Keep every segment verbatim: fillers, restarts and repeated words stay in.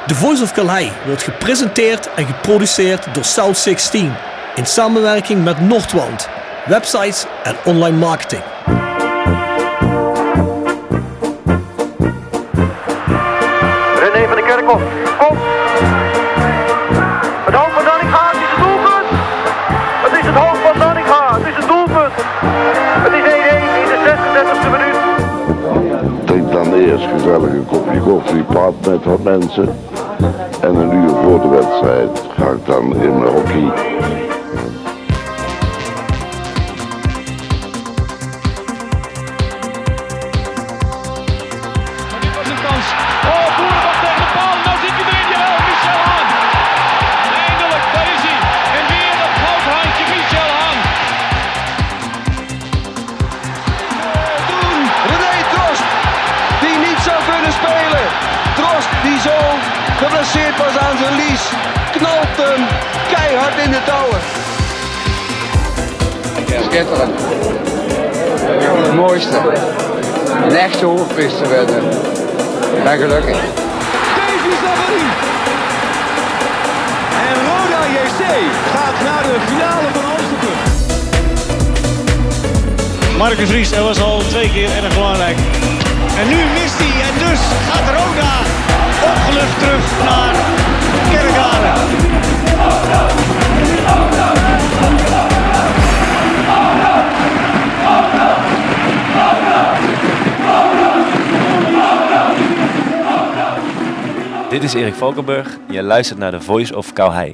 The Voice of Calais wordt gepresenteerd en geproduceerd door South zestien in samenwerking met Noordwand, websites en online marketing. René van de Kerkhof, kom! Het hoofd van Dallinga, het is het doelpunt! Het is het hoofd van Dallinga, het is het doelpunt! Het is één-één in de zesendertigste minuut. Drink dan eerst gezellig een kopje koffie, praat met wat mensen. En een uur voor de wedstrijd ga ik dan in mijn hockey. Geblesseerd was aan zijn lies, knalt hem keihard in de touwen. Schitterend. Het mooiste. Een echte hoofdprijs winnen. Ik ben gelukkig. Davy Savary. En Roda J C gaat naar de finale van Amsterdam. Marcus Ries, dat was al twee keer erg belangrijk. En nu mist hij en dus gaat Roda opgelucht terug naar Kerkrade. Dit is Erik Valkenburg. Je luistert naar The Voice of Calais.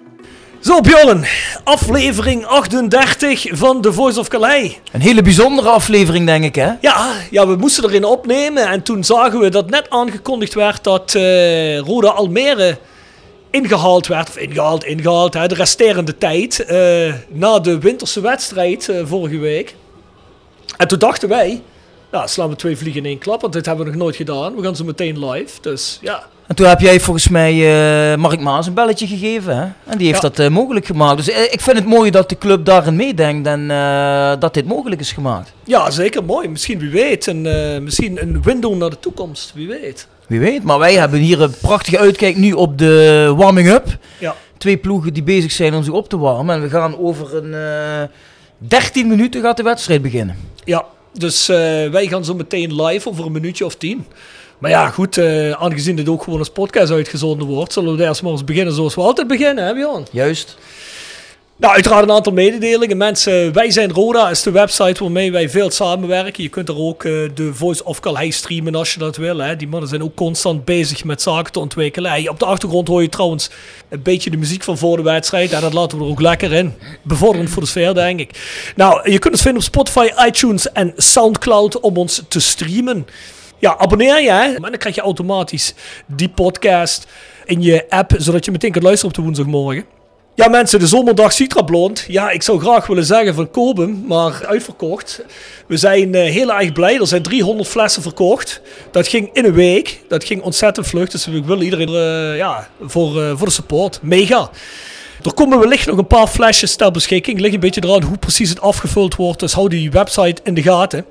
Zo Bjorn, aflevering achtendertig van The Voice of Calais. Een hele bijzondere aflevering, denk ik, hè? Ja, ja, we moesten erin opnemen en toen zagen we dat net aangekondigd werd dat uh, Roda Almere ingehaald werd. Of ingehaald, ingehaald, hè, de resterende tijd uh, na de winterse wedstrijd uh, vorige week. En toen dachten wij, nou, slaan we twee vliegen in één klap, want dit hebben we nog nooit gedaan. We gaan zo meteen live, dus ja... En toen heb jij volgens mij uh, Mark Maas een belletje gegeven, hè? En die heeft ja. dat uh, mogelijk gemaakt. Dus uh, ik vind het mooi dat de club daarin meedenkt en uh, dat dit mogelijk is gemaakt. Ja, zeker mooi. Misschien, wie weet, een, uh, misschien een window naar de toekomst, wie weet. Wie weet, maar wij hebben hier een prachtige uitkijk nu op de warming-up. Ja. Twee ploegen die bezig zijn om zich op te warmen. En we gaan over een uh, dertien minuten gaat de wedstrijd beginnen. Ja, dus uh, wij gaan zo meteen live over een minuutje of tien. Maar ja, goed, uh, aangezien dit ook gewoon als podcast uitgezonden wordt, zullen we eerst maar eens beginnen zoals we altijd beginnen, hè Bjorn? Juist. Nou, uiteraard een aantal mededelingen. Mensen, Wij Zijn Roda is de website waarmee wij veel samenwerken. Je kunt er ook uh, de Voice of Calais streamen als je dat wil. Hè. Die mannen zijn ook constant bezig met zaken te ontwikkelen. Hey, op de achtergrond hoor je trouwens een beetje de muziek van voor de wedstrijd. En dat laten we er ook lekker in. Bevorderend voor de sfeer, denk ik. Nou, je kunt ons vinden op Spotify, iTunes en Soundcloud om ons te streamen. Ja, abonneer je, hè. En dan krijg je automatisch die podcast in je app, zodat je meteen kunt luisteren op de woensdagmorgen. Ja mensen, de zomerdag Citra Blond. Ja, ik zou graag willen zeggen van Koben, maar uitverkocht. We zijn uh, heel erg blij. Er zijn driehonderd flessen verkocht. Dat ging in een week. Dat ging ontzettend vlug. Dus ik wil iedereen uh, ja, voor, uh, voor de support. Mega. Er komen wellicht nog een paar flesjes ter beschikking. Ligt een beetje eraan hoe precies het afgevuld wordt. Dus hou die website in de gaten.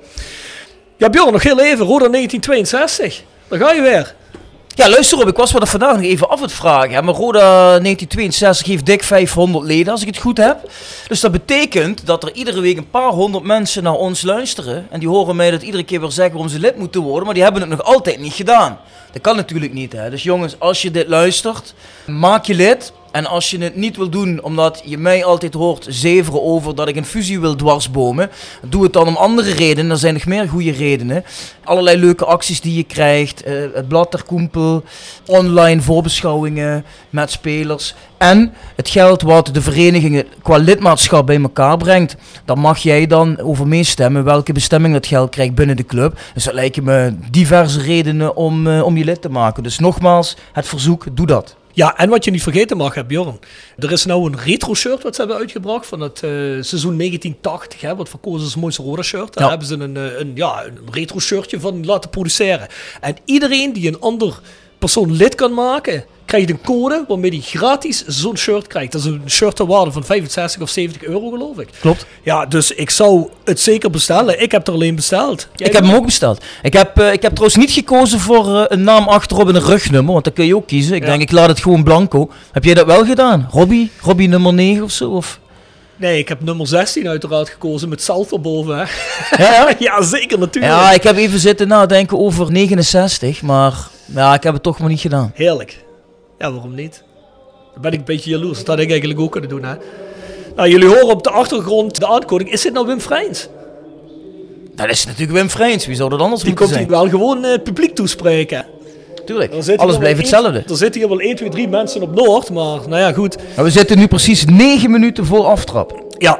Ja Bjorn, nog heel even. Roda negentien tweeënzestig. Daar ga je weer. Ja, luister op, ik was me er vandaag nog even af het vragen. Hè? Maar Roda negentien tweeënzestig heeft dik vijfhonderd leden, als ik het goed heb. Dus dat betekent dat er iedere week een paar honderd mensen naar ons luisteren. En die horen mij dat iedere keer weer zeggen waarom ze lid moeten worden. Maar die hebben het nog altijd niet gedaan. Dat kan natuurlijk niet, hè. Dus jongens, als je dit luistert, maak je lid. En als je het niet wil doen omdat je mij altijd hoort zeveren over dat ik een fusie wil dwarsbomen, doe het dan om andere redenen. Er zijn nog meer goede redenen. Allerlei leuke acties die je krijgt. Uh, het blad ter Koempel, online voorbeschouwingen met spelers. En het geld wat de verenigingen qua lidmaatschap bij elkaar brengt, daar mag jij dan over meestemmen welke bestemming dat geld krijgt binnen de club. Dus dat lijken me diverse redenen om, uh, om je lid te maken. Dus nogmaals, het verzoek, doe dat. Ja, en wat je niet vergeten mag, hè, Bjorn. Er is nou een retro shirt wat ze hebben uitgebracht van het uh, seizoen negentien tachtig. Hè, wat verkozen is het mooiste Roda shirt. Daar ja. hebben ze een, een, ja, een retro shirtje van laten produceren. En iedereen die een ander persoon lid kan maken, krijg je een code waarmee hij gratis zo'n shirt krijgt. Dat is een shirt ter waarde van vijfenzestig of zeventig euro geloof ik. Klopt. Ja, dus ik zou het zeker bestellen. Ik heb er alleen besteld. Jij ik heb hem ook besteld. Ik heb, uh, ik heb trouwens niet gekozen voor uh, een naam achterop en een rugnummer, want dat kun je ook kiezen. Ik ja. denk, ik laat het gewoon blanco. Heb jij dat wel gedaan? Robbie? Robbie nummer negen of zo? Of? Nee, ik heb nummer zestien uiteraard gekozen met zalt erboven. Hè? Ja, ja? Ja, zeker natuurlijk. Ja, ik heb even zitten nadenken over negenenzestig, maar ja, ik heb het toch maar niet gedaan. Heerlijk. Ja, waarom niet? Dan ben ik een beetje jaloers. Dat had ik eigenlijk ook kunnen doen, hè. Nou, jullie horen op de achtergrond de aankondiging. Is dit nou Wim Vrijns? Dat is natuurlijk Wim Vrijns. Wie zou dat anders Die moeten zijn? zijn? Die komt hier wel gewoon uh, het publiek toespreken. Tuurlijk, alles blijft hetzelfde. Er zitten hier wel één, twee, drie mensen op Noord, maar nou ja, goed. Maar we zitten nu precies negen minuten voor aftrap. Ja.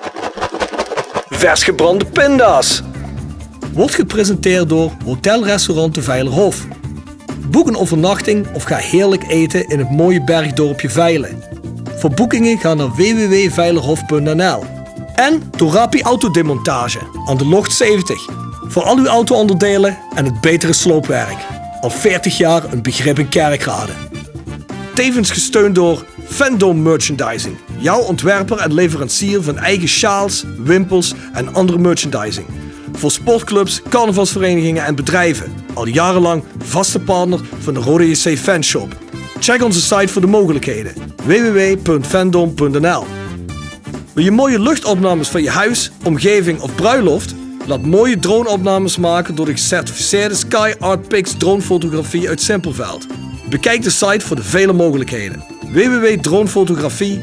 Vers gebrande pinda's. Wordt gepresenteerd door Hotel-Restaurant de Veilerhof. Boek een overnachting of ga heerlijk eten in het mooie bergdorpje Veilen. Voor boekingen ga naar w w w punt veilerhof punt n l. En door Rapi Autodemontage aan de Locht zeventig. Voor al uw auto-onderdelen en het betere sloopwerk. Al veertig jaar een begrip in Kerkrade. Tevens gesteund door Fandom Merchandising. Jouw ontwerper en leverancier van eigen sjaals, wimpels en andere merchandising. Voor sportclubs, carnavalsverenigingen en bedrijven. Al jarenlang vaste partner van de Rode J C Fanshop. Check onze site voor de mogelijkheden. w w w punt fandom punt n l. Wil je mooie luchtopnames van je huis, omgeving of bruiloft? Laat mooie droneopnames maken door de gecertificeerde Sky Art Pix dronefotografie uit Simpelveld. Bekijk de site voor de vele mogelijkheden. w w w punt dronefotografie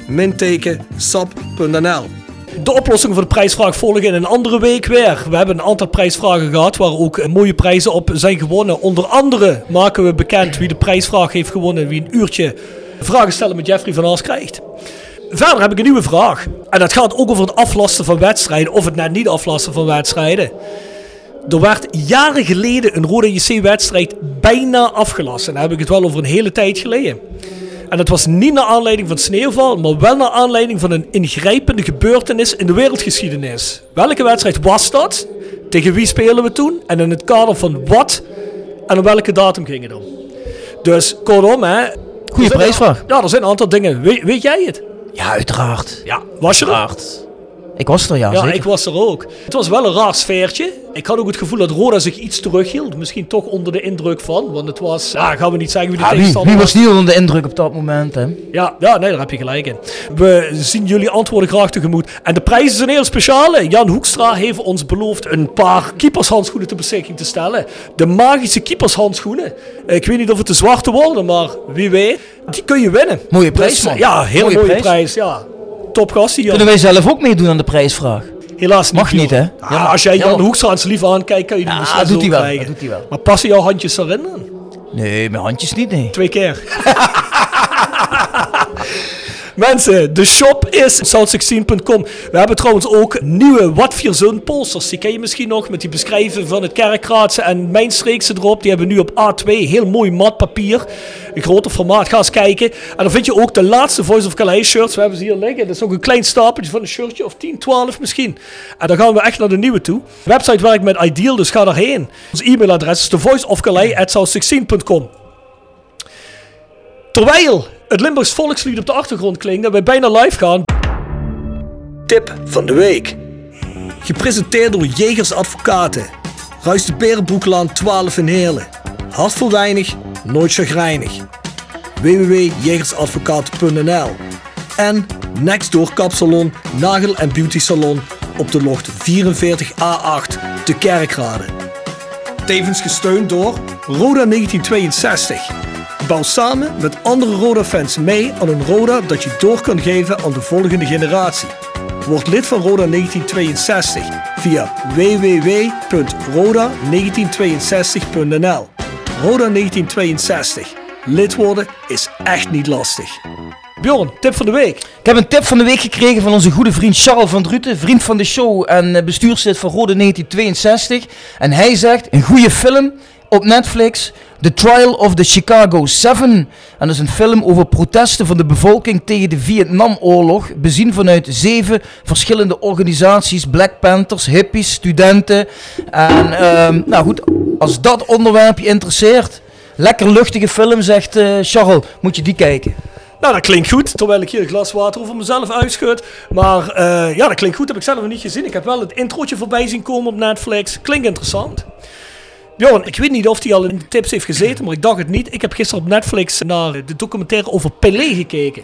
sap punt n l. De oplossing voor de prijsvraag volgen in een andere week weer. We hebben een aantal prijsvragen gehad waar ook mooie prijzen op zijn gewonnen. Onder andere maken we bekend wie de prijsvraag heeft gewonnen en wie een uurtje vragen stellen met Jeffrey van Aars krijgt. Verder heb ik een nieuwe vraag. En dat gaat ook over het aflasten van wedstrijden of het net niet aflasten van wedstrijden. Er werd jaren geleden een Roda J C-wedstrijd bijna afgelast. En dan heb ik het wel over een hele tijd geleden. En dat was niet naar aanleiding van sneeuwval, maar wel naar aanleiding van een ingrijpende gebeurtenis in de wereldgeschiedenis. Welke wedstrijd was dat? Tegen wie spelen we toen? En in het kader van wat? En op welke datum ging het om? Dus kortom, hè. Goeie prijsvraag. Ja, er zijn een aantal dingen. We, weet jij het? Ja, uiteraard. Ja, was je er? Uiteraard. Ik was er, ja, Ja, zeker. ik was er ook. Het was wel een raar sfeertje. Ik had ook het gevoel dat Roda zich iets terughield. Misschien toch onder de indruk van. Want het was, ja, gaan we niet zeggen wie de Ja, wie, tegenstander wie was niet onder de indruk op dat moment, hè? Ja, ja, nee, daar heb je gelijk in. We zien jullie antwoorden graag tegemoet. En de prijzen zijn heel speciale. Jan Hoekstra heeft ons beloofd een paar keepershandschoenen ter beschikking te stellen. De magische keepershandschoenen. Ik weet niet of het de zwarte worden, maar wie weet. Die kun je winnen. Mooie prijs, Dus, man. ja, heel mooie, Mooie mooie prijs. prijs. Ja. Topgast hier. Kunnen wij zelf ook meedoen aan de prijsvraag? Helaas niet. Mag niet, hè? Ja, ja, als jij Jan jammer. Hoekstra eens lief aankijkt, kan je die Ja, misschien doet zo hij wel, krijgen. dat doet hij wel. Maar passen jouw handjes erin dan? Nee, mijn handjes niet, nee. Twee keer. Mensen, de shop is south sixteen punt com. We hebben trouwens ook nieuwe Wat Vier Zon posters. Die ken je misschien nog met die beschrijving van het Kerkraadse en Mijnstreekse erop. Die hebben we nu op A twee. Heel mooi mat papier. Een groter formaat. Ga eens kijken. En dan vind je ook de laatste Voice of Calais shirts. We hebben ze hier liggen. Dat is ook een klein stapeltje van een shirtje of tien, twaalf misschien. En dan gaan we echt naar de nieuwe toe. De website werkt met Ideal, dus ga daarheen. Ons e-mailadres is the voice of calais at south sixteen punt com. Terwijl het Limburgs volkslied op de achtergrond klinkt en wij bijna live gaan. Tip van de week. Gepresenteerd door Jegers Advocaten. Ruist de Berenbroeklaan twaalf in Heerlen. Hart voor weinig, nooit chagrijnig. w w w punt jegersadvocaten punt n l. En Nextdoor Kapsalon, Nagel en Beauty Salon op de locht vierenveertig A acht te Kerkrade. Tevens gesteund door Roda negentien tweeënzestig. Bouw samen met andere Roda-fans mee aan een Roda dat je door kan geven aan de volgende generatie. Word lid van Roda negentien tweeënzestig via w w w punt roda negentien tweeënzestig punt n l. Roda negentien tweeënzestig. Lid worden is echt niet lastig. Bjorn, tip van de week. Ik heb een tip van de week gekregen van onze goede vriend Charles van Druten, vriend van de show en bestuurslid van Roda negentien tweeënzestig. En hij zegt, een goede film op Netflix, The Trial of the Chicago Seven. En dat is een film over protesten van de bevolking tegen de Vietnamoorlog, bezien vanuit zeven verschillende organisaties, Black Panthers, hippies, studenten. En um, nou goed, als dat onderwerp je interesseert, Lekker luchtige film, zegt uh, Charles. Moet je die kijken? Nou, dat klinkt goed, terwijl ik hier een glas water over mezelf uitschud. Maar uh, ja, dat klinkt goed, heb ik zelf nog niet gezien. Ik heb wel het introotje voorbij zien komen op Netflix. Klinkt interessant. Bjorn, ik weet niet of hij al in de tips heeft gezeten, maar ik dacht het niet. Ik heb gisteren op Netflix naar de documentaire over Pelé gekeken.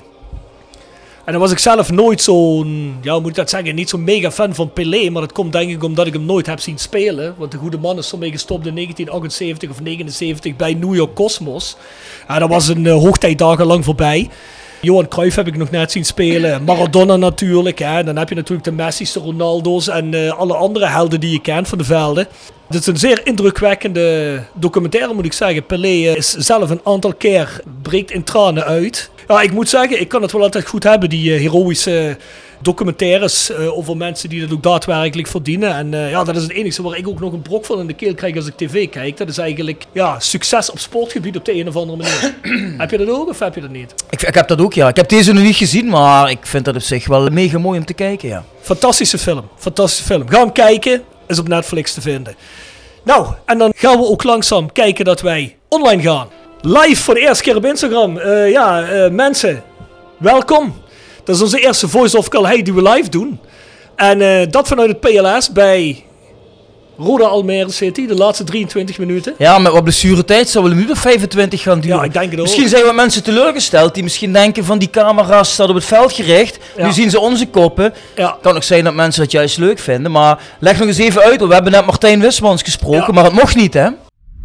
En dan was ik zelf nooit zo'n, ja, hoe moet ik dat zeggen, niet zo'n mega fan van Pelé. Maar dat komt denk ik omdat ik hem nooit heb zien spelen. Want de goede man is ermee gestopt in negentien achtenzeventig of negenenzeventig bij New York Cosmos. En dat was een uh, hoogtijd dagenlang voorbij. Johan Cruijff heb ik nog net zien spelen. Maradona natuurlijk. Hè. Dan heb je natuurlijk de Messi's, de Ronaldo's en uh, alle andere helden die je kent van de velden. Het is een zeer indrukwekkende documentaire, moet ik zeggen. Pelé is zelf een aantal keer, breekt in tranen uit. Ja, ik moet zeggen, ik kan het wel altijd goed hebben, die uh, heroïsche documentaires uh, over mensen die dat ook daadwerkelijk verdienen. En uh, ja, dat is het enige waar ik ook nog een brok van in de keel krijg als ik tv kijk. Dat is eigenlijk ja, succes op sportgebied op de een of andere manier. Heb je dat ook of heb je dat niet? Ik, ik heb dat ook, ja. Ik heb deze nog niet gezien, maar ik vind dat op zich wel mega mooi om te kijken, ja. Fantastische film, fantastische film. Ga hem kijken, is op Netflix te vinden. Nou, en dan gaan we ook langzaam kijken dat wij online gaan. Live voor de eerste keer op Instagram. Uh, ja, uh, mensen, welkom. Dat is onze eerste Voice of Calhei die we live doen. En uh, dat vanuit het P L S bij Roda Almere City, de laatste drieëntwintig minuten. Ja, met wat blessuretijd zouden we een minuut of vijfentwintig gaan duren. Ja, ik denk het ook. Misschien zijn wat mensen teleurgesteld die misschien denken van die camera's staat op het veld gericht. Ja. Nu zien ze onze koppen. Ja. Kan ook zijn dat mensen dat juist leuk vinden. Maar leg nog eens even uit, want we hebben net Martijn Wismans gesproken, ja. Maar het mocht niet, hè?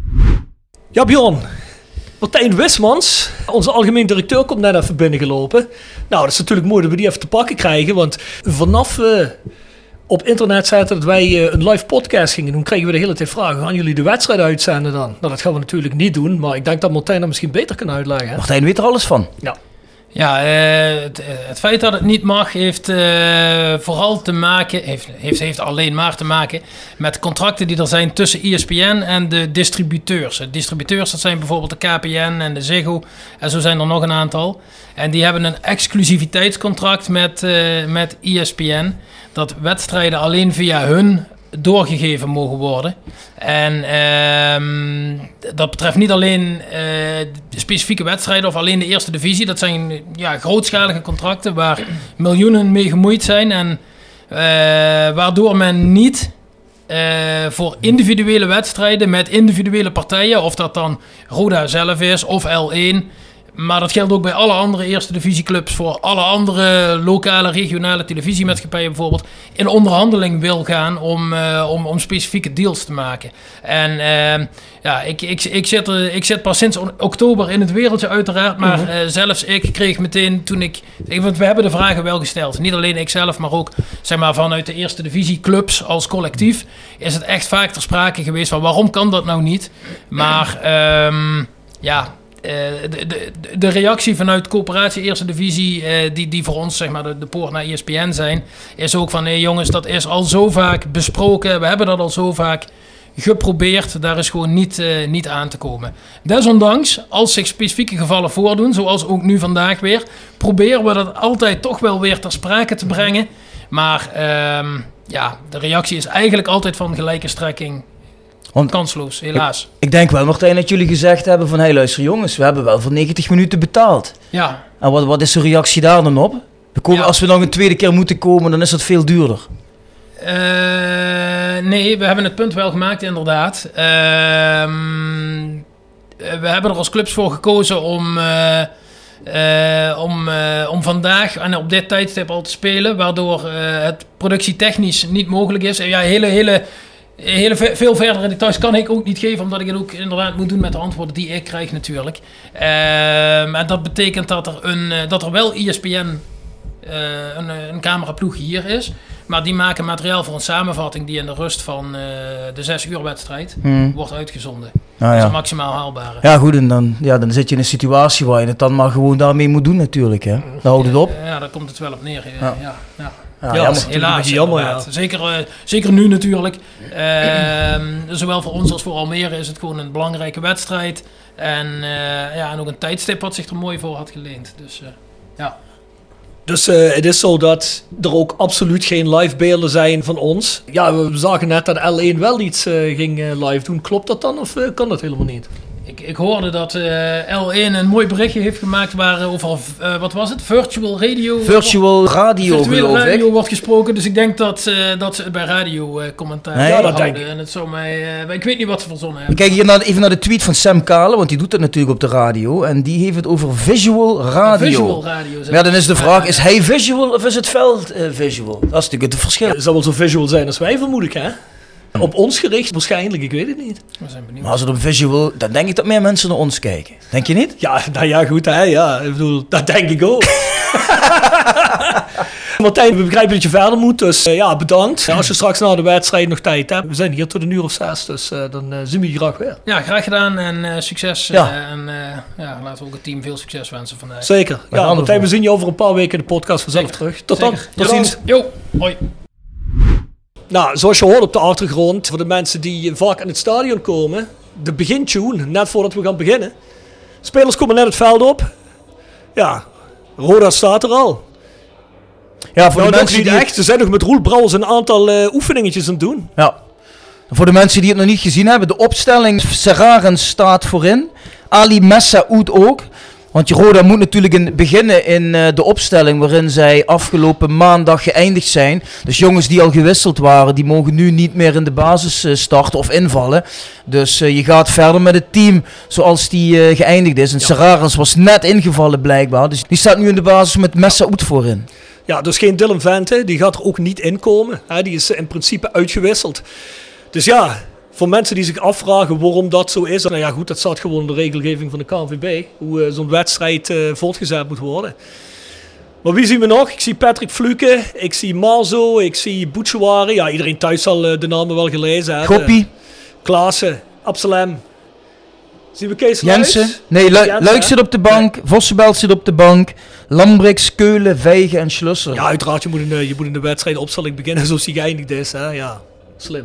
Ja, Bjorn. Martijn Wismans, onze algemeen directeur, komt net even binnengelopen. Nou, dat is natuurlijk mooi dat we die even te pakken krijgen. Want vanaf we uh, op internet zetten dat wij uh, een live podcast gingen doen, kregen we de hele tijd vragen. Gaan jullie de wedstrijd uitzenden dan? Nou, dat gaan we natuurlijk niet doen. Maar ik denk dat Martijn dat misschien beter kan uitleggen. Hè? Martijn weet er alles van. Ja. Ja, uh, het, het feit dat het niet mag heeft uh, vooral te maken, heeft, heeft, heeft alleen maar te maken met contracten die er zijn tussen E S P N en de distributeurs. De distributeurs, dat zijn bijvoorbeeld de K P N en de Ziggo en zo zijn er nog een aantal. En die hebben een exclusiviteitscontract met, uh, met E S P N, dat wedstrijden alleen via hun doorgegeven mogen worden. En uh, dat betreft niet alleen uh, de specifieke wedstrijden of alleen de eerste divisie. Dat zijn ja, grootschalige contracten waar miljoenen mee gemoeid zijn. En uh, waardoor men niet uh, voor individuele wedstrijden met individuele partijen, of dat dan Roda zelf is of L één... Maar dat geldt ook bij alle andere eerste divisieclubs, voor alle andere lokale, regionale televisiemaatschappijen bijvoorbeeld, in onderhandeling wil gaan om, uh, om, om specifieke deals te maken. En uh, ja, ik, ik, ik, zit er, ik zit pas sinds oktober in het wereldje uiteraard, maar uh, zelfs ik kreeg meteen toen ik, want we hebben de vragen wel gesteld. Niet alleen ik zelf, maar ook zeg maar, vanuit de eerste divisieclubs als collectief is het echt vaak ter sprake geweest van waarom kan dat nou niet? Maar um, ja... Uh, de, de, de reactie vanuit coöperatie Eerste Divisie, uh, die, die voor ons zeg maar de, de poort naar E S P N zijn, is ook van, nee jongens, dat is al zo vaak besproken, we hebben dat al zo vaak geprobeerd, daar is gewoon niet, uh, niet aan te komen. Desondanks, als zich specifieke gevallen voordoen, zoals ook nu vandaag weer, proberen we dat altijd toch wel weer ter sprake te brengen. Maar uh, ja, de reactie is eigenlijk altijd van gelijke strekking. Want kansloos, helaas. Ik, ik denk wel, Martijn, dat jullie gezegd hebben van, hey luister jongens, we hebben wel voor negentig minuten betaald. Ja. En wat, wat is de reactie daar dan op? We komen, ja. Als we nog een tweede keer moeten komen, dan is dat veel duurder. Uh, nee, we hebben het punt wel gemaakt, inderdaad. Uh, we hebben er als clubs voor gekozen om, uh, uh, om, uh, om vandaag en op dit tijdstip al te spelen, waardoor uh, het productietechnisch niet mogelijk is. En ja, hele, hele... Hele veel verdere details kan ik ook niet geven, omdat ik het ook inderdaad moet doen met de antwoorden die ik krijg natuurlijk. Uh, en dat betekent dat er, een, dat er wel E S P N, uh, een, een cameraploeg hier is, maar die maken materiaal voor een samenvatting die in de rust van uh, de zes uur wedstrijd hmm. wordt uitgezonden. Ah, dat is het maximaal haalbare. Ja goed, en dan, ja, dan zit je in een situatie waar je het dan maar gewoon daarmee moet doen natuurlijk. Hè? Dan houdt het op. Ja, daar komt het wel op neer. Ja, ja. Ja, ja. Ja, ja, jammer, helaas. Jammer, ja. Zeker, uh, zeker nu natuurlijk. Uh, zowel voor ons als voor Almere is het gewoon een belangrijke wedstrijd. En, uh, ja, en ook een tijdstip wat zich er mooi voor had geleend. Dus uh, ja. Dus uh, het is zo dat er ook absoluut geen live beelden zijn van ons. Ja, we zagen net dat L één wel iets uh, ging uh, live doen. Klopt dat dan of uh, kan dat helemaal niet? Ik, ik hoorde dat uh, L één een mooi berichtje heeft gemaakt waar over, uh, wat was het? Virtual radio? Virtual radio, Virtuele geloof radio ik. wordt gesproken, dus ik denk dat, uh, dat ze het bij radio uh, commentaar nee, ja, dat houden. denk ik. En het zou mij, uh, ik weet niet wat ze verzonnen hebben. Ik kijk hier naar, even naar de tweet van Sam Kalen, want die doet dat natuurlijk op de radio. En die heeft het over visual radio. Visual radio. Ja, dan is de vraag, is hij visual of is het veld uh, visual? Dat is natuurlijk het verschil. Het zal wel zo visual zijn als wij, vermoed ik, hè? Op ons gericht waarschijnlijk, ik weet het niet. We zijn benieuwd. Maar als het op visual, dan denk ik dat meer mensen naar ons kijken. Denk je niet? Ja, nou ja, goed, hè, ja. Ik bedoel, dat denk ik ook. Martijn, we begrijpen dat je verder moet, dus uh, ja, bedankt. Ja, als je straks na de wedstrijd nog tijd hebt, we zijn hier tot een uur of zes, dus uh, dan uh, zien we je graag weer. Ja, graag gedaan en uh, succes. Uh, Ja. en uh, ja, laten we ook het team veel succes wensen vandaag. Zeker. Ja, Martijn, we zien je over een paar weken in de podcast vanzelf Zeker. terug. Tot Zeker. dan. Tot ziens. Jo, hoi. Nou, zoals je hoort op de achtergrond, voor de mensen die vaak in het stadion komen, de begintune, net voordat we gaan beginnen. Spelers komen net het veld op. Ja, Roda staat er al. Ja, voor Nou, de nog mensen niet die echt. Ze zijn nog met Roel Brouwers een aantal uh, oefeningetjes aan het doen. Ja. Voor de mensen die het nog niet gezien hebben, de opstelling Serarens staat voorin. Ali Messaoud ook. Want Roda moet natuurlijk in, beginnen in uh, de opstelling waarin zij afgelopen maandag geëindigd zijn. Dus jongens die al gewisseld waren, die mogen nu niet meer in de basis uh, starten of invallen. Dus uh, je gaat verder met het team zoals die uh, geëindigd is. En ja. Serarens was net ingevallen blijkbaar. Dus die staat nu in de basis met Messaoud voorin. Ja, dus geen Dylan Vente. Die gaat er ook niet in komen. Hè, die is in principe uitgewisseld. Dus ja, voor mensen die zich afvragen waarom dat zo is. Nou ja, goed, dat staat gewoon in de regelgeving van de K N V B. Hoe uh, zo'n wedstrijd uh, voortgezet moet worden. Maar wie zien we nog? Ik zie Patrick Fluke. Ik zie Marzo. Ik zie Bouchouari. Ja, iedereen thuis zal uh, de namen wel gelezen hebben. Goppie. Klaassen. Absalem. Zien we Kees Luijks? Jensen. Nee, Lu Jensen, Luijks zit op de bank. Nee. Vossenbelt zit op de bank. Lambrix, Keulen, Vijgen en Schlusser. Ja, uiteraard. Je moet in de, je moet in de wedstrijd opstelling beginnen zoals die geëindigd is. Hè? Ja, slim.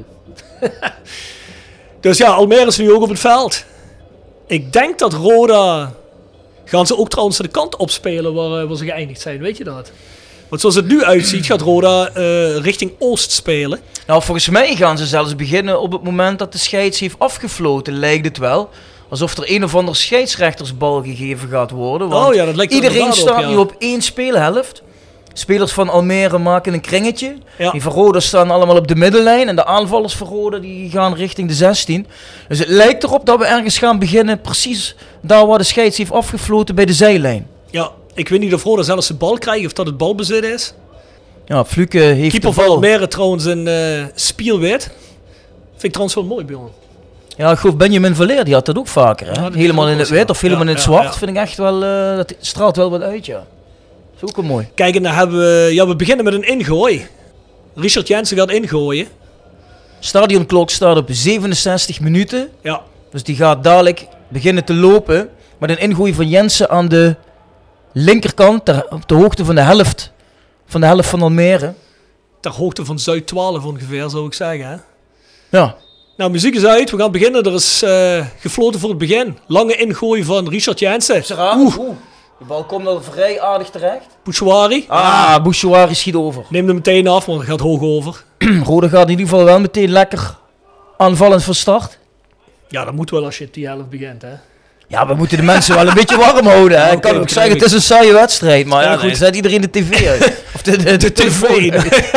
Dus ja, Almere is nu ook op het veld. Ik denk dat Roda... Gaan ze ook trouwens de kant opspelen waar, waar ze geëindigd zijn, weet je dat? Want zoals het nu uitziet gaat Roda uh, richting Oost spelen. Nou, volgens mij gaan ze zelfs beginnen op het moment dat de scheids heeft afgefloten, lijkt het wel. Alsof er een of ander scheidsrechtersbal gegeven gaat worden. Want oh ja, dat lijkt iedereen staat op, ja. nu op één speelhelft. Spelers van Almere maken een kringetje. Ja. Die van Roda staan allemaal op de middenlijn. En de aanvallers van Roda die gaan richting de zestien. Dus het lijkt erop dat we ergens gaan beginnen. Precies daar waar de scheids heeft afgefloten bij de zijlijn. Ja, ik weet niet of Roda zelfs de bal krijgt of dat het balbezit is. Ja, Fluke heeft Keeper de van bal. Almere trouwens een uh, spielwit. Vind ik trouwens wel mooi, Bjorn. Ja, ik geloof Benjamin Verleer, die had dat ook vaker. Hè? Ja, helemaal in het wit of helemaal ja, in het ja, zwart. ja. Vind ik echt wel, uh, dat straalt wel wat uit, ja. Dat is ook wel mooi. Kijk, en dan hebben we... Ja, we beginnen met een ingooi. Richard Jensen gaat ingooien. Stadionklok staat op zevenenzestig minuten. Ja. Dus die gaat dadelijk beginnen te lopen. Met een ingooi van Jensen aan de linkerkant. Ter, op de hoogte van de helft. Van de helft van Almere. Ter hoogte van Zuid twaalf ongeveer, zou ik zeggen. Hè? Ja. Nou, muziek is uit. We gaan beginnen. Er is uh, gefloten voor het begin. Lange ingooi van Richard Jensen. Oeh. Oeh. De bal komt al vrij aardig terecht. Bouchouari. Ah, Bouchouari schiet over. Neem hem meteen af, want het gaat hoog over. Roda gaat in ieder geval wel meteen lekker aanvallend van start. Ja, dat moet wel als je op die helft begint, hè. Ja, we moeten de mensen wel een beetje warm houden. Hè. Ja, ik okay, kan ook okay, zeggen, okay. het is een saaie wedstrijd. Maar ja, ja, goed. dan zet iedereen de tv uit. Of de, de, de, De telefoon. tv.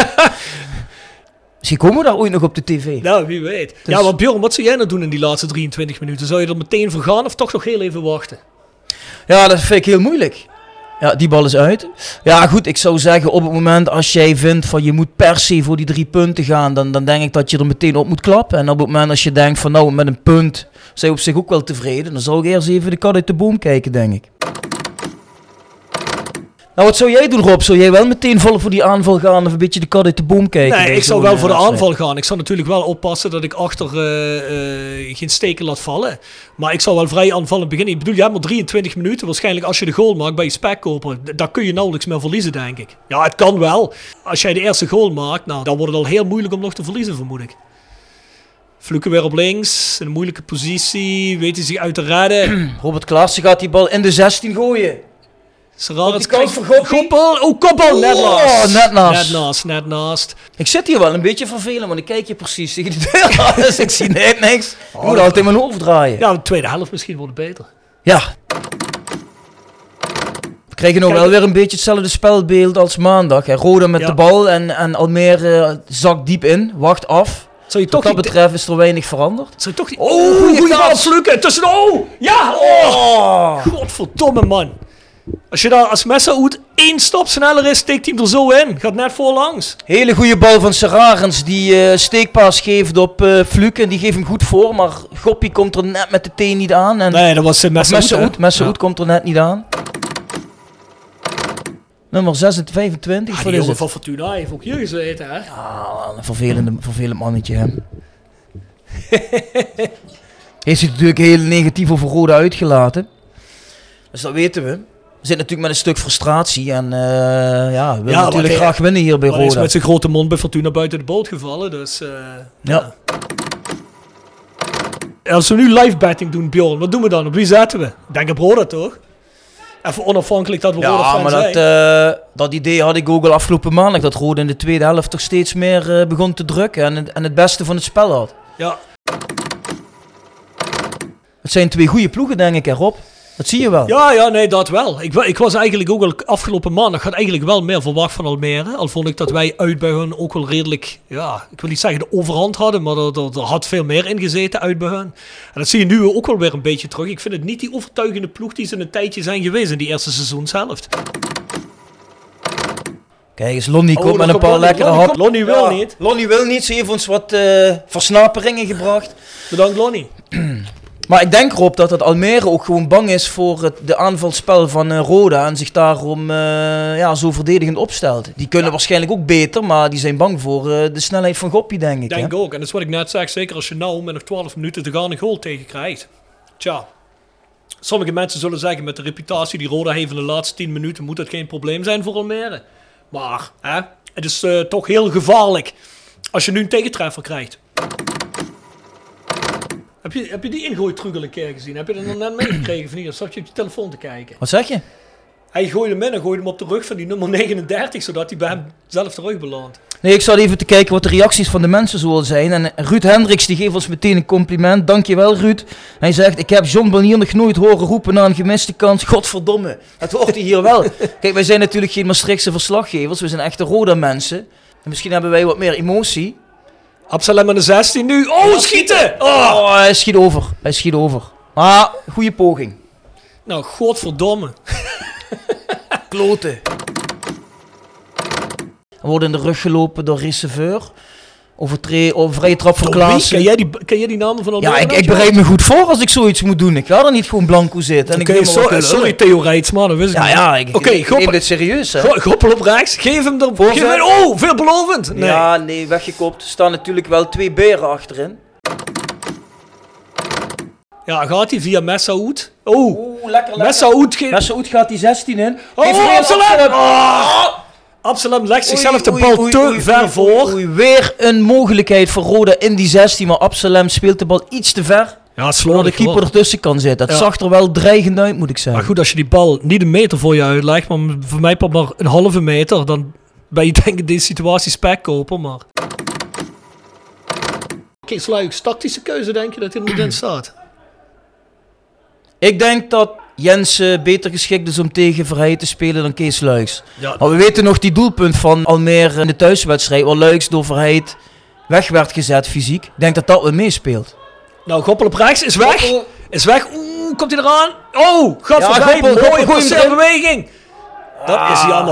Misschien komen we daar ooit nog op de tv. Nou, wie weet. Dus... Ja, maar Bjorn, wat zou jij nou doen in die laatste drieëntwintig minuten? Zou je er meteen voor gaan of toch nog heel even wachten? Ja, dat vind ik heel moeilijk. Ja, die bal is uit. Ja, goed, ik zou zeggen op het moment als jij vindt van je moet per se voor die drie punten gaan, dan, dan denk ik dat je er meteen op moet klappen. En op het moment als je denkt van nou, met een punt zijn we op zich ook wel tevreden, dan zou ik eerst even de kat uit de boom kijken, denk ik. Nou, wat zou jij doen, Rob? Zou jij wel meteen vol voor die aanval gaan of een beetje de kat uit de boom kijken? Nee, ik zou wel voor de aanval gaan. Ik zou natuurlijk wel oppassen dat ik achter uh, uh, geen steken laat vallen. Maar ik zou wel vrij aanvallend beginnen. Ik bedoel, je hebt maar drieëntwintig minuten. Waarschijnlijk als je de goal maakt bij je spekkoper. Daar kun je nauwelijks meer verliezen, denk ik. Ja, het kan wel. Als jij de eerste goal maakt, nou, dan wordt het al heel moeilijk om nog te verliezen, vermoed ik. Fluke weer op links, in een moeilijke positie, weet hij zich uit te redden. Robert Klaassen gaat die bal in de zestien gooien. Serrarens die kans krijgt voor Goppie. Goppel. Oh, Koppel, net Oh, naast. net naast. Net naast, net naast. Ik zit hier wel een beetje vervelend, want ik kijk je precies tegen de deur aan, dus ik zie net niks. Ik moet altijd in mijn hoofd draaien. Ja, de tweede helft misschien wordt het beter. Ja. We krijgen nog Kijk, wel weer een beetje hetzelfde spelbeeld als maandag. Hè. Roda met Ja. de bal en, en Almere zakt diep in, wacht af. Zou je Wat toch dat die- betreft is er weinig veranderd. Zou je toch die... Oh, Oh, goeie goeie bal, kans. Fluken. Tussen... Oh, ja. Oh. Godverdomme, man. Als je daar als Messaoud één stap sneller is, steekt hij hem er zo in. Gaat net voorlangs. Hele goede bal van Serrarens die uh, steekpaas geeft op uh, Fluke. En die geeft hem goed voor, maar Goppie komt er net met de teen niet aan. En Nee, dat was uh, Messaoud. Messaoud Messaoud Ja. komt er net niet aan. Nummer vijfentwintig. Ah, wat die is jongen het? van Fortuna heeft ook hier gezeten, hè? Ah, een vervelende, vervelend mannetje, hè. Heeft zich natuurlijk heel negatief over Roda uitgelaten. Dus dat weten we. We zitten natuurlijk met een stuk frustratie en uh, ja, we willen Ja, natuurlijk maar graag winnen hier bij Hij is Roda. met zijn grote mond bij Fortuna buiten de boot gevallen, dus... Uh, Ja. ja. Als we nu live betting doen, Bjorn, wat doen we dan? Op wie zetten we? Ik denk op Roda, toch? Even onafhankelijk dat we Roda Ja, fan maar zijn. dat, uh, dat idee had ik ook al afgelopen maandag. Dat Roda in de tweede helft toch steeds meer uh, begon te drukken en het, en het beste van het spel had. Ja. Het zijn twee goede ploegen, denk ik, hè, Rob. Dat zie je wel. Ja, ja, nee, dat wel. Ik, wa- ik was eigenlijk ook al afgelopen maandag had eigenlijk wel meer verwacht van Almere. Al vond ik dat wij uit bij hun ook wel redelijk, ja, ik wil niet zeggen de overhand hadden, maar er, er, er had veel meer in gezeten uit bij hun. En dat zie je nu ook wel weer een beetje terug. Ik vind het niet die overtuigende ploeg die ze een tijdje zijn geweest in die eerste seizoenshelft. Kijk eens, Lonnie Oh, komt met daar een komt paar Lonnie. lekkere Lonnie hap. komt- Lonnie wil niet. Lonnie wil niet. Ze heeft ons wat uh, versnaperingen gebracht. Bedankt, Lonnie. Maar ik denk, Rob, dat het Almere ook gewoon bang is voor het de aanvalspel van uh, Roda. En zich daarom uh, ja, zo verdedigend opstelt. Die kunnen waarschijnlijk ook beter, maar die zijn bang voor uh, de snelheid van Goppie, denk ik. Ik denk hè? ook. En dat is wat ik net zeg. Zeker als je nou met nog twaalf minuten te gaan een goal tegen krijgt. Tja. Sommige mensen zullen zeggen met de reputatie die Roda heeft in de laatste tien minuten moet dat geen probleem zijn voor Almere. Maar hè, het is uh, toch heel gevaarlijk als je nu een tegentreffer krijgt. Heb je, heb je die ingooitruc al een keer gezien? Heb je dat nog net meegekregen van hier? Of zat je op je telefoon te kijken? Wat zeg je? Hij gooide hem in en gooide hem op de rug van die nummer negenendertig, zodat hij bij hem zelf terug belandt. Nee, ik zat even te kijken wat de reacties van de mensen zullen zijn. En Ruud Hendricks die geeft ons meteen een compliment. Dankjewel, Ruud. Hij zegt, ik heb John Banier nog nooit horen roepen na een gemiste kans. Godverdomme, dat hoort hij hier wel. Kijk, wij zijn natuurlijk geen Maastrichtse verslaggevers. We zijn echte Roda-mensen. En misschien hebben wij wat meer emotie. Absalem aan de zestien nu. Oh, schieten! Oh. Oh, hij schiet over. Hij schiet over. Maar, goede poging. Nou, godverdomme. Kloten. Er wordt in de rug gelopen door Receveur. Overtree, over vrije trap voor Klaassen. Ken jij die, ken jij die namen van Almere? Ja, ik, ik bereid me goed voor als ik zoiets moet doen. Ik ga er niet gewoon blanco zitten. En Oké, ik wil sorry, maar sorry Theo Rijtsma, dat wist ik Ja, niet. ja, ik, Oké, okay, ik Goppel- neem dit serieus, hè. Go- Goppel op rechts, geef hem er... Voorzet. Geef hem, oh, veelbelovend. Nee. Ja, nee, weggekopt. Er staan natuurlijk wel twee beren achterin. Ja, gaat hij via Messaoud? Oh, Oeh, lekker, lekker. Messaoud geeft... Messaoud gaat die zestien in. Oh, Geef hem Absalem! Absalem! Oh! Absalem legt zichzelf de Oei, bal oei, te oei, ver oei, voor. oei, oei. Weer een mogelijkheid voor Roda in die zestien, maar Absalem speelt de bal iets te ver. Ja, Zodat de slordig keeper geworden. ertussen kan zitten. Het Ja. zag er wel dreigend uit, moet ik zeggen. Maar goed, als je die bal niet een meter voor je uitlegt, maar voor mij pas maar een halve meter, dan ben je denk ik in deze situatie spekkoper, maar... Kees Luijks, tactische keuze denk je dat hij er niet in staat? Ik denk dat Jensen beter geschikt is om tegen Verheij te spelen dan Kees Luijks. Ja, Maar we weten nog die doelpunt van Almere in de thuiswedstrijd, waar Luijks door Verheij weg werd gezet fysiek. Ik denk dat dat wel meespeelt. nou, Goppel op rechts, is weg. Goppel. Is weg. Oeh, komt hij eraan? Oh, gaat Ja, voorbij. Goppel, Mooie Goppel, gooi hem erin. beweging. Dat is jammer.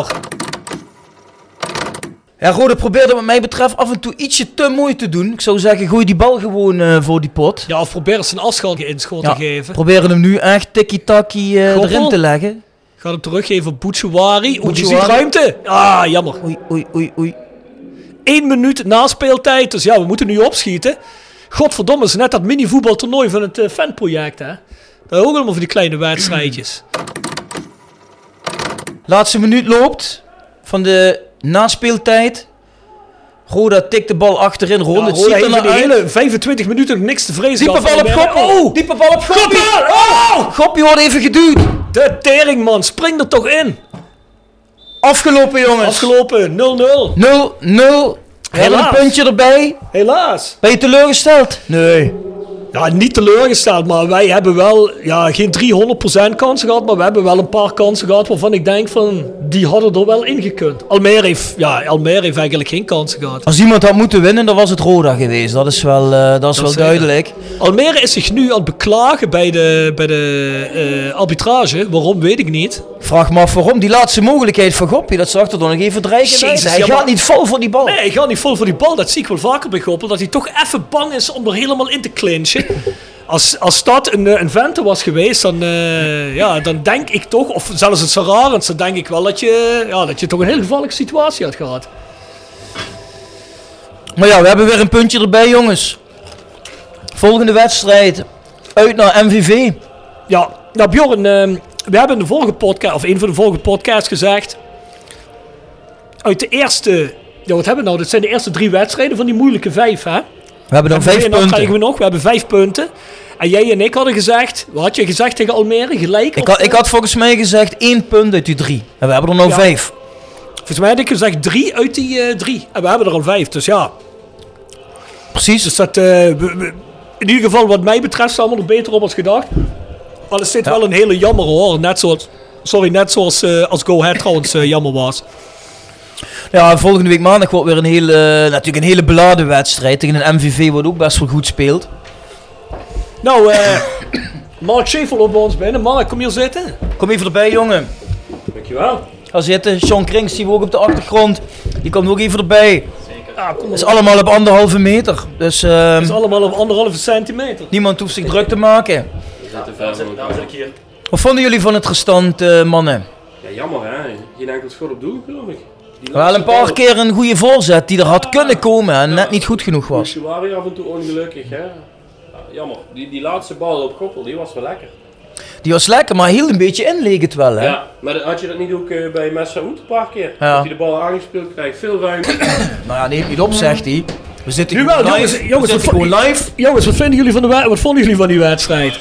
Ja, Roda probeerde wat mij betreft af en toe ietsje te mooi te doen. Ik zou zeggen, gooi die bal gewoon uh, voor die pot. Ja, of probeer eens een afschal inschot Ja, te geven. proberen hem nu echt tikkie-takkie uh, Goppel. erin te leggen. Gaat hem teruggeven op Bouchouari. Oeh, die ziet Bouchouari. ruimte. Ah, jammer. Oei, oei, oei, oei. Eén minuut na speeltijd. Dus ja, we moeten nu opschieten. Godverdomme, is net dat mini-voetbaltoernooi van het uh, fanproject, hè. Dat ook allemaal voor die kleine wedstrijdjes. Laatste minuut loopt van de naspeeltijd. Roda tikt de bal achterin rond. Ja, het Roda ziet er heeft in naar de uit. hele vijfentwintig minuten nog niks te vrezen. Diepe gehad bal van op Almere. Goppel. Oh, Diepe bal op Goppie. Goppel! Oh! Goppie wordt even geduwd. De tering, man. Spring er toch in. Afgelopen, jongens. Afgelopen. nul nul. nul nul. Helaas. Een puntje erbij. Helaas. Ben je teleurgesteld? Nee. Ja, niet teleurgesteld, maar wij hebben wel ja, geen driehonderd procent kansen gehad, maar we hebben wel een paar kansen gehad waarvan ik denk van, die hadden er wel in gekund. Almere heeft, ja, Almere heeft eigenlijk geen kansen gehad. Als iemand had moeten winnen, dan was het Roda geweest. Dat is wel, uh, dat is dat wel zeker. Duidelijk. Almere is zich nu aan het beklagen bij de, bij de uh, arbitrage. Waarom, weet ik niet. Vraag me af waarom. Die laatste mogelijkheid van Goppie, dat zag er dan nog even dreigen. Jezus, hij ja, gaat maar, niet vol voor die bal. Nee, hij gaat niet vol voor die bal. Dat zie ik wel vaker bij Goppel. Dat hij toch even bang is om er helemaal in te clinchen. Als, als dat een, een vente was geweest, dan, uh, ja, dan denk ik toch, of zelfs het Sararens, dan denk ik wel dat je, ja, dat je toch een heel gevaarlijke situatie had gehad. Maar ja, we hebben weer een puntje erbij, jongens. Volgende wedstrijd. Uit naar M V V. Ja, nou Bjorn, uh, we hebben in de vorige podcast, of een van de vorige podcasts gezegd, uit de eerste, ja wat hebben we nou, dat zijn de eerste drie wedstrijden van die moeilijke vijf, hè? We hebben dan vijf punten. krijgen we nog. We hebben vijf punten. En jij en ik hadden gezegd... Wat had je gezegd tegen Almere? Gelijk? Ik had, ik had volgens mij gezegd één punt uit die drie. En we hebben er nou ja. vijf. Volgens mij had ik gezegd drie uit die uh, drie. En we hebben er al vijf. Dus ja. Precies. Dus dat... Uh, we, we, in ieder geval wat mij betreft staan we er beter op als gedacht. Maar is dit ja. wel een hele jammer hoor. Net zoals... Sorry, net zoals uh, als Go Ahead trouwens uh, jammer was. Ja, volgende week maandag wordt weer een hele, natuurlijk een hele beladen wedstrijd tegen een M V V wat ook best wel goed speelt. Nou, uh, Mark Schaefer loopt bij ons binnen. Mark, kom hier zitten. Kom even erbij, jongen. Dankjewel. Ga zitten. Sean Krings zien we ook op de achtergrond. Die komt ook even erbij. Zeker. Ja, kom is allemaal op anderhalve meter. Dus, uh, is allemaal op anderhalve centimeter. Niemand hoeft zich druk te maken. We zitten ver van elkaar. Hier. Wat vonden jullie van het restant, uh, mannen? Ja, jammer hè. Geen enkel schot op doel, geloof ik. Wel een paar keer een goede voorzet die er had kunnen komen en net niet goed genoeg was. Ze waren af en toe ongelukkig, hè. Ja, jammer. Die, die laatste bal op Goppel, die was wel lekker. Die was lekker, maar heel een beetje in leek het wel, hè. Ja, maar had je dat niet ook uh, bij Messaoud een paar keer? Ja. Dat hij de bal aangespeeld krijgt, veel ruimte. Nou ja, neem niet op, zegt hij. We zitten nu wel, live. Jongens, jongens, we zitten gewoon live. Jongens, wat vinden jullie van de wat vonden jullie van die wedstrijd?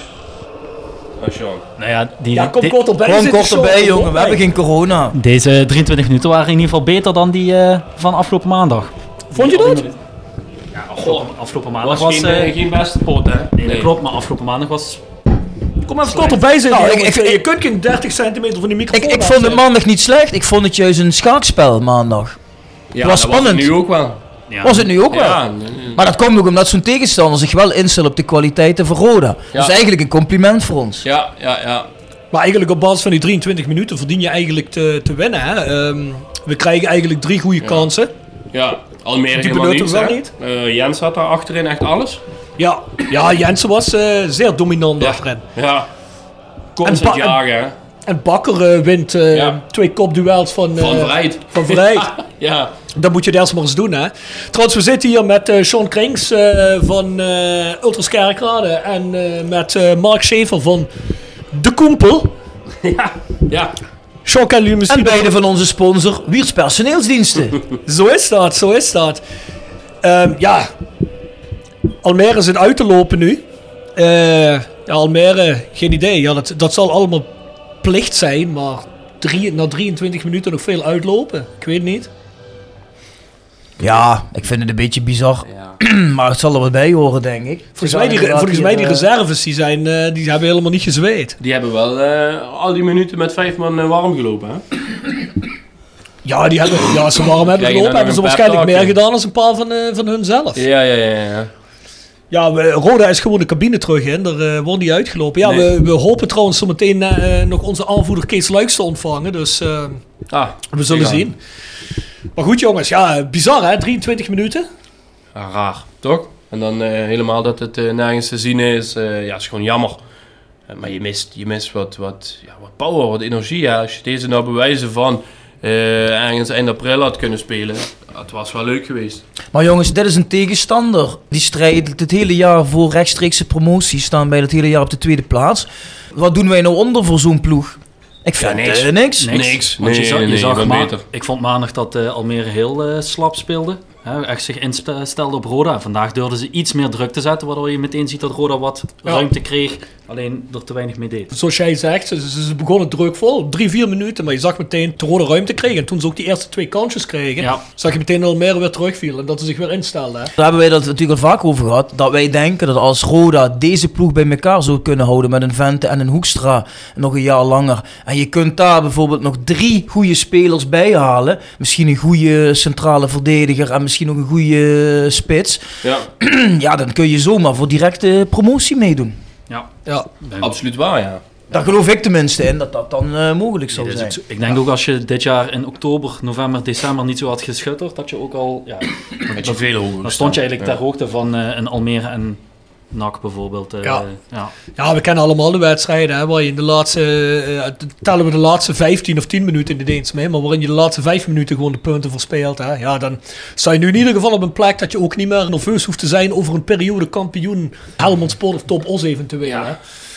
Oh, Sean. Nou ja, die, ja, kom die, kort erbij. Kom kort erbij, jongen. We hebben geen corona. Deze drieëntwintig minuten waren in ieder geval beter dan die uh, van afgelopen maandag. Vond je dat? Ja, afgelopen, afgelopen maandag was... was geen, uh, geen beste pot, hè? Nee, dat klopt, maar afgelopen maandag was... Kom even kort erbij zitten. Nou, ik, ik, ik, je kunt geen dertig centimeter van die microfoon Ik, ik vond het maandag niet slecht. Ik vond het juist een schaakspel maandag. Ja, het was dat spannend. Was het nu ook wel. Ja. Was het nu ook ja, wel. Nee, nee. Maar dat komt ook omdat zo'n tegenstander zich wel instelt op de kwaliteiten van Roda. Ja. Dus eigenlijk een compliment voor ons. Ja, ja, ja. Maar eigenlijk op basis van die drieëntwintig minuten verdien je eigenlijk te, te winnen. Hè? Um, we krijgen eigenlijk drie goede ja. kansen. Ja, Almere die helemaal niets, wel niet. Uh, Jens had daar achterin echt alles. Ja, ja Jensen was uh, zeer dominant ja. achterin. Ja, constant ba- jagen. En, en Bakker uh, wint uh, ja. twee kopduels van... Uh, van Verheid. Van Verheid. Ja. Dat moet je het eerst maar eens doen, hè. Trouwens, we zitten hier met uh, Sean Krings uh, van uh, Ultras Kerkrade en uh, met uh, Mark Schaefer van De Koempel. Ja, ja. Sean, kennen jullie misschien... En beide van onze sponsor, Wiers Personeelsdiensten. Zo is dat, zo is dat. Um, ja, Almere zit uit te lopen nu. Uh, ja, Almere, geen idee. Ja, dat, dat zal allemaal plicht zijn, maar drie, na drieëntwintig minuten nog veel uitlopen. Ik weet niet. Ja, ik vind het een beetje bizar. Ja. Maar het zal er wel bij horen, denk ik. Volgens mij die, volgens mij die reserves, die, zijn, uh, die hebben helemaal niet gezweet. Die hebben wel uh, al die minuten met vijf man uh, warm gelopen, hè? Ja, die hebben, ja, als ze warm hebben gelopen, hebben ze waarschijnlijk meer gedaan dan een paar van, uh, van hun zelf. Ja, ja, ja, ja. Ja, we, Roda is gewoon de cabine terug in. Daar uh, wordt niet uitgelopen. Ja, nee. we, we hopen trouwens zo meteen uh, nog onze aanvoerder Kees Luijks te ontvangen. Dus uh, ah, we zullen ja. zien. Maar goed jongens, ja, bizar hè, drieëntwintig minuten. Ja, raar, toch? En dan uh, helemaal dat het uh, nergens te zien is, uh, ja, is gewoon jammer. Uh, maar je mist, je mist wat, wat, ja, wat power, wat energie. Ja. Als je deze nou bewijzen van uh, ergens eind april had kunnen spelen, het was wel leuk geweest. Maar jongens, dit is een tegenstander. Die strijdt het hele jaar voor rechtstreekse promotie, staan bij het hele jaar op de tweede plaats. Wat doen wij nou onder voor zo'n ploeg? Ik vind ja, niks. Uh, niks. Niks. niks. Want nee, je zag, je nee, zag nee, ma- beter. Ik vond maandag dat uh, Almere heel uh, slap speelde. Hè, echt zich instelde op Roda. Vandaag durfden ze iets meer druk te zetten, waardoor je meteen ziet dat Roda wat ja. ruimte kreeg alleen er te weinig mee deed. Zoals jij zegt, ze, ze begonnen drukvol, drie, vier minuten, maar je zag meteen te rode ruimte kregen. En toen ze ook die eerste twee kansjes kregen, ja. zag je meteen dat Almere weer terugviel en dat ze zich weer instelden. Daar hebben wij dat natuurlijk al vaak over gehad, dat wij denken dat als Roda deze ploeg bij elkaar zou kunnen houden met een Vente en een Hoekstra nog een jaar langer, en je kunt daar bijvoorbeeld nog drie goede spelers bij halen, misschien een goede centrale verdediger en misschien nog een goede spits, ja, ja dan kun je zomaar voor directe promotie meedoen. Ja, ja. absoluut waar, ja. Daar geloof ik tenminste in, dat dat dan uh, mogelijk zou nee, zijn. Ook, ik denk ja. ook als je dit jaar in oktober, november, december niet zo had geschutterd, dat je ook al... Ja, dat je veel hoger dan stond je eigenlijk ja. ter hoogte van uh, een Almere en N A C bijvoorbeeld. Uh, ja. Ja. ja, we kennen allemaal de wedstrijden, hè, waar je in de laatste... Uh, tellen we de laatste vijftien of tien minuten in de Deens mee, maar waarin je de laatste vijf minuten gewoon de punten verspeelt. Hè. Ja, dan sta je nu in ieder geval op een plek dat je ook niet meer nerveus hoeft te zijn over een periode kampioen Helmond Sport of Top Os eventueel. Ja. Hè.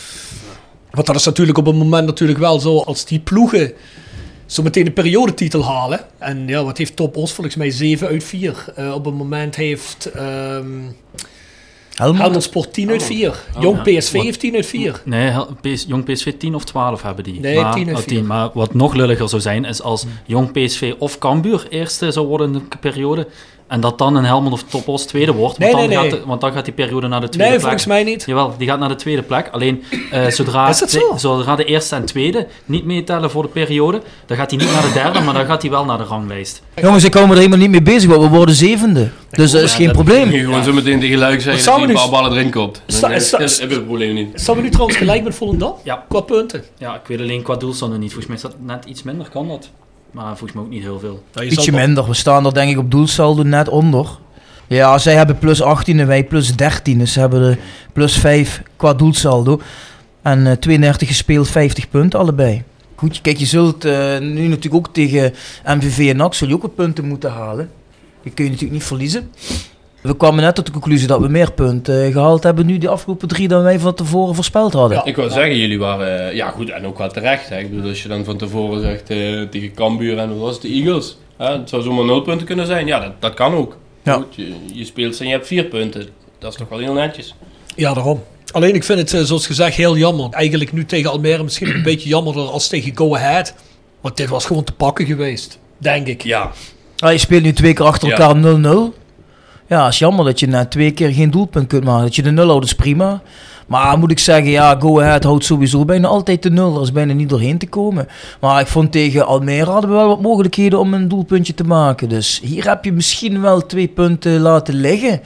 Want dat is natuurlijk op een moment natuurlijk wel zo, als die ploegen zo meteen de periodetitel halen. En ja, wat heeft Top Os volgens mij zeven uit vier. Uh, op een moment heeft um, Helmond. Helmond Sport tien uit vier. Oh, Jong ja. P S V wat, heeft tien uit vier. Nee, P S, Jong P S V tien of twaalf hebben die. Nee, maar, tien uit vier. Maar wat nog lulliger zou zijn, is als Jong P S V of Cambuur eerste zou worden in de periode. En dat dan een Helmond of Top Os tweede wordt. Want, nee, dan nee, nee. Gaat de, want dan gaat die periode naar de tweede nee, plek. Nee, volgens mij niet. Jawel, die gaat naar de tweede plek. Alleen uh, zodra, de, zodra de eerste en tweede niet meetellen voor de periode, dan gaat hij niet naar de derde, maar dan gaat hij wel naar de ranglijst. Jongens, ik komen er helemaal niet mee bezig, want we worden zevende. Dus dat is ja, geen dat probleem. Je gewoon zo meteen tegen Luik zeggen dat hij een paar ballen erin komt. Dan heb je het probleem niet. Staan we nu trouwens gelijk met Volendam? Ja. Qua punten? Ja, ik weet alleen qua doelstanden niet. Volgens mij is dat net iets minder, kan dat? Maar volgens mij ook niet heel veel. Ja, Ietsje minder, we staan er denk ik op doelsaldo net onder. Ja, zij hebben plus achttien en wij plus dertien. Dus ze hebben de plus vijf qua doelsaldo. En uh, tweeëndertig gespeeld, vijftig punten allebei. Goed, kijk, je zult uh, nu natuurlijk ook tegen M V V en N A C zul je ook wat punten moeten halen. Die kun je natuurlijk niet verliezen. We kwamen net tot de conclusie dat we meer punten uh, gehaald hebben nu die afgelopen drie dan wij van tevoren voorspeld hadden. Ja, ik wil zeggen, jullie waren, uh, ja goed, en ook wel terecht. Hè. Ik bedoel, als je dan van tevoren zegt uh, tegen Cambuur en wat was het, de Eagles. Hè, het zou zomaar nul punten kunnen zijn. Ja, dat, dat kan ook. Ja. Goed, je, je speelt en je hebt vier punten. Dat is toch wel heel netjes. Ja, daarom. Alleen ik vind het, zoals gezegd, heel jammer. Eigenlijk nu tegen Almere misschien een beetje jammerder als tegen Go Ahead. Want dit was gewoon te pakken geweest, denk ik. Ja. Ah, je speelt nu twee keer achter elkaar nul nul. Ja, het is jammer dat je na twee keer geen doelpunt kunt maken. Dat je de nul houdt is prima. Maar moet ik zeggen, ja, Go Ahead houdt sowieso bijna altijd de nul. Er is bijna niet doorheen te komen. Maar ik vond tegen Almere hadden we wel wat mogelijkheden om een doelpuntje te maken. Dus hier heb je misschien wel twee punten laten liggen.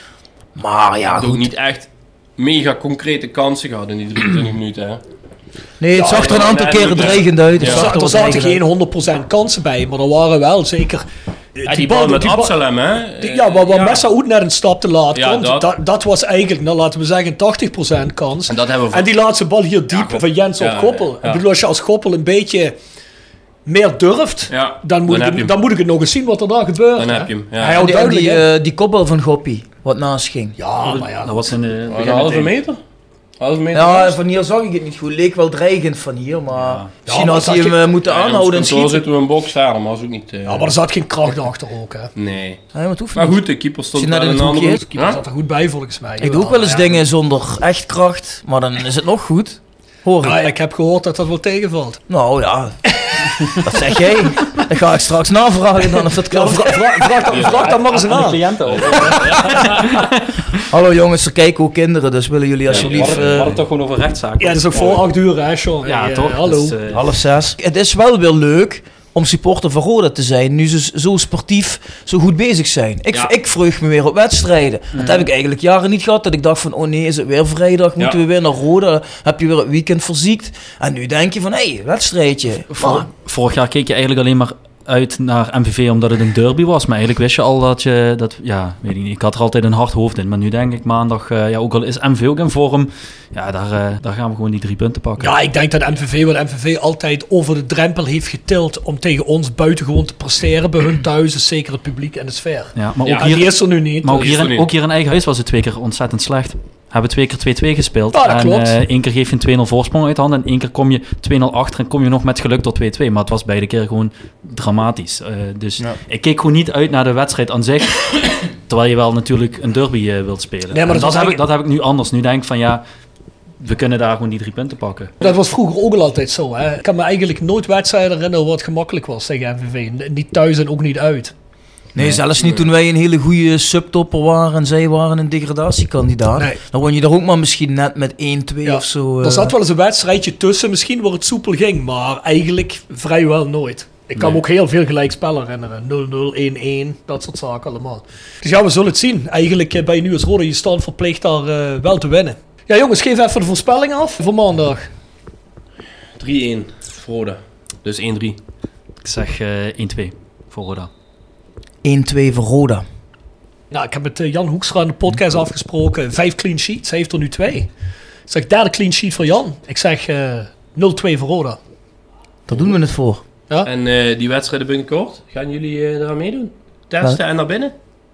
Maar ja, goed. Ook niet echt mega concrete kansen gehad in die drieëntwintig minuten, hè? Nee, het ja, zag er een aantal nee, keren dreigend uit. Ja. Ja. Er zaten geen honderd procent kansen bij, maar er waren wel zeker... Ja, die, die bal met Absalem, hè? Die, ja, waar, waar ja. Messaoud net een stap te laat ja, komt, dat. Dat, dat was eigenlijk, nou, laten we zeggen, tachtig procent kans. En, dat hebben we en die laatste bal hier diep ja, van Jens op ja, Goppel. Ja, ja. Ik bedoel, als je als Goppel een beetje meer durft, ja, dan, moet dan, ik, dan moet ik het nog eens zien wat er daar gebeurt. Dan hè? heb je hem. Ja. Hij houdt duidelijk die, uh, die kopbal van Goppie, wat naast ging. Ja, maar ja. Dat was een, uh, een halve meter. Ja, van hier zag ik het niet goed. Leek wel dreigend van hier, maar ja. misschien ja, had hij hem geen... moeten ja, aanhouden en schieten. Zo zitten we een box verder, maar was ook niet... Uh... Ja, maar er zat geen kracht achter ook, hè. Nee. Ja, maar het hoeft maar niet. goed, de keeper stond wel in een andere hoek. De keeper zat er goed bij, volgens mij. Ik doe ook wel eens ja. dingen zonder echt kracht, maar dan is het nog goed. Hoor ja, ik. ik heb gehoord dat dat wel tegenvalt. Nou ja, dat zeg jij. Dan ga ik straks navragen dan of dat klopt. Ja, vraag, vraag, vraag, dan, vraag dan maar eens aan. Cliënten ook. Hallo jongens, er kijken ook kinderen, dus willen jullie alsjeblieft... Ja, we hadden uh, het toch gewoon over rechtszaken. Ja, dat is ook voor acht uur, hè, Sean. Ja, hey, toch? Uh, hallo. Is, uh, half zes. Het is wel weer leuk om supporter van Roda te zijn, nu ze zo sportief, zo goed bezig zijn. Ik, ja. ik vreug me weer op wedstrijden. Mm. Dat heb ik eigenlijk jaren niet gehad, dat ik dacht van, oh nee, is het weer vrijdag, moeten ja. we weer naar Roda, heb je weer het weekend verziekt. En nu denk je van, hé, hey, wedstrijdje. Vor, vorig jaar keek je eigenlijk alleen maar uit naar M V V omdat het een derby was, maar eigenlijk wist je al dat je, dat, ja, weet ik niet, ik had er altijd een hard hoofd in, maar nu denk ik maandag, uh, ja, ook al is M V V ook in vorm, ja, daar, uh, daar gaan we gewoon die drie punten pakken. Ja, ik denk dat M V V, wat M V V altijd over de drempel heeft getild om tegen ons buitengewoon te presteren bij hun thuis, is zeker het publiek en de sfeer. Ja, maar ja, ook hier, die is er nu niet. Maar ook hier, in, ook hier in eigen huis was het twee keer ontzettend slecht. Hebben twee keer twee twee gespeeld. Ja, dat en klopt. Uh, één keer geef je een twee nul voorsprong uit handen en één keer kom je twee nul achter en kom je nog met geluk tot twee twee. Maar het was beide keer gewoon dramatisch. Uh, dus ja. ik keek gewoon niet uit naar de wedstrijd aan zich. Terwijl je wel natuurlijk een derby uh, wilt spelen. Nee, maar dat, dat, heb ik, dat heb ik nu anders. Nu denk ik van ja, we kunnen daar gewoon die drie punten pakken. Dat was vroeger ook al altijd zo. Hè? Ik kan me eigenlijk nooit wedstrijden herinneren wat gemakkelijk was tegen M V V. Niet thuis en ook niet uit. Nee, nee, zelfs niet toen wij een hele goede subtopper waren en zij waren een degradatiekandidaat. Nee. Dan won je er ook maar misschien net met één twee ja, of zo. Uh... Er zat wel eens een wedstrijdje tussen misschien waar het soepel ging, maar eigenlijk vrijwel nooit. Ik kan nee. me ook heel veel gelijkspellen herinneren. nul nul, één één, dat soort zaken allemaal. Dus ja, we zullen het zien. Eigenlijk uh, ben je nu als Roda, je staat verplicht daar uh, wel te winnen. Ja jongens, geef even de voorspelling af voor maandag. drie één voor Roda. Dus één drie. Ik zeg uh, één twee voor Roda. één twee voor Roda. Nou, ik heb met Jan Hoekstra in de podcast afgesproken. Vijf clean sheets. Hij heeft er nu twee. Ik zeg derde clean sheet voor Jan. Ik zeg uh, nul twee voor Roda. Daar doen we het voor. Ja? En uh, die wedstrijden binnenkort, gaan jullie uh, eraan meedoen? Testen ja. en naar binnen?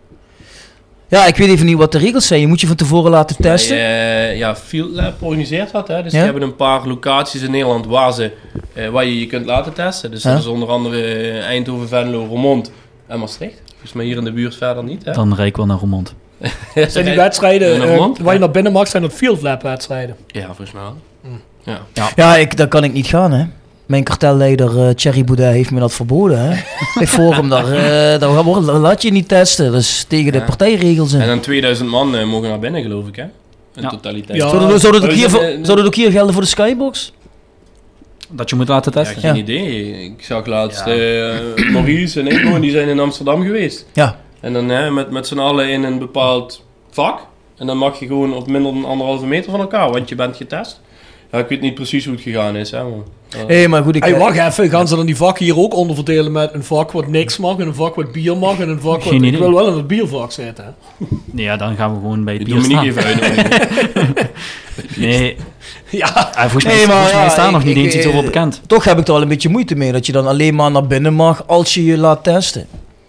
Ja, ik weet even niet wat de regels zijn. Je moet je van tevoren laten testen. Ja, uh, ja Field Lab organiseert dat. Hè? Dus ja? die hebben een paar locaties in Nederland waar, ze, uh, waar je je kunt laten testen. Dus ja? dat is onder andere uh, Eindhoven, Venlo, Roermond en Maastricht. Volgens mij hier in de buurt verder niet. Hè? Dan rijd ik wel naar Roermond. Zijn die wedstrijden uh, waar je naar binnen mag, zijn dat Field Lab wedstrijden? Ja, volgens mij wel. Mm. Ja, ja. ja ik, daar kan ik niet gaan, hè. Mijn kartelleider uh, Thierry Boudet heeft me dat verboden. Hè? Bij Forum, daar, uh, daar, daar laat je niet testen. Dat is tegen ja. de partijregels in. En dan tweeduizend man uh, mogen naar binnen, geloof ik, hè? In ja. totaliteit. Ja. Zou, dat, zou, dat ook hier, zou dat ook hier gelden voor de Skybox? Dat je moet laten testen? Ja, geen ja. idee. Ik zag laatst ja. uh, Maurice en Ingo, en die zijn in Amsterdam geweest. Ja. En dan uh, met, met z'n allen in een bepaald vak. En dan mag je gewoon op minder dan anderhalve meter van elkaar, want je bent getest. Ja, ik weet niet precies hoe het gegaan is, hè, man. Uh, hey, maar goed, ik... Hey, wacht even, gaan ze dan die vakken hier ook onderverdelen met een vak wat niks mag, en een vak wat bier mag, en een vak wat... Ik wil wel in het biervak zitten, hè. Nee, ja, dan gaan we gewoon bij het bier staan. Doe me niet even uit. Nee. Ja. Uh, volgens mij, hey, maar, volgens mij ja, staan nog niet ik, eens iets over bekend. Toch heb ik er al een beetje moeite mee, dat je dan alleen maar naar binnen mag als je je laat testen.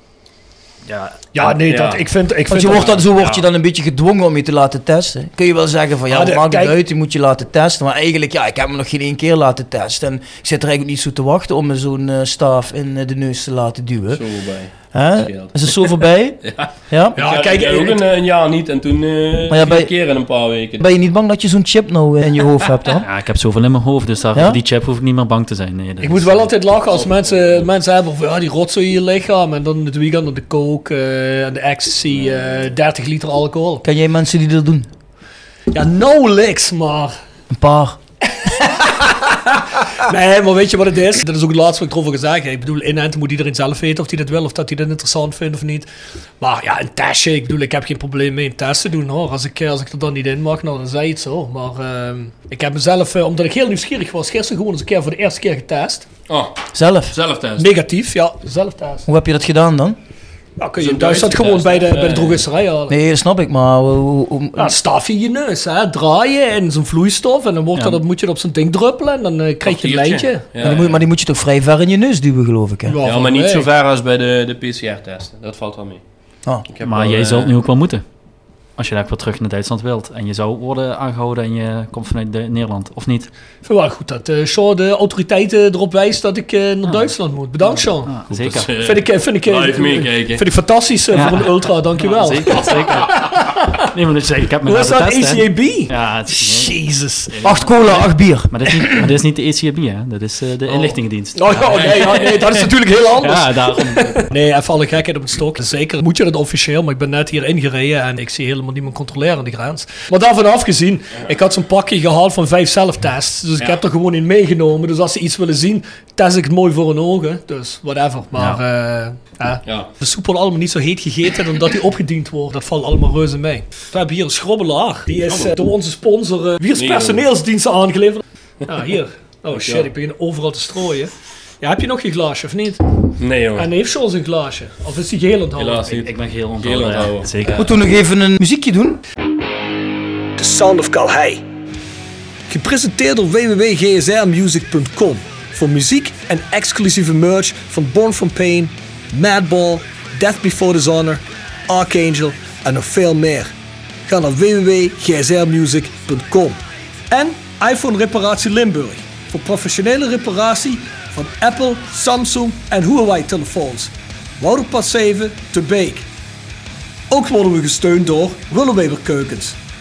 Ja, ja, nee, dat, ja. ik vind... Ik Want vind je wordt dan, zo word ja. je dan een beetje gedwongen om je te laten testen. Kun je wel zeggen van, ja, ja de, maakt het uit, je moet je laten testen. Maar eigenlijk, ja, ik heb me nog geen één keer laten testen. En ik zit er eigenlijk niet zo te wachten om me zo'n uh, staaf in uh, de neus te laten duwen. Zo voorbij. Huh? Is het zo voorbij? ja. Ja, ja, ja kijk, ik ook een, een jaar niet en toen uh, maar ja, vier keer in een paar weken. Ben je niet bang dat je zo'n chip nou in je hoofd hebt dan? Ja, ik heb zoveel in mijn hoofd, dus daar, ja? die chip hoef ik niet meer bang te zijn. Nee, ik is, moet wel altijd lachen als mensen, mensen hebben van, ja, die rotzooi in je lichaam en dan het weekend op de coke uh, en de ecstasy, uh, dertig liter alcohol. Ken jij mensen die dat doen? Ja, nauwelijks, maar... Een paar. Nee, maar weet je wat het is? Dat is ook het laatste wat ik erover gezegd heb. Ik bedoel, inenten moet iedereen zelf weten of hij dat wil of dat hij dat interessant vindt of niet. Maar ja, een testje, ik bedoel, ik heb geen probleem mee een test te doen hoor. Als ik, als ik er dan niet in mag, nou dan zei je het zo. Maar uh, ik heb mezelf, uh, omdat ik heel nieuwsgierig was, gisteren gewoon eens een keer voor de eerste keer getest. Oh, zelf? Zelftest? Negatief, ja, zelftest. Hoe heb je dat gedaan dan? Nou, kun je in Duitsland gewoon bij de, bij de drogisterij halen. Nee, dat snap ik, maar... Hoe, hoe, ja, staf je je neus, hè? Draai je in zo'n vloeistof en dan, wordt ja. dat, moet je het op zo'n ding druppelen en dan uh, krijg je een lijntje. Ja, maar, die moet, maar die moet je toch vrij ver in je neus duwen, geloof ik, hè? Ja, ja maar niet zo ver als bij de, de P C R-testen. Dat valt wel mee. Oh. Maar wel, jij uh, zult nu ook wel moeten. Als je daar weer terug naar Duitsland wilt. En je zou worden aangehouden en je komt vanuit de Nederland, of niet? Ik vind wel goed dat uh, Sean de autoriteiten erop wijst dat ik uh, naar ah. Duitsland moet. Bedankt, Sean. Ah, goed, zeker. Dus, uh, vind, ik, vind, ik, uh, vind ik fantastisch uh, ja. voor een ultra, dankjewel. Ja, zeker, zeker. Nee, maar dus, ik heb me Hoe is dat, A C A B? Ja, het is, Jezus. Acht cola, acht bier. Maar dat is niet, maar dat is niet de A C A B, hè. Dat is uh, de oh. inlichtingendienst. Oh, oh nee, ja, nee, dat is natuurlijk heel anders. Ja, daarom. Nee, even alle gekheid op het stok. Zeker moet je dat officieel, maar ik ben net hier ingereden en ik zie helemaal niemand controleren aan de grens. Maar daarvan afgezien, ik had zo'n pakje gehaald van vijf zelftests. Dus ik ja. heb er gewoon in meegenomen. Dus als ze iets willen zien, test ik het mooi voor hun ogen. Dus whatever. Maar ja. Uh, uh, ja. de soep wordt allemaal niet zo heet gegeten omdat die opgediend wordt. Dat valt allemaal reuze mee. We hebben hier een schrobbelaar. Die is uh, door onze sponsor uh, Wiers personeelsdiensten aangeleverd. Ja, hier. Oh shit, ik begin overal te strooien. Ja, heb je nog je glaasje of niet? Nee, jongen. En heeft Sean zijn glaasje? Of is die geel onthouden? Helaas niet. Ik, ik ben geel onthouden, onthouden. Ja, zeker. Moeten we nog even een muziekje doen? The Sound of Calhei. Gepresenteerd door w w w punt g s r music punt com. Voor muziek en exclusieve merch van Born From Pain, Madball, Death Before Dishonor, Archangel en nog veel meer. Ga naar w w w punt g s r music punt com. En iPhone Reparatie Limburg. Voor professionele reparatie van Apple, Samsung en Huawei telefoons. Wouderpad zeven te Beek. Ook worden we gesteund door Willeweber Keukens.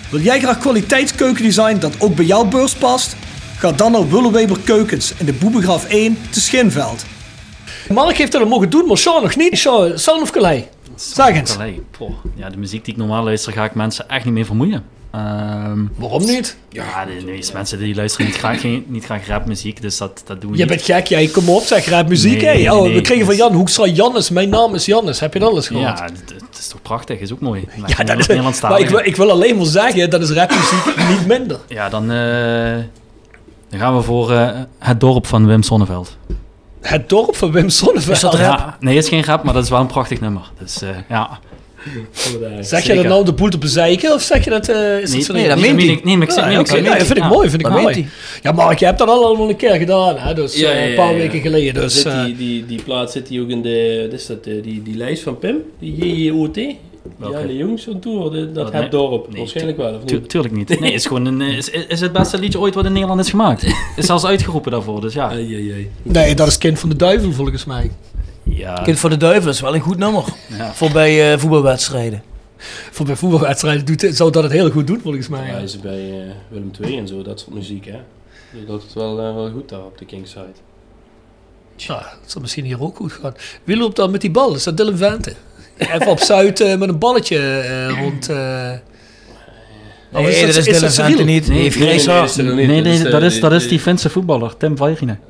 Wil jij graag kwaliteitskeukendesign dat ook bij jouw beurs past? Ga dan naar Willeweber Keukens in de Boebegraaf één te Schinveld. Mark heeft dat mogen doen, maar Sean nog niet. Sean, San of Calais? Zeg eens. Ja, de muziek die ik normaal luister, ga ik mensen echt niet meer vermoeien. Um, Waarom niet? Ja, de, de meeste mensen die luisteren niet graag, geen, niet graag rapmuziek, dus dat, dat doen we Je niet. bent gek, jij kom op, zeg rapmuziek. Nee, Hey. nee, Oh, nee, we kregen dus... van Jan Hoekstra Jannes, mijn naam is Jannes. Heb je dat alles gehoord? Ja, het is toch prachtig, is ook mooi. Ja, dat is, maar ik wil, ik wil alleen maar zeggen, dat is rapmuziek niet minder. Ja, dan, uh, dan gaan we voor uh, Het Dorp van Wim Sonneveld. Het Dorp van Wim Sonneveld? Is dat rap? Ja, nee, het is geen rap, maar dat is wel een prachtig nummer. Dus uh, ja... Zeg je dat nou de boel te bezeiken of zeg je dat... Uh, is nee, dat nee, dat meent hij. Nee, maar ik zeg ja, nee, okay, dat nee, vind ik ja, mooi, vind ik dat mooi. Ja, Mark, je hebt dat allemaal een keer gedaan, hè? Dus ja, ja, uh, een paar ja, ja. weken geleden. Dus, zit uh, die, die, die plaat zit die ook in de, wat is dat, die, die lijst van Pim, die J J O T. Ja, de jongens van Tour, de, dat nee. Het Dorp. Nee, waarschijnlijk wel, of niet? Tu tuurlijk niet. Nee, het is gewoon een, is, is het beste liedje ooit wat in Nederland is gemaakt. Is zelfs uitgeroepen daarvoor, dus ja. Ai, ai, ai. Nee, dat is Kind van de Duivel volgens mij. Ja. Kind van de Duivel is wel een goed nummer. Ja. Voor bij uh, voetbalwedstrijden. Voor bij voetbalwedstrijden doet het, zou dat het heel goed doen volgens mij. Ja, hij is bij uh, Willem twee en zo, dat soort muziek, hè. Dus dat is wel, uh, wel goed daar op de Kingside. Ja, dat zal misschien hier ook goed gaan. Wie loopt dan met die bal? Is dat Dylan Vente? Even op Zuid uh, met een balletje uh, rond... Uh... Nee, nee, dat is Dylan Vente niet. Nee, heeft nee, geen haar. Nee, nee, nee, dat is, dat is die Finse voetballer, Tim Vairinen.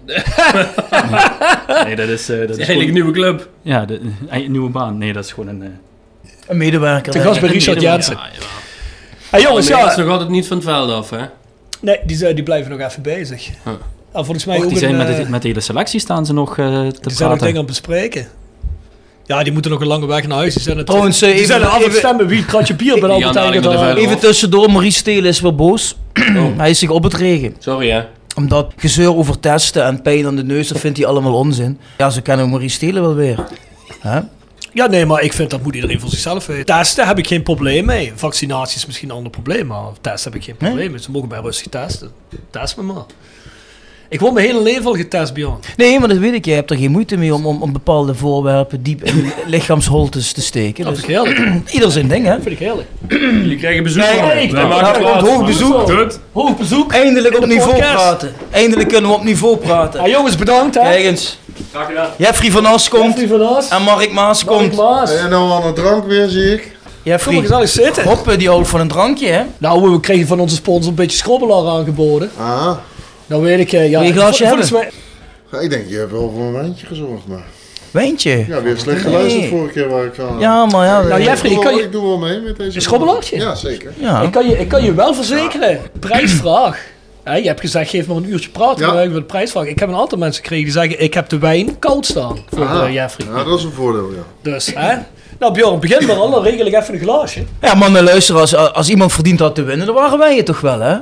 Nee, dat is... Uh, dat is eigenlijk een nieuwe club. Ja, de, een nieuwe baan. Nee, dat is gewoon een... Uh... Een medewerker. Te gast bij Richard Jansen. Ja, ja. Hey, jongens, ja. ja. is nog altijd niet van het veld af, hè? Nee, die, die blijven nog even bezig. Huh. Nou, volgens mij Och, ook die zijn een, met, de, met de hele selectie staan ze nog uh, te die praten. Die zijn nog dingen aan het bespreken. Ja, die moeten nog een lange weg naar huis. Die zijn het, Trouwens, die even, zijn af het stemmen wie het kratje bier bij Albert Heijn gaat. Even tussendoor, Maurice Stelen is weer boos. Oh. Hij is zich op het regen. Sorry, hè? Omdat gezeur over testen en pijn aan de neus, dat vindt hij allemaal onzin. Ja, zo kennen we Maurice Stelen wel weer. Huh? Ja, nee, maar ik vind dat moet iedereen voor zichzelf weten. Testen heb ik geen probleem mee. Vaccinatie is misschien een ander probleem, maar testen heb ik geen probleem mee. Nee? Ze mogen mij rustig testen. Test me maar. Ik word mijn hele leven al getest, Bjorn. Nee, maar dat weet ik. Je hebt er geen moeite mee om, om, om bepaalde voorwerpen diep in lichaamsholtes te steken. Dat dus vind ik heerlijk. Ieder zijn ding, hè? Dat vind ik heerlijk. Jullie krijgen bezoek. Nee, nee, ik maken hoog bezoek. Goed. Hoog bezoek. Eindelijk op niveau podcast. praten. Eindelijk kunnen we op niveau praten. Ah, jongens, bedankt, hè. Kijk eens. Graag gedaan. Jeffrey van As komt. Jeffrey van As. En Mark Maas Mark komt. Maas. En nou aan een drank weer, zie ik. Jeffrey. Kom maar gezellig zitten. Hoppe, die houdt van een drankje, hè? Nou, we kregen van onze sponsor een beetje schrobbelaar aangeboden. Ah. Nou weet ik, ja... Wil je een glaasje hebben? Mij... Ja, ik denk, je hebt wel voor een wijntje gezorgd, maar... Wijntje? Ja, weer slecht geluisterd nee. vorige keer waar ik aan... Ja, maar ja... Nou, Jeffrey, ik, kan je... ik doe wel mee met deze... Een schrobbelaartje? Ja, zeker. Ja. Ik, kan je, ik kan je wel verzekeren. Ja. Prijsvraag. Ja, je hebt gezegd, geef nog een uurtje praten. Ja. Dan hebben we de prijsvraag. Ik heb een aantal mensen gekregen die zeggen, ik heb de wijn koud staan. Voor uh, Jeffrey. Ja, dat is een voordeel, ja. Dus, hè? Nou Bjorn, begin maar al. Dan regel ik even een glaasje. Ja, man, luister, als, als iemand verdient had te winnen, dan waren wij het toch wel, hè?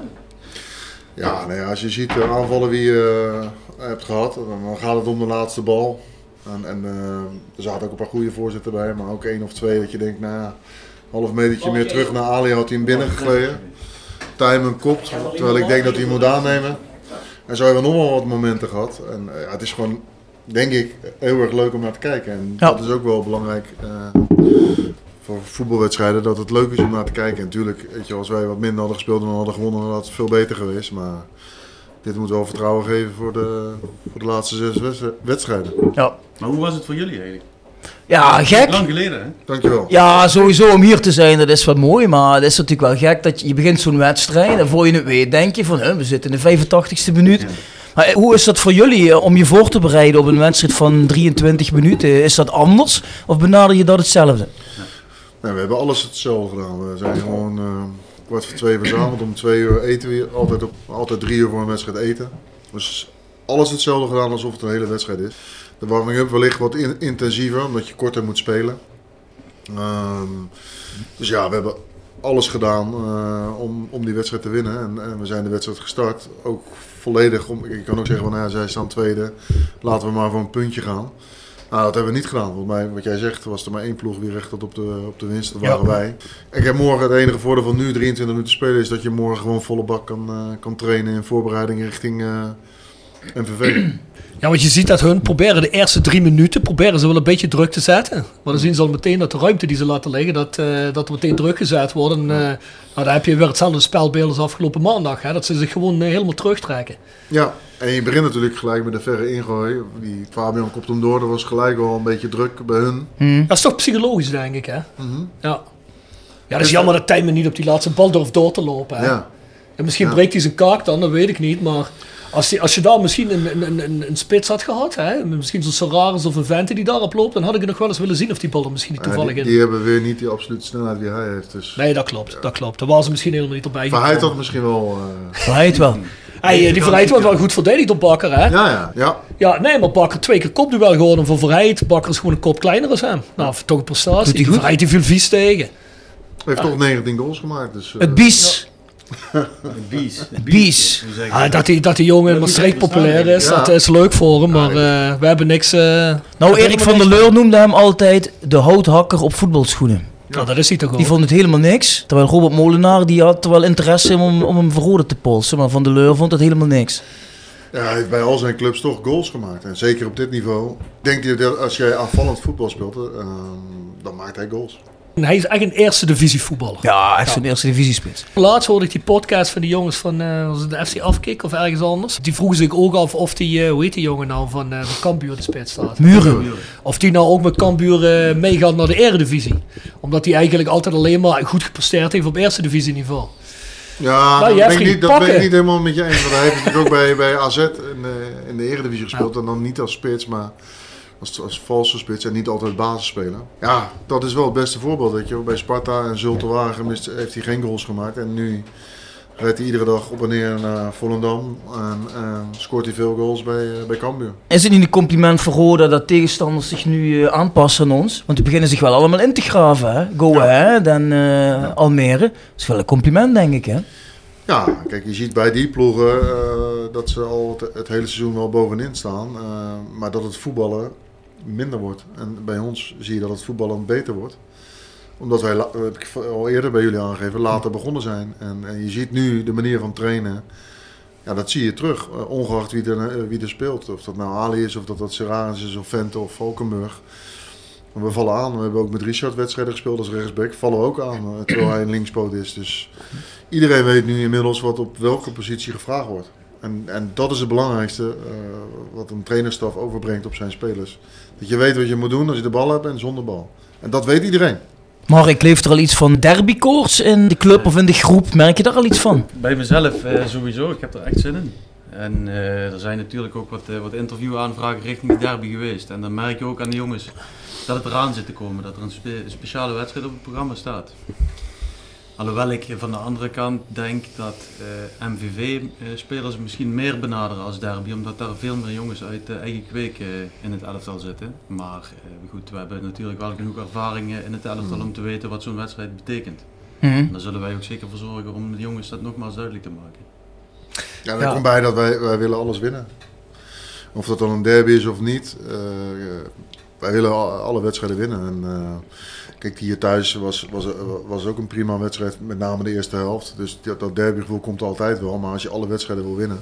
Ja, nou ja, als je ziet de aanvallen die je uh, hebt gehad, dan gaat het om de laatste bal. En, en uh, er zaten ook een paar goede voorzetten bij, maar ook één of twee dat je denkt, nou ja, half metertje meer terug naar Ali had hij hem binnengegleden. Tijmen kopt, terwijl ik denk dat hij hem moet aannemen. En zo hebben we nog wel wat momenten gehad. En uh, ja, het is gewoon, denk ik, heel erg leuk om naar te kijken. En ja. dat is ook wel belangrijk uh, voor voetbalwedstrijden, dat het leuk is om naar te kijken. En natuurlijk, weet je, als wij wat minder hadden gespeeld en hadden gewonnen, dan had het veel beter geweest. Maar dit moet wel vertrouwen geven voor de, voor de laatste zes wedstrijden. Ja. Maar hoe was het voor jullie eigenlijk? Ja, gek. Lang geleden, hè? Dankjewel. Ja, sowieso om hier te zijn, dat is wat mooi. Maar het is natuurlijk wel gek dat je, je begint zo'n wedstrijd en voor je het weet denk je van, hè, we zitten in de vijfentachtigste minuut. Ja. Maar hoe is dat voor jullie om je voor te bereiden op een wedstrijd van drieëntwintig minuten? Is dat anders of benader je dat hetzelfde? Ja. Nee, we hebben alles hetzelfde gedaan. We zijn gewoon uh, kwart voor twee verzameld. Om twee uur eten we altijd, op, altijd drie uur voor een wedstrijd eten. Dus alles hetzelfde gedaan alsof het een hele wedstrijd is. De warming-up wellicht wat in, intensiever, omdat je korter moet spelen. Um, dus ja, we hebben alles gedaan uh, om, om die wedstrijd te winnen. En, en we zijn de wedstrijd gestart, ook volledig. Om, ik kan ook zeggen, van, nou ja, zij staan tweede, laten we maar voor een puntje gaan. Nou, dat hebben we niet gedaan. Volgens mij, wat jij zegt, was er maar één ploeg die recht had op de, op de winst. Dat waren ja. wij. Ik heb morgen het enige voordeel van nu drieëntwintig minuten spelen, is dat je morgen gewoon volle bak kan, uh, kan trainen in voorbereiding richting... Uh, M V V. Ja, want je ziet dat hun proberen de eerste drie minuten proberen ze wel een beetje druk te zetten. Maar dan zien ze al meteen dat de ruimte die ze laten liggen, dat, uh, dat er meteen druk gezet wordt. En uh, nou, dan heb je weer hetzelfde spelbeeld als afgelopen maandag. Hè, dat ze zich gewoon uh, helemaal terugtrekken. Ja, en je begint natuurlijk gelijk met een verre ingooi. Die Fabian kopt hem door, er was gelijk al een beetje druk bij hun. Hmm. Dat is toch psychologisch, denk ik, hè? Mm-hmm. Ja. Ja, dat is jammer dat Tijmen niet op die laatste bal durft door te lopen. Hè? Ja. En misschien ja. breekt hij zijn kaak dan, dat weet ik niet, maar... Als, die, als je daar misschien een, een, een, een spits had gehad, hè? Misschien zo'n Sararis of een Vente die daarop loopt, dan had ik het nog wel eens willen zien of die bal er misschien niet toevallig ja, die, in. Die hebben weer niet die absolute snelheid die hij heeft. Dus. Nee, dat klopt, ja. dat klopt. Daar was ze misschien helemaal niet op bij. Verheid had misschien wel... Uh... Verheid wel. Hey, die Verheid wordt wel goed verdedigd op Bakker, hè? Ja, ja, ja. Ja, nee, maar Bakker twee keer kopduel geworden voor Verheid. Bakker is gewoon een kop kleiner als hem. Nou, toch een prestatie. Die Verheid die viel vies tegen. Hij heeft ja. toch negentien goals gemaakt. Dus, uh... Het bies. Ja. Het bies. Het bies. Ah, dat, die, dat die jongen in Maastricht populair is, ja. dat is leuk voor hem, maar uh, we hebben niks... Uh, nou, Erik van der Leur noemde hem altijd de houthakker op voetbalschoenen. Ja, nou, dat is hij toch ook. Die vond het helemaal niks. Terwijl Robert Molenaar, die had wel interesse om, om hem verrode te polsen, maar Van der Leur vond het helemaal niks. Ja, hij heeft bij al zijn clubs toch goals gemaakt. En zeker op dit niveau. Denk je dat als jij aanvallend voetbal speelt, uh, dan maakt hij goals. Hij is echt een eerste divisie voetballer. Ja, echt ja. een eerste divisie spits. Laatst hoorde ik die podcast van die jongens van uh, was het de F C Afkick of ergens anders. Die vroegen zich ook af of die, uh, hoe heet die jongen nou, van, uh, van Cambuur de spits staat. Muren. Of die nou ook met Cambuur uh, meegaat naar de Eredivisie. Omdat hij eigenlijk altijd alleen maar goed gepresteerd heeft op eerste divisie niveau. Ja, nou, dat, ben ik, niet, dat ben ik niet helemaal met je eens. Want hij heeft natuurlijk ook bij, bij A Z in de, in de Eredivisie gespeeld. Ja. En dan niet als spits, maar... Als, als valse spits en niet altijd basis spelen. Ja, dat is wel het beste voorbeeld. Weet je. Bij Sparta en Zultewagen heeft hij geen goals gemaakt. En nu rijdt hij iedere dag op en neer naar Volendam. En, en scoort hij veel goals bij, uh, bij Cambuur. Is het niet een compliment voor Roda dat tegenstanders zich nu uh, aanpassen aan ons? Want die beginnen zich wel allemaal in te graven. Hè? Go ja. Ahead en uh, ja. Almere. Dat is wel een compliment, denk ik. Hè? Ja, kijk, je ziet bij die ploegen uh, dat ze al het, het hele seizoen wel bovenin staan. Uh, maar dat het voetballen minder wordt. En bij ons zie je dat het voetballen beter wordt. Omdat wij, dat heb ik al eerder bij jullie aangegeven, later begonnen zijn. En, en je ziet nu de manier van trainen. Ja, dat zie je terug. Uh, ongeacht wie er, uh, wie er speelt. Of dat nou Ali is, of dat dat Seraris is, of Vente of Valkenburg. We vallen aan. We hebben ook met Richard wedstrijden gespeeld als rechtsback. Vallen we ook aan, uh, terwijl hij een linkspoot is. Dus iedereen weet nu inmiddels wat op welke positie gevraagd wordt. En, en dat is het belangrijkste uh, wat een trainerstaf overbrengt op zijn spelers. Dat je weet wat je moet doen als je de bal hebt en zonder bal. En dat weet iedereen. Mark, leeft er al iets van derbykoorts in de club of in de groep? Merk je daar al iets van? Bij mezelf uh, sowieso. Ik heb er echt zin in. En uh, er zijn natuurlijk ook wat, uh, wat interviewaanvragen richting de derby geweest. En dan merk je ook aan de jongens dat het eraan zit te komen. Dat er een spe- speciale wedstrijd op het programma staat. Alhoewel ik van de andere kant denk dat uh, M V V-spelers uh, misschien meer benaderen als derby, omdat daar veel meer jongens uit uh, eigen kweek uh, in het elftal zitten. Maar uh, goed, we hebben natuurlijk wel genoeg ervaring in het elftal om te weten wat zo'n wedstrijd betekent. Mm-hmm. En daar zullen wij ook zeker voor zorgen om de jongens dat nogmaals duidelijk te maken. Ja, daar ja. komt bij dat wij, wij willen alles winnen. Of dat dan een derby is of niet, uh, wij willen alle wedstrijden winnen. En, uh, Kijk, hier thuis was, was, was ook een prima wedstrijd, met name de eerste helft. Dus dat, dat derbygevoel komt altijd wel. Maar als je alle wedstrijden wil winnen,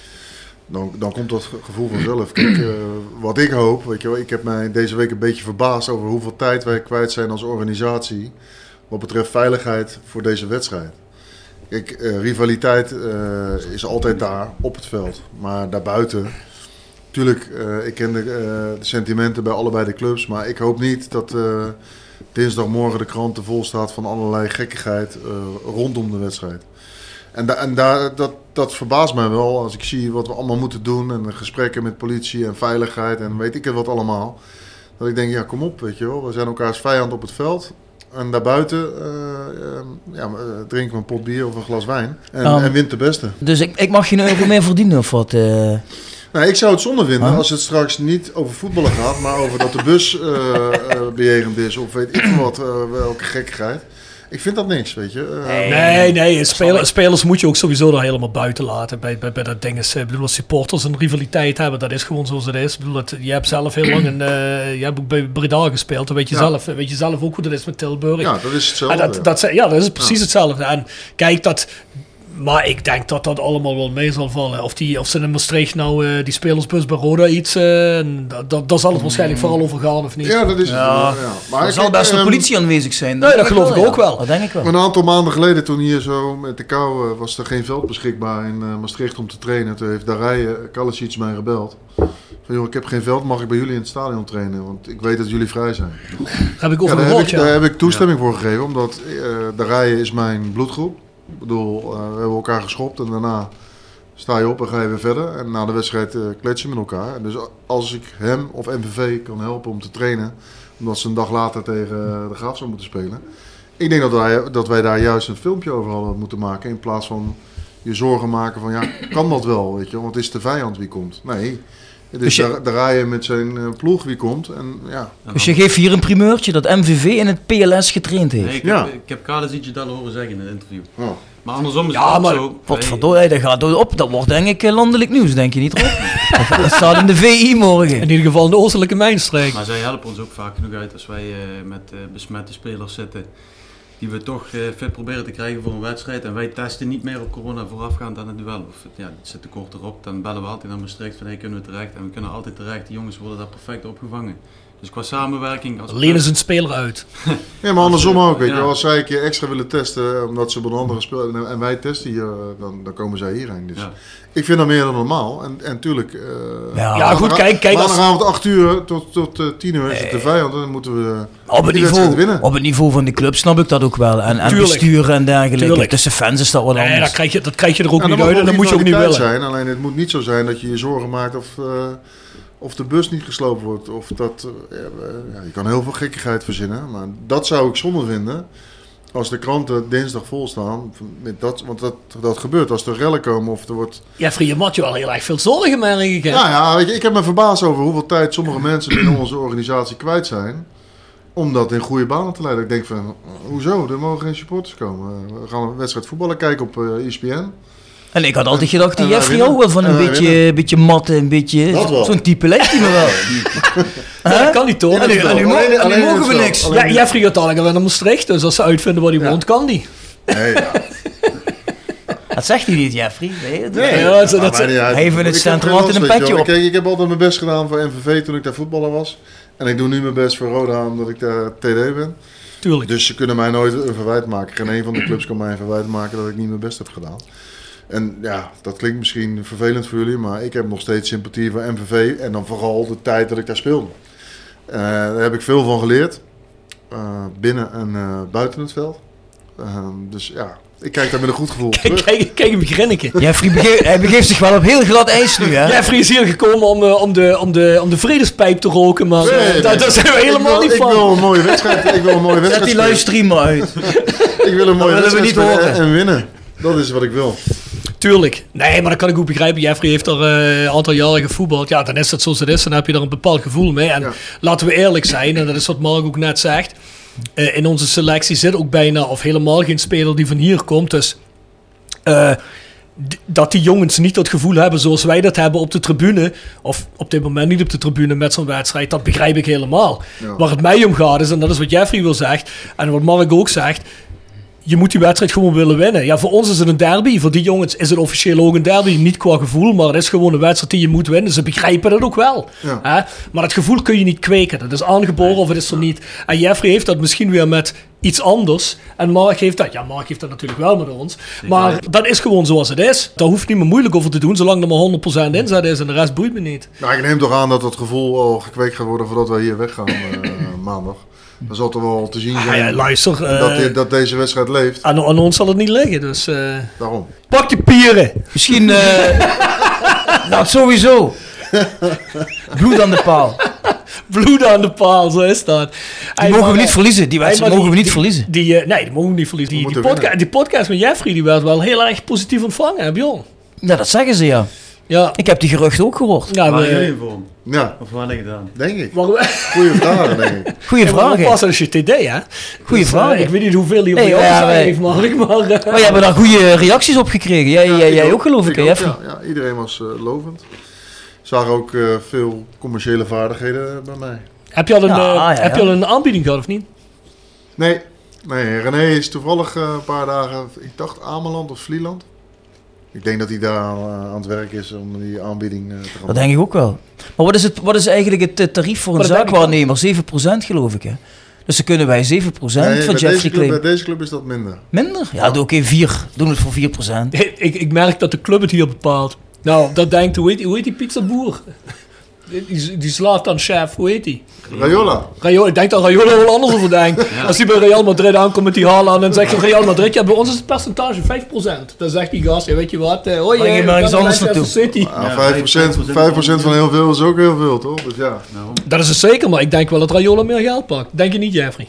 dan, dan komt dat gevoel vanzelf. Kijk, uh, wat ik hoop, weet je wel, ik heb mij deze week een beetje verbaasd over hoeveel tijd wij kwijt zijn als organisatie wat betreft veiligheid voor deze wedstrijd. Kijk, uh, rivaliteit uh, is altijd daar op het veld, maar daarbuiten... Tuurlijk, uh, ik ken de, uh, de sentimenten bij allebei de clubs, maar ik hoop niet dat... Uh, dinsdagmorgen de krant te vol staat van allerlei gekkigheid uh, rondom de wedstrijd. En, da- en da- dat, dat verbaast mij wel als ik zie wat we allemaal moeten doen. En de gesprekken met politie en veiligheid en weet ik het wat allemaal. Dat ik denk, ja kom op, weet je wel. We zijn elkaars vijand op het veld. En daarbuiten uh, uh, ja, uh, drinken we een pot bier of een glas wijn. En, um, en wint de beste. Dus ik, ik mag geen euro meer verdienen of wat? Uh... Nou, ik zou het zonde vinden huh? als het straks niet over voetballen gaat, maar over dat de bus uh, uh, bejegend is of weet ik wat, uh, welke gekkigheid. Ik vind dat niks, weet je. Uh, nee, nee, nee spelers, spelers moet je ook sowieso daar helemaal buiten laten bij, bij, bij dat ding. Ik bedoel, als supporters een rivaliteit hebben, dat is gewoon zoals het is. Ik bedoel, dat, je hebt zelf heel lang een, uh, je hebt ook bij Breda gespeeld, dan weet je, ja. zelf, weet je zelf ook hoe dat is met Tilburg. Ja, dat is hetzelfde. Dat, dat, ja, dat is precies ja. hetzelfde. En kijk, dat... Maar ik denk dat dat allemaal wel mee zal vallen. Of, die, of ze in Maastricht nou uh, die spelersbus bij Roda iets... Uh, dat, dat zal het waarschijnlijk vooral over gaan, of niet? Ja, dat is het. Ja. Ja. Maar er zal ik, best um, een politie aanwezig zijn. Nee, dat geloof ik ook wel. Dat denk ik wel. Een aantal maanden geleden, toen hier zo met de kou... Uh, was er geen veld beschikbaar in uh, Maastricht om te trainen. Toen heeft Darije Kalasic mij gebeld. Van, joh, ik heb geen veld, mag ik bij jullie in het stadion trainen? Want ik weet dat jullie vrij zijn. Daar heb ik over ja, daar, gehoord, heb ik, ja. daar heb ik toestemming ja. voor gegeven, omdat uh, Darije is mijn bloedgroep. Ik bedoel, uh, we hebben elkaar geschopt en daarna sta je op en ga je weer verder. En na de wedstrijd uh, kletsen met elkaar. Dus als ik hem of M V V kan helpen om te trainen, omdat ze een dag later tegen uh, de Graaf zou moeten spelen. Ik denk dat wij, dat wij daar juist een filmpje over hadden moeten maken, in plaats van je zorgen maken van, ja, kan dat wel, weet je, want het is de vijand wie komt. Nee. Het is dus je, de Rije met zijn uh, ploeg wie komt. En, ja. Dus je geeft hier een primeurtje dat M V V in het P L S getraind heeft. Nee, ik, ja. heb, ik heb Kalasic dat al horen zeggen in het interview. Oh. Maar andersom is ja, het ook maar, zo. Wat verdorie, dat gaat op. Dat wordt denk ik landelijk nieuws, denk je niet, Rob? Dat staat in de V I morgen. In ieder geval in de oostelijke mijnstreek. Maar zij helpen ons ook vaak genoeg uit als wij uh, met uh, besmette spelers zitten. Die we toch uh, fit proberen te krijgen voor een wedstrijd. En wij testen niet meer op corona voorafgaand aan het duel. Of ja, het zit te kort erop. Dan bellen we altijd naar Maastricht van hey, kunnen we terecht. En we kunnen altijd terecht. Die jongens worden daar perfect opgevangen. Dus qua samenwerking... Als lenen ze een speler uit. Ja, maar andersom ook. Weet ja. je, als zij een keer extra willen testen, omdat ze bij een andere speler... En wij testen hier, dan, dan komen zij hierheen. Dus ja. Ik vind dat meer dan normaal. En, en tuurlijk... Uh, ja, ja goed, kijk... kijk maandagavond acht uur tot, tot uh, tien uur is het de vijand. Dan moeten we uh, op het, niveau, winnen. Op het niveau van de club snap ik dat ook wel. En, en besturen en dergelijke. Tuurlijk. Tussen fans is dat wel anders. Nee, dat krijg je, dat krijg je er ook ja, niet uit. En dat moet je ook niet willen. Zijn. Alleen het moet niet zo zijn dat je je zorgen maakt of... Uh, Of de bus niet gesloopt wordt. Of dat, uh, ja, je kan heel veel gekkigheid verzinnen. Maar dat zou ik zonde vinden. Als de kranten dinsdag vol staan. Met dat, want dat, dat gebeurt. Als er rellen komen of er wordt... Ja, Free, je maakt je al heel erg veel zorgen, merk ik. Ja, ja ik, ik heb me verbaasd over hoeveel tijd sommige mensen binnen onze organisatie kwijt zijn. Om dat in goede banen te leiden. Ik denk van, hoezo? Er mogen geen supporters komen. We gaan een wedstrijd voetballen kijken op uh, E S P N. En ik had altijd gedacht, die Jeffrey ook wel van een beetje, beetje matte, een beetje... Zo'n type lijkt hij me wel. Ja, dat kan niet toch? Ja, nu, nu, nu, alleen, nu mogen we niks. Ja, Jeffrey gaat dadelijk weer naar Maastricht, dus als ze uitvinden waar hij ja. woont, kan die. Nee, ja. Dat zegt hij niet, Jeffrey. Nee, dat nee, ja, dat, dat, hij heeft in het centrum altijd een petje op. Kijk, ik heb altijd mijn best gedaan voor M V V toen ik daar voetballer was. En ik doe nu mijn best voor Roda omdat ik daar T D ben. Tuurlijk. Dus ze kunnen mij nooit een verwijt maken. Geen een van de clubs kan mij een verwijt maken dat ik niet mijn best heb gedaan. En ja, dat klinkt misschien vervelend voor jullie, maar ik heb nog steeds sympathie voor M V V. En dan vooral de tijd dat ik daar speelde. Uh, daar heb ik veel van geleerd. Uh, binnen en uh, buiten het veld. Uh, dus ja, ik kijk daar met een goed gevoel kijk, terug. Kijk, kijk hem grinniken. Jeffrey begeeft, hij begeeft zich wel op heel glad ijs nu, hè? Jeffrey is hier gekomen om, uh, om, de, om, de, om de vredespijp te roken, maar nee, uh, nee, daar, daar zijn we helemaal wil, niet ik van. Ik wil een mooie wedstrijd. Ik wil een mooie wedstrijd. Zet die livestream maar uit. Ik wil een mooie dat wedstrijd we niet horen. en winnen. Dat is wat ik wil. Tuurlijk. Nee, maar dat kan ik ook begrijpen. Jeffrey heeft er uh, een aantal jaren gevoetbald. Ja, dan is het zoals het is. Dan heb je er een bepaald gevoel mee. En ja. laten we eerlijk zijn, en dat is wat Mark ook net zegt. Uh, in onze selectie zit ook bijna of helemaal geen speler die van hier komt. Dus uh, d- dat die jongens niet dat gevoel hebben zoals wij dat hebben op de tribune. Of op dit moment niet op de tribune met zo'n wedstrijd. Dat begrijp ik helemaal. Ja. Waar het mij om gaat is, en dat is wat Jeffrey wil zegt. En wat Mark ook zegt. Je moet die wedstrijd gewoon willen winnen. Ja, voor ons is het een derby. Voor die jongens is het officieel ook een derby. Niet qua gevoel, maar het is gewoon een wedstrijd die je moet winnen. Ze begrijpen dat ook wel. Ja. Hè? Maar dat gevoel kun je niet kweken. Dat is aangeboren of het is er niet. En Jeffrey heeft dat misschien weer met iets anders. En Mark heeft dat. Ja, Mark heeft dat natuurlijk wel met ons. Maar dat is gewoon zoals het is. Daar hoeft niet meer moeilijk over te doen, zolang er maar honderd procent inzet is. En de rest boeit me niet. Nou, ik neem toch aan dat dat gevoel al gekweekt gaat worden voordat wij hier weggaan uh, maandag. Dan zal er wel te zien zijn ah, ja, luister, uh, dat, die, dat deze wedstrijd leeft. Aan, aan ons zal het niet liggen, dus... Uh, Daarom. Pak je pieren! Misschien... Uh, nou, sowieso. Bloed aan de paal. Bloed aan de paal, zo is dat. Die hey, mogen maar, we niet verliezen, die wedstrijd mogen we niet die, verliezen. Die, die, uh, nee, die mogen we niet verliezen. Die, die, podca- die podcast met Jeffrey die werd wel heel erg positief ontvangen, hè, Bjorn? Ja, dat zeggen ze, ja. Ja. Ik heb die geruchten ook gehoord. Ja, waar jullie voor? Ja. Of waar ligt het aan? Denk ik. Goeie vragen, denk ik. Goeie vragen. Pas als je T D, hè? Goeie dus, vragen. Uh, ik weet niet hoeveel hij op hey, de ja, wij... heeft, maar... Uh, maar je hebt daar goede reacties op gekregen. Jij, ja, jij, jij ook, ook geloof ik, hè, Jeffrey? Ja, ja, iedereen was uh, lovend. Zagen ook uh, veel commerciële vaardigheden bij mij. Heb je al een, ja, uh, ja, heb ja. je al een aanbieding gehad, of niet? Nee. Nee, René is toevallig uh, een paar dagen, ik dacht Ameland of Vlieland. ik denk dat hij daar uh, aan het werk is om die aanbieding uh, te gaan. Dat denk ik ook wel. Maar wat is, het, wat is eigenlijk het uh, tarief voor een zaakwaarnemer? zeven procent geloof ik, hè? Dus dan kunnen wij zeven procent nee, van bij Jeffrey deze club, claimen. Bij deze club is dat minder. Minder? Ja, ja. Doe oké, vier. Doen het voor vier procent. Ik, ik merk dat de club het hier bepaalt. Nou, dat denkt, hoe heet, hoe heet die pizzaboer? Die, die slaat dan chef, hoe heet die? Raiola. Raiola. Ik denk dat Raiola wel anders over denkt. Ja. Als hij bij Real Madrid aankomt met die Haaland en zegt Real Madrid, ja, bij ons is het percentage vijf procent. Dan zegt die gast, ja, weet je wat, uh, oh je, maar ergens anders naartoe. City. Ja, vijf procent, vijf procent van heel veel is ook heel veel, toch? Dus ja. Dat is het zeker, maar ik denk wel dat Raiola meer geld pakt. Denk je niet, Jeffrey?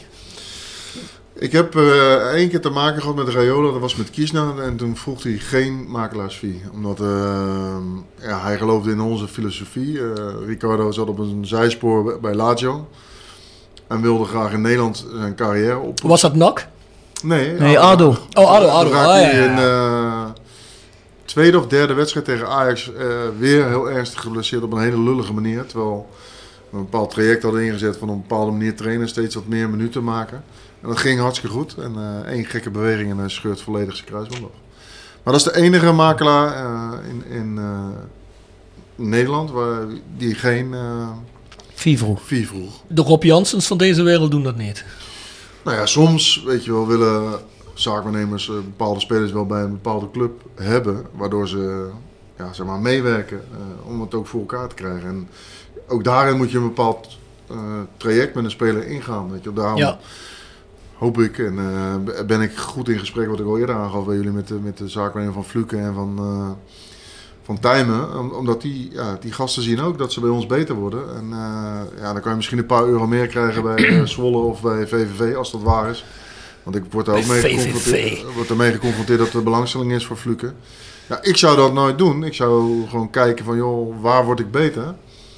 Ik heb uh, één keer te maken gehad met Raiola, dat was met Kiesna, en toen vroeg hij geen makelaarsfee. Omdat uh, ja, hij geloofde in onze filosofie. Uh, Ricardo zat op een zijspoor bij Lazio en wilde graag in Nederland zijn carrière op. Was dat N A C? Nee, nee ADO. Oh, ADO, ADO. Toen raakte hij in uh, tweede of derde wedstrijd tegen Ajax uh, weer heel ernstig geblesseerd op een hele lullige manier. Terwijl we een bepaald traject hadden ingezet van op een bepaalde manier trainen, steeds wat meer minuten maken. En dat ging hartstikke goed. En uh, één gekke beweging en hij scheurt volledig zijn kruisband op. Maar dat is de enige makelaar uh, in, in uh, Nederland waar die geen uh, fee vroeg. fee vroeg. De Rob Janssens van deze wereld doen dat niet. Nou ja, soms weet je wel, willen zaakwaarnemers uh, bepaalde spelers wel bij een bepaalde club hebben, waardoor ze ja, zeg maar meewerken uh, om het ook voor elkaar te krijgen. En ook daarin moet je een bepaald uh, traject met een speler ingaan. Weet je, daarom ja. hoop ik en uh, ben ik goed in gesprek, wat ik al eerder aangaf bij jullie met de, met de zaakwaarnemer van Fluke en van, uh, van Tijmen. Om, omdat die, ja, die gasten zien ook dat ze bij ons beter worden. En uh, ja, dan kan je misschien een paar euro meer krijgen bij uh, Zwolle of bij V V V als dat waar is. Want ik word daar ook mee geconfronteerd, word ermee geconfronteerd dat er belangstelling is voor Fluke. Ja, ik zou dat nooit doen. Ik zou gewoon kijken van joh, waar word ik beter?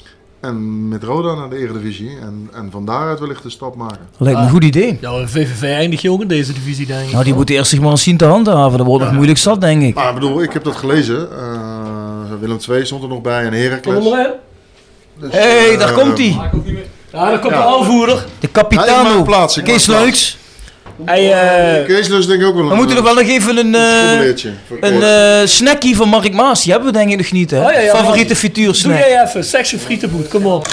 En met Roda naar de Eredivisie. En, en van daaruit wellicht de stap maken. Lijkt me een goed idee. Ja, V V V eindigt je ook in deze divisie, denk ik. Nou, die moeten eerst zich maar eens zien te handhaven. Dat wordt ja. nog moeilijk zat, denk ik. Maar ik bedoel, ik heb dat gelezen. Uh, Willem twee stond er nog bij en Heracles. Dus, Hé, hey, uh, daar uh, komt hij. Ja, daar komt ja. de aanvoerder. De kapitano. Ja, Kees Leuks. Hey, uh, Kees Leuks denk ik ook wel. We moeten nog wel nog even een, uh, een uh, snackie van Mark Maas. Die hebben we denk ik nog niet, hè? Oh, ja, ja, favoriete frituursnack. Doe jij even. Section Frietenboot, kom op.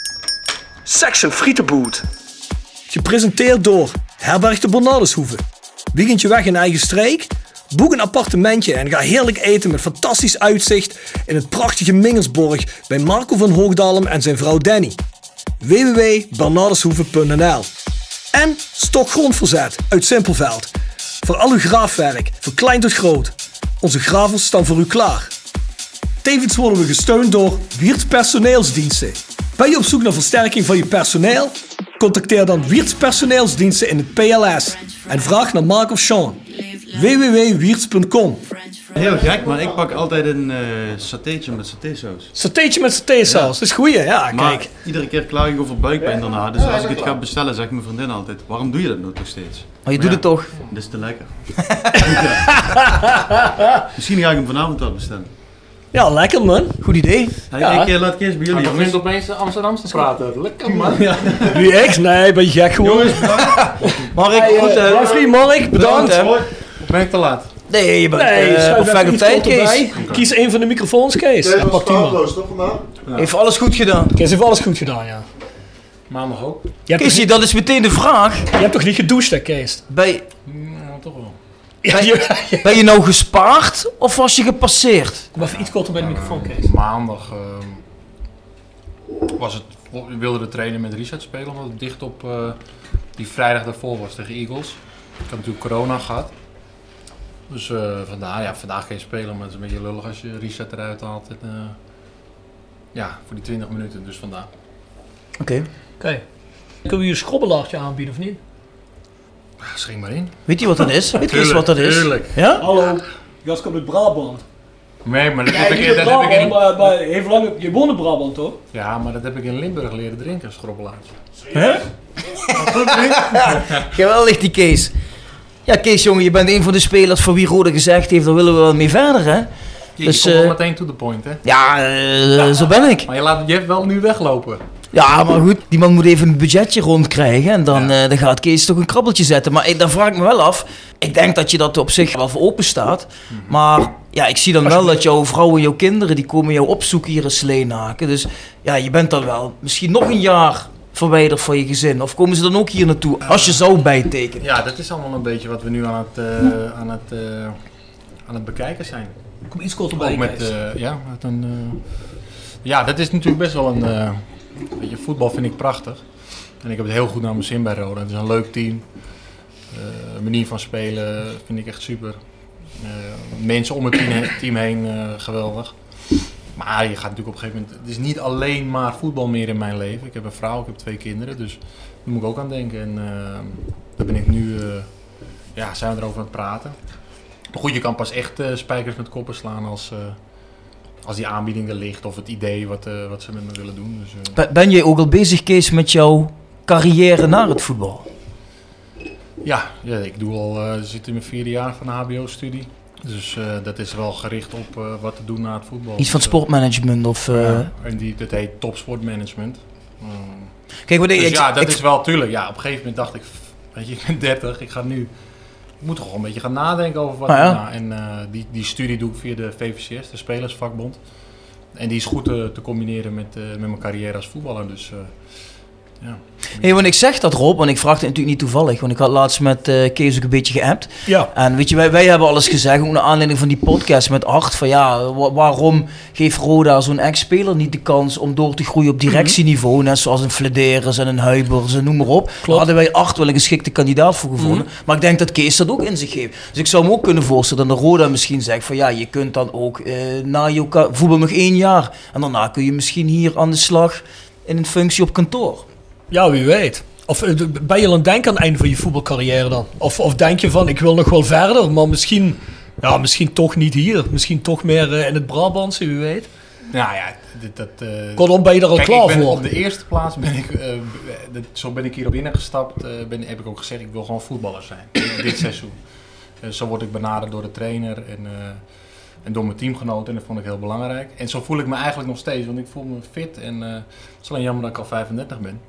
Section Frietenboot. Gepresenteerd door Herberg de Bernardeshoeve. Weekendje weg in eigen streek? Boek een appartementje en ga heerlijk eten met fantastisch uitzicht in het prachtige Mingersborg bij Marco van Hoogdalem en zijn vrouw Danny. w w w punt bernardeshoeve punt n l En Stokgrondverzet uit Simpelveld. Voor al uw graafwerk, van klein tot groot. Onze gravels staan voor u klaar. Tevens worden we gesteund door Wiertz Personeelsdiensten. Ben je op zoek naar versterking van je personeel? Contacteer dan Wiertz Personeelsdiensten in het P L S en vraag naar Mark of Sean. w w w punt wiertz punt com. Heel gek, maar ik pak altijd een uh, satéetje met satésaus. Satéetje met satésaus, ja. Dat is goeie, ja, maar kijk. Iedere keer klaag ik over buikpijn daarna, dus als ik het ga bestellen zegt mijn vriendin altijd, waarom doe je dat nou toch steeds? Maar je maar doet ja, het toch? Dat is te lekker. Misschien ga ik hem vanavond wel bestellen. Ja, lekker man. Goed idee. Ja, ja. Ik laat Kees bij jullie. Je begint opeens Amsterdamse te praten. Lekker man. Ja. Wie ik? Nee, ben je gek gewoon. Jongens, Mark, hey, goed hè. Jeffrey, Mark, bedankt. Of ben ik te laat? Nee, je bent nee, uh, perfect op tijd, Kees. Okay. Kies een van de microfoons, Kees. Kees was foutloos, toch vandaag? Ja. Heeft alles goed gedaan. Kees heeft alles goed gedaan, ja. Maandag ook. Kees, niet... dat is meteen de vraag. Je hebt toch niet gedoucht, hè, Kees? Bij... Ja, toch wel. Ben je, ben je nou gespaard of was je gepasseerd? Kom even iets korter bij de microfoon, Kees. Maandag uh, was het, we wilden de trainen met reset spelen, omdat het dicht op uh, die vrijdag daarvoor was tegen Eagles. Ik had natuurlijk corona gehad. Dus uh, vandaar, ja, vandaag ga je spelen, maar het is een beetje lullig als je reset eruit haalt. En, uh, ja, voor die twintig minuten, dus vandaar. Oké. Okay. Oké. Okay. Kunnen we je een schrobbelaartje aanbieden of niet? Schenk maar in. Weet je wat dat is? Weet je eens wat dat is? Tuurlijk. Ja? Hallo, Jas komt uit Brabant. Nee, maar dat ja, heb ik, dat Brabant, heb ik in... maar, maar heeft lang, je woont in Brabant, toch? Ja, maar dat heb ik in Limburg leren drinken, schrobbelaartje. Hè? Geweldig die Kees. Ja, Kees jongen, je bent een van de spelers voor wie Roda gezegd heeft, daar willen we wel mee verder, hè? Je dus, komt wel uh, meteen to the point, hè? Ja, uh, ja, zo ben ik. Maar je laat Jeff wel nu weglopen. Ja, maar goed, die man moet even een budgetje rondkrijgen en dan, ja. uh, dan gaat Kees toch een krabbeltje zetten. Maar ik, dan vraag ik me wel af, ik denk dat je dat op zich wel voor open staat. Mm-hmm. Maar ja, ik zie dan wel dat jouw vrouw en jouw kinderen, die komen jou opzoeken hier in Sleenaken. Dus ja, je bent dan wel misschien nog een jaar verwijderd van je gezin. Of komen ze dan ook hier naartoe, als je zou bijtekenen? Ja, dat is allemaal een beetje wat we nu aan het, uh, aan het, uh, aan het bekijken zijn. Kom iets korter bij. Ook met, uh, ja, met een, uh, ja, dat is natuurlijk best wel een... Uh, weet je, voetbal vind ik prachtig. En ik heb het heel goed naar mijn zin bij Roda. Het is een leuk team. Uh, manier van spelen vind ik echt super. Uh, mensen om het team, team heen, uh, geweldig. Maar je gaat natuurlijk op een gegeven moment... Het is niet alleen maar voetbal meer in mijn leven. Ik heb een vrouw, ik heb twee kinderen. Dus daar moet ik ook aan denken. En uh, daar ben ik nu... Uh, ja, zijn we erover aan het praten. Maar goed, je kan pas echt uh, spijkers met koppen slaan als... Uh, Als die aanbieding er ligt of het idee wat, uh, wat ze met me willen doen. Dus, uh... ben, ben jij ook al bezig, Kees, met jouw carrière naar het voetbal? Ja, ja ik doe al, uh, zit in mijn vierde jaar van de H B O-studie. Dus uh, dat is wel gericht op uh, wat te doen na het voetbal. Iets van sportmanagement of... Uh... Ja, en die, dat heet topsportmanagement. Um, Kijk, wat dus ik, ja, dat ik, is wel, tuurlijk. Ja, op een gegeven moment dacht ik, weet je, ik ben dertig, ik ga nu... Ik moet toch wel een beetje gaan nadenken over wat. Ah, ja. nou, en uh, die, die studie doe ik via de V V C S, de Spelersvakbond. En die is goed te, te combineren met, uh, met mijn carrière als voetballer. Dus, uh, ja. Hey, want ik zeg dat, Rob, want ik vraag het natuurlijk niet toevallig. Want ik had laatst met uh, Kees ook een beetje geappt. Ja. En weet je, wij, wij hebben alles gezegd, ook naar aanleiding van die podcast met Art. Van ja, wa- waarom geeft Roda zo'n ex-speler niet de kans om door te groeien op directieniveau? Mm-hmm. Net zoals een Flederis en een Huibers en noem maar op. Daar hadden wij Art wel een geschikte kandidaat voor gevonden. Mm-hmm. Maar ik denk dat Kees dat ook in zich heeft. Dus ik zou me ook kunnen voorstellen dat de Roda misschien zegt van ja, je kunt dan ook uh, na je ka- voetbal nog één jaar. En daarna kun je misschien hier aan de slag in een functie op kantoor. Ja, wie weet. Of ben je aan het denken aan het einde van je voetbalcarrière dan? Of, of denk je van, ik wil nog wel verder, maar misschien, ja, misschien toch niet hier. Misschien toch meer uh, in het Brabantse, wie weet. Nou ja, dat... dat uh, Kortom, ben je er al kijk, klaar ik ben, voor? Op de eerste plaats ben ik, uh, dat, zo ben ik hierop binnengestapt, uh, ben, heb ik ook gezegd, ik wil gewoon voetballer zijn. Dit seizoen. Uh, zo word ik benaderd door de trainer en... Uh, En door mijn teamgenoten, en dat vond ik heel belangrijk. En zo voel ik me eigenlijk nog steeds, want ik voel me fit. En uh, het is alleen jammer dat ik al vijfendertig ben.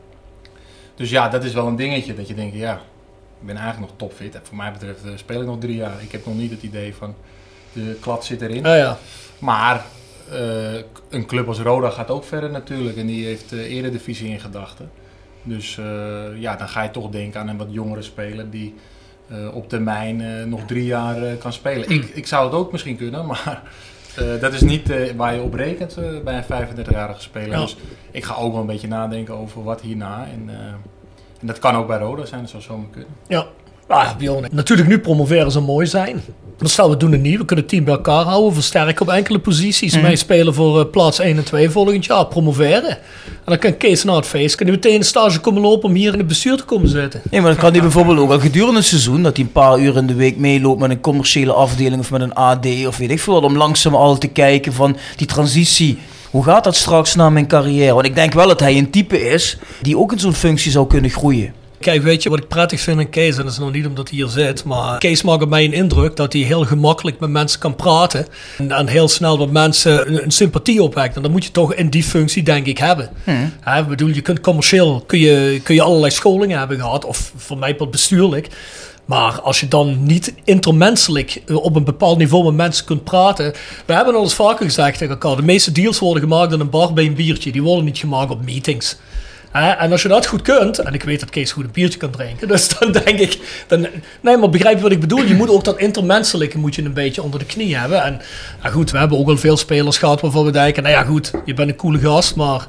Dus ja, dat is wel een dingetje, dat je denkt, ja, ik ben eigenlijk nog topfit. En voor mij betreft uh, speel ik nog drie jaar. Ik heb nog niet het idee van, de klad zit erin. Oh ja. Maar uh, een club als Roda gaat ook verder natuurlijk. En die heeft de eredivisie in gedachten. Dus uh, ja, dan ga je toch denken aan een wat jongere speler die... Uh, op termijn uh, nog drie jaar uh, kan spelen. Ik, ik zou het ook misschien kunnen, maar uh, dat is niet uh, waar je op rekent uh, bij een vijfendertigjarige speler. Ja. Dus ik ga ook wel een beetje nadenken over wat hierna. En, uh, en dat kan ook bij Roda zijn, dat zou zomaar kunnen. Ja, ah, Bjorn, natuurlijk nu promoveren zou mooi zijn. Dan stel we doen het niet, we kunnen het team bij elkaar houden, versterken op enkele posities. Mm. Wij spelen voor uh, plaats één en twee volgend jaar, promoveren. En dan kan Kees na het feest, kan hij meteen een stage komen lopen om hier in het bestuur te komen zitten. Nee, maar dan kan hij bijvoorbeeld ook al gedurende het seizoen, dat hij een paar uur in de week meeloopt met een commerciële afdeling of met een A D of weet ik veel, om langzaam al te kijken van die transitie. Hoe gaat dat straks na mijn carrière? Want ik denk wel dat hij een type is die ook in zo'n functie zou kunnen groeien. Kijk, weet je wat ik prettig vind aan Kees? En dat is nog niet omdat hij hier zit. Maar Kees maakt op mij een indruk dat hij heel gemakkelijk met mensen kan praten. En, en heel snel met mensen een, een sympathie opwekt. En dat moet je toch in die functie, denk ik, hebben. Hmm. He, ik bedoel, je kunt commercieel kun je, kun je allerlei scholingen hebben gehad. Of voor mij wat bestuurlijk. Maar als je dan niet intermenselijk op een bepaald niveau met mensen kunt praten. We hebben al eens vaker gezegd tegen elkaar. De meeste deals worden gemaakt in een bar bij een biertje. Die worden niet gemaakt op meetings. Uh, en als je dat goed kunt, en ik weet dat Kees goed een biertje kan drinken, dus dan denk ik, dan, nee, maar begrijp je wat ik bedoel? Je moet ook dat intermenselijke moet je een beetje onder de knie hebben. En nou goed, we hebben ook al veel spelers gehad waarvan we denken, nou ja goed, je bent een coole gast, maar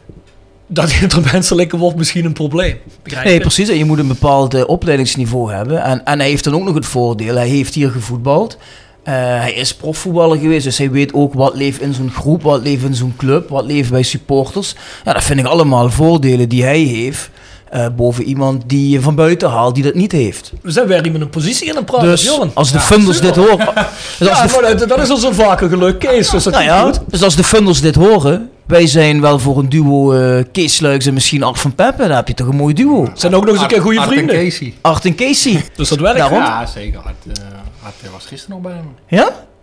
dat intermenselijke wordt misschien een probleem. Begrijp je? Nee, precies. En je moet een bepaald uh, opleidingsniveau hebben. En, en hij heeft dan ook nog het voordeel, hij heeft hier gevoetbald. Uh, hij is profvoetballer geweest, dus hij weet ook wat leeft in zo'n groep, wat leeft in zo'n club, wat leeft bij supporters. Ja, dat vind ik allemaal voordelen die hij heeft, uh, boven iemand die je van buiten haalt die dat niet heeft. We zijn weer iemand een positie in een praat, dus Johan. als de ja, funders dit horen... Dus ja, de, maar dat, dat is ons een vaker geluk, Kees, dus dat nou ja, goed. Dus als de funders dit horen, wij zijn wel voor een duo uh, Kees Sluijks en misschien Art van Peppen, dan heb je toch een mooi duo. Ze zijn ook nog eens een keer goede vrienden. Art en Casey. Art en Casey. Dus dat werkt. Daarom? Ja, zeker. Art, uh, Art was gisteren nog bij hem. Ja? Ja.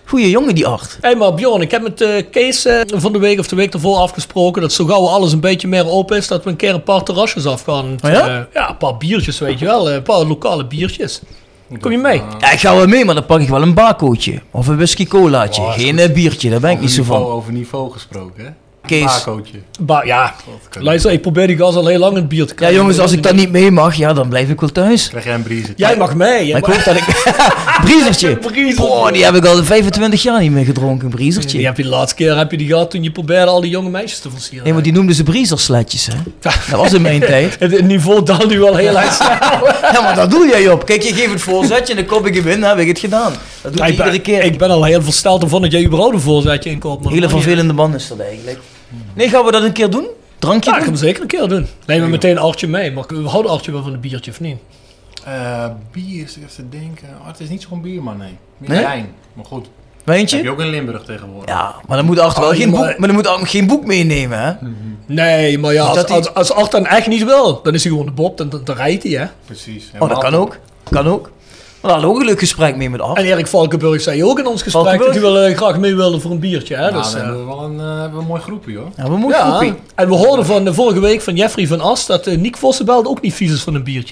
Goeie jongen, die Art. Hé, hey, maar Bjorn, ik heb met uh, Kees uh, van de week of de week ervoor afgesproken dat zo gauw alles een beetje meer op is, dat we een keer een paar terrasjes afgaan. Oh ja? Uh, ja, een paar biertjes, weet je wel. Uh, een paar lokale biertjes. Kom je mee? Ja, ik ga wel mee, maar dan pak ik wel een bakootje. Of een whisky colaatje. Oh, Geen uh, biertje, daar ben ik niet zo niveau, van. Over niveau gesproken, hè? Kees. Bakootje. Ba- ja, luister, ik probeer die gas al heel lang in het bier te krijgen. Ja jongens, als ik dat niet mee mag, ja, dan blijf ik wel thuis. Krijg jij een briezer? Jij mag mee. Maar ik hoop dat ik... Briezertje. Oh, die heb ik al vijfentwintig jaar niet meer gedronken, een briezertje. Die heb je de laatste keer heb je die gehad toen je probeerde al die jonge meisjes te versieren. Nee, maar die noemden ze briezersletjes, hè. Dat was in mijn tijd. Het niveau daalt nu wel heel erg snel. Ja, maar dat doe jij op. Kijk, je geeft het voorzetje en dan kom ik hem in, heb ik het gedaan. Dat doe ja, ik ben, iedere keer. Ik ben al heel versteld ervan dat jij überhaupt een voorzetje inkoopt. Een hele vervelende man is dat eigenlijk. Nee, gaan we dat een keer doen? Drankje ja, doen? ik ga hem zeker een keer doen. Neem me meteen Artje mee. Maar we houden Artje wel van een biertje, of niet? Uh, bier, is even te denken. Oh, het is niet zo'n bierman, nee. Meer nee? wijn, maar goed. Wijntje? Heb je ook in Limburg tegenwoordig. Ja, maar dan moet Art wel oh, geen, maar... boek, maar dan moet Art geen boek meenemen, hè? Mm-hmm. Nee, maar ja, als, die... als, als Art dan echt niet wil, dan is hij gewoon de Bob, dan, dan, dan rijdt hij, hè? Precies. Oh, dat kan ook. Kan ook. Maar daar hadden we ook een leuk gesprek mee met Art. En Erik Valkenburg zei ook in ons gesprek Valkenburg? dat hij wel uh, graag mee wilde voor een biertje, hè? Ja, dus, dan uh... hebben we wel een, uh, hebben we een mooi groepje, hoor. Ja, we een mooi ja, groepje. En we hoorden van de vorige week van Jeffrey van As dat uh, Nick Vossenbelt ook niet vies is van een biertje.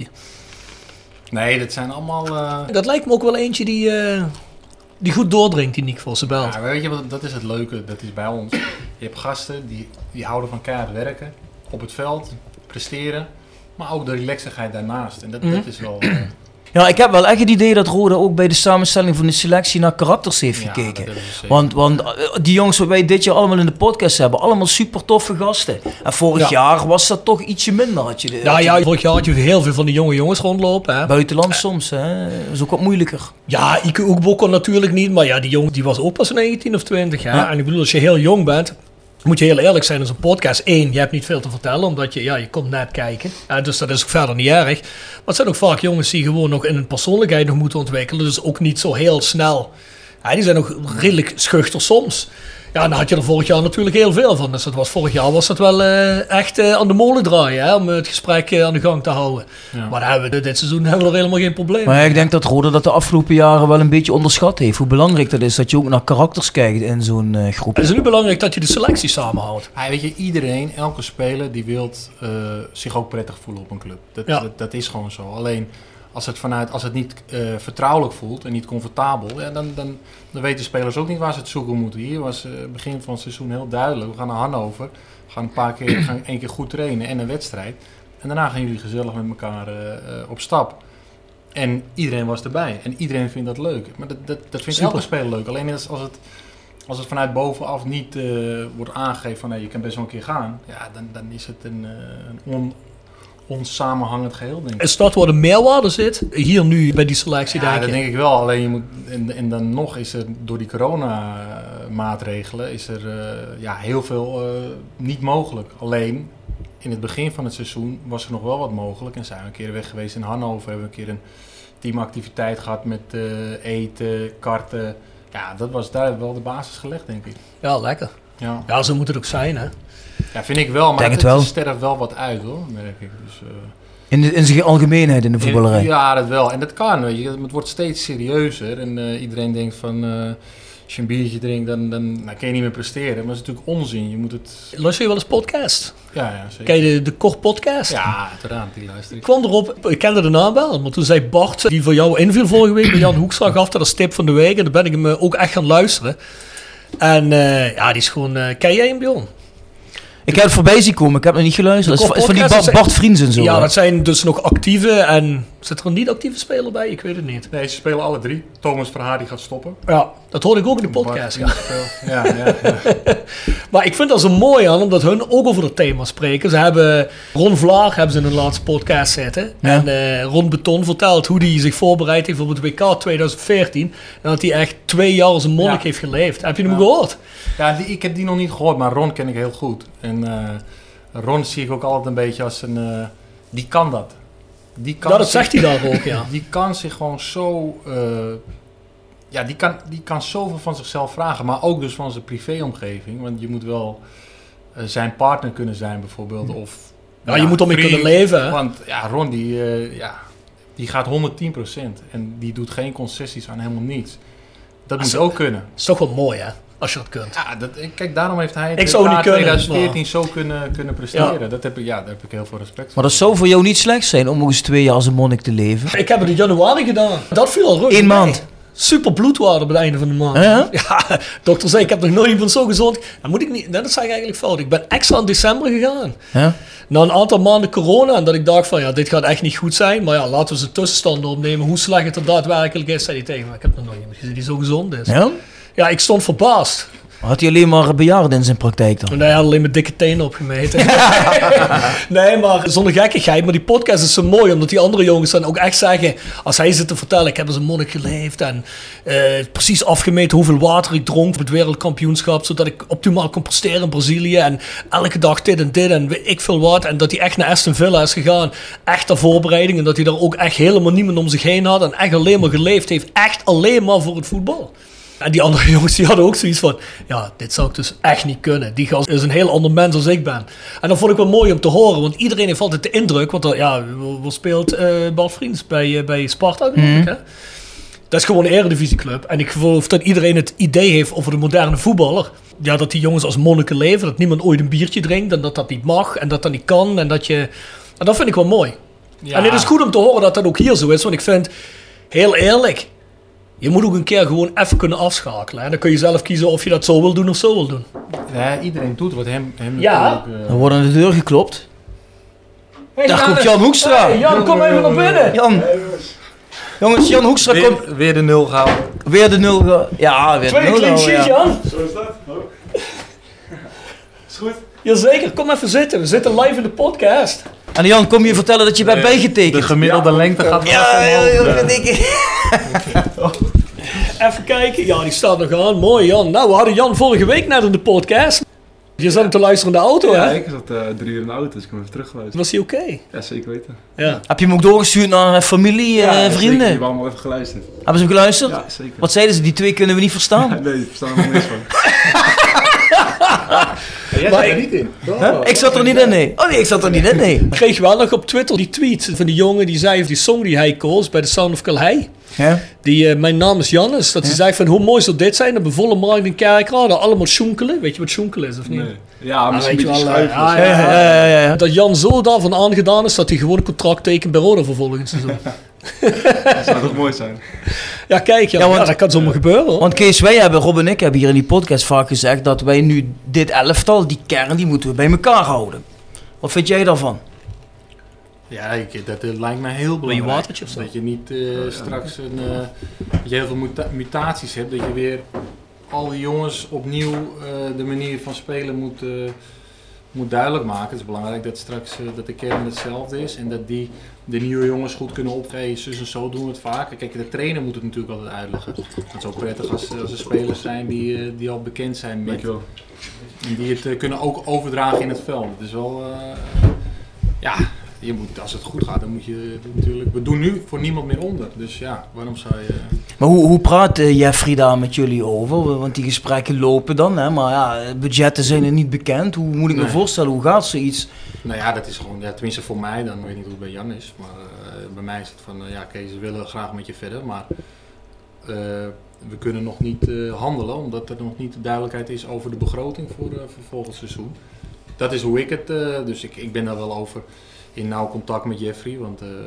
Nee, dat zijn allemaal... Uh... Dat lijkt me ook wel eentje die, uh, die goed doordringt, die Nick Vossenbelt. Ja, weet je wat, dat is het leuke, dat is bij ons. Je hebt gasten die, die houden van keihard werken, op het veld, presteren, maar ook de relaxigheid daarnaast. En dat, mm. dat is wel... Uh... Ja, ik heb wel echt het idee dat Roda ook bij de samenstelling van de selectie naar karakters heeft ja, gekeken. Want, want uh, die jongens wat wij dit jaar allemaal in de podcast hebben, allemaal super toffe gasten. En vorig ja. jaar was dat toch ietsje minder. Had je de, ja, had ja, je... vorig jaar had je heel veel van die jonge jongens rondlopen. Hè? Buitenland uh, soms, hè. Dat is ook wat moeilijker. Ja, Ike Oekbo kon natuurlijk niet, maar ja, die jongen die was ook pas negentien of twintig. Hè? Ja. En ik bedoel, als je heel jong bent, moet je heel eerlijk zijn in zo'n podcast. Eén, je hebt niet veel te vertellen, omdat je, ja, je komt net kijken. Ja, dus dat is ook verder niet erg. Maar het zijn ook vaak jongens die gewoon nog in hun persoonlijkheid nog moeten ontwikkelen. Dus ook niet zo heel snel. Ja, die zijn nog redelijk schuchter soms. Ja, en daar had je er vorig jaar natuurlijk heel veel van. Dus dat was, vorig jaar was dat wel uh, echt uh, aan de molen draaien, hè, om het gesprek uh, aan de gang te houden. Ja. Maar hebben we, dit seizoen hebben we er helemaal geen probleem. Maar ik denk dat Roda dat de afgelopen jaren wel een beetje onderschat heeft. Hoe belangrijk dat is dat je ook naar karakters kijkt in zo'n uh, groep. Het is nu belangrijk dat je de selectie samenhoudt. Ja, weet je, iedereen, elke speler die wil uh, zich ook prettig voelen op een club. Dat, ja. dat, dat is gewoon zo. Alleen... Als het, vanuit, als het niet uh, vertrouwelijk voelt en niet comfortabel, ja, dan, dan, dan weten spelers ook niet waar ze het zoeken moeten. Hier was het uh, begin van het seizoen heel duidelijk. We gaan naar Hannover, we gaan een paar keer, we gaan één keer goed trainen en een wedstrijd. En daarna gaan jullie gezellig met elkaar uh, uh, op stap. En iedereen was erbij en iedereen vindt dat leuk. Maar dat, dat, dat vindt Super. elke speler leuk. Alleen als, als, het, als het vanuit bovenaf niet uh, wordt aangegeven van hey, je kan best wel een keer gaan, ja, dan, dan is het een, uh, een on... onsamenhangend geheel, denk ik. Is dat waar de meerwaarde zit? Hier nu bij die selectie, ja, denk dat je? denk ik wel. Alleen je moet, en, en dan nog is er door die corona-maatregelen is er uh, ja, heel veel uh, niet mogelijk. Alleen in het begin van het seizoen was er nog wel wat mogelijk. En zijn we een keer weg geweest in Hannover. Hebben we een keer een teamactiviteit gehad met uh, eten, karten. Ja, dat was daar wel de basis gelegd, denk ik. Ja, lekker. Ja, ja zo moet het ook zijn, hè? Ja, vind ik wel, maar denk het, het, het wel. sterft wel wat uit, hoor, merk ik. Dus, uh, in, de, in zijn algemeenheid in de voetballerij? In, ja, dat wel. En dat kan, weet je. Het wordt steeds serieuzer. En uh, iedereen denkt van, uh, als je een biertje drinkt, dan, dan nou, kan je niet meer presteren. Maar dat is natuurlijk onzin. Je moet het... Luister je wel eens podcast? Ja, ja, zeker. Ken je de, de Kort podcast? Ja, uiteraard, die luister ik. Ik kwam erop, ik kende de naam wel, maar toen zei Bart, die voor jou inviel vorige week, bij Jan Hoekstra gaf dat als tip van de week. En dan ben ik hem ook echt gaan luisteren. En uh, ja, die is gewoon, uh, ken jij hem, Bjorn? Ik heb het voorbij zien komen, ik heb nog niet geluisterd. Dat is, is van die Bart, Bart Vriends en zo. Ja, dat zijn dus nog actieve en... Zit er een niet-actieve speler bij? Ik weet het niet. Nee, ze spelen alle drie. Thomas Verhaar die gaat stoppen. Ja, dat hoorde ik ook in de podcast. Ja. Ja, ja, ja. Maar ik vind dat zo mooi aan, omdat hun ook over het thema spreken. Ze hebben Ron Vlaar hebben ze in hun laatste podcast zitten. Ja. En uh, Ron Beton vertelt hoe hij zich voorbereid heeft op het W K twintig veertien. En dat hij echt twee jaar als een monnik ja. heeft geleefd. Heb je hem ja. gehoord? Ja, die, ik heb die nog niet gehoord, maar Ron ken ik heel goed. En uh, Ron zie ik ook altijd een beetje als een... Uh, die kan dat. Die kan ja, dat zich, zegt hij daar ook, ja. Die kan zich gewoon zo... Uh, ja, die kan, die kan zoveel van zichzelf vragen. Maar ook dus van zijn privéomgeving. Want je moet wel uh, zijn partner kunnen zijn bijvoorbeeld. Of, ja, ja, je moet ermee kunnen leven. Hè? Want ja, Ron die, uh, ja, die gaat honderdtien procent. En die doet geen concessies aan helemaal niets. dat moet ook kunnen. Dat is toch wel mooi, hè? Als je dat kunt. Ja, dat, kijk, daarom heeft hij het ik zou niet kunnen, twintig veertien maar... zo kunnen, kunnen presteren. Ja. Dat heb ik, ja, daar heb ik heel veel respect voor. Maar dat zou voor jou niet slecht zijn om nog eens twee jaar als een monnik te leven. Ik heb het in januari gedaan. Dat viel al rustig. Eén maand. Super bloedwaarde op het einde van de maand. Ja? Ja, dokter zei, ik heb nog nooit iemand zo gezond. Dan moet ik niet, dat zeg ik eigenlijk fout. Ik ben extra in december gegaan. Ja? Na een aantal maanden corona. En dat ik dacht van, ja, dit gaat echt niet goed zijn. Maar ja, laten we ze tussenstanden opnemen. Hoe slecht het er daadwerkelijk is, zei hij tegen me. Ik heb nog nooit iemand gezien die zo gezond is. Ja? Ja, ik stond verbaasd. Had hij alleen maar bejaarden in zijn praktijk dan? Nee, hij had alleen maar dikke tenen opgemeten. Nee, maar zonder gekkigheid. Maar die podcast is zo mooi, omdat die andere jongens dan ook echt zeggen... Als hij zit te vertellen, ik heb als een monnik geleefd... en uh, precies afgemeten hoeveel water ik dronk op het wereldkampioenschap... zodat ik optimaal kon presteren in Brazilië... en elke dag dit en dit en weet ik veel wat... en dat hij echt naar Aston Villa is gegaan. Echt ter voorbereiding. En dat hij daar ook echt helemaal niemand om zich heen had... en echt alleen maar geleefd heeft. Echt alleen maar voor het voetbal. En die andere jongens die hadden ook zoiets van... Ja, dit zou ik dus echt niet kunnen. Die gast is een heel ander mens als ik ben. En dat vond ik wel mooi om te horen. Want iedereen heeft altijd de indruk... Want er, ja, waar speelt uh, Bart Vriends? Bij, uh, bij Sparta, geloof Mm. ik, hè? Dat is gewoon een eredivisieclub. En ik geloof dat iedereen het idee heeft over de moderne voetballer. Ja, dat die jongens als monniken leven. Dat niemand ooit een biertje drinkt. En dat dat niet mag. En dat dat niet kan. En dat je... En dat vind ik wel mooi. Ja. En het is goed om te horen dat dat ook hier zo is. Want ik vind, heel eerlijk... Je moet ook een keer gewoon even kunnen afschakelen. En dan kun je zelf kiezen of je dat zo wil doen of zo wil doen. Ja, iedereen doet wat hem, hem Ja. natuurlijk... Uh... Dan wordt aan de deur geklopt. Hey, Daar Jan, komt Jan Hoekstra. Hey, Jan, kom even naar binnen. Jan. Jongens, Jan Hoekstra weer, komt... Weer de nul gehaald. Weer de nul gehaald. Ja, weer de Tweede nul clean gehaald, sheet, ja. Jan. Zo is dat. Oh. Is goed. Jazeker, kom even zitten. We zitten live in de podcast. En Jan, kom je vertellen dat je bent bijgetekend? De gemiddelde ja. lengte gaat ja, ja, ja, ja, ja, Even kijken. Ja, die staat nog aan. Mooi, Jan. Nou, we hadden Jan vorige week net in de podcast. Je zat hem te luisteren in de auto, ja, hè? Ja, ik zat uh, drie uur in de auto, dus ik kom even teruggeluisterd. Was hij oké? Okay? Ja, zeker weten. Ja. Heb je hem ook doorgestuurd naar familie, ja, uh, ja, vrienden? Zeker. Die hebben allemaal even geluisterd. Hebben ze hem geluisterd? Ja, zeker. Wat zeiden ze? Die twee kunnen we niet verstaan? Ja, nee, die verstaan er nog niks van. Jij zat er niet in. Oh, huh? Ik zat er niet in, nee. Oh nee, ik zat er niet in, nee. Ik kreeg wel nog op Twitter die tweet van die jongen die zei... die song die hij koos bij The Sound of Calais... Ja? Die, uh, mijn naam is Jannes. Dat ja? hij zei van hoe mooi zou dit zijn... dat we volle markt in Kerkrade allemaal schoenkelen. Weet je wat schoenkelen is of niet? Nee. Ja, ah, misschien een beetje wel, schuiven. ja, ja, ja, ja, ja, ja. Dat Jan zo daarvan aangedaan is... dat hij gewoon een contract tekent bij Roda voor volgend seizoen. Dat zou toch mooi zijn? Ja, kijk, ja, ja, want, ja, dat kan zomaar gebeuren. Hoor. Want Kees, wij hebben, Rob en ik hebben hier in die podcast vaak gezegd... dat wij nu dit elftal, die kern, die moeten we bij elkaar houden. Wat vind jij daarvan? Ja, ik, dat, dat lijkt mij heel belangrijk. Je watertje of zo? Dat je niet uh, straks een, uh, dat je heel veel muta- mutaties hebt. Dat je weer al die jongens opnieuw uh, de manier van spelen moet, uh, moet duidelijk maken. Het is belangrijk dat straks uh, dat de kern hetzelfde is. En dat die de nieuwe jongens goed kunnen opgeven. Zus en zo doen we het vaker. Kijk, de trainer moet het natuurlijk altijd uitleggen. Het is ook prettig als, als er spelers zijn die, uh, die al bekend zijn met. Dankjewel. En die het uh, kunnen ook overdragen in het veld. Het is wel, uh, ja... Je moet, als het goed gaat, dan moet je natuurlijk... We doen nu voor niemand meer onder. Dus ja, waarom zou je... Maar hoe, hoe praat uh, Jeffrey daar met jullie over? Want die gesprekken lopen dan, hè? Maar ja, budgetten zijn er niet bekend. Hoe moet ik me nee. voorstellen? Hoe gaat zoiets? Nou ja, dat is gewoon... Ja, tenminste voor mij, dan weet ik niet hoe het bij Jan is. Maar uh, bij mij is het van... Uh, ja, Kees, we willen graag met je verder. Maar uh, we kunnen nog niet uh, handelen. Omdat er nog niet duidelijkheid is over de begroting voor, uh, voor volgend seizoen. Dat is hoe ik het... Uh, dus ik, ik ben daar wel over... in nauw contact met Jeffrey, want uh,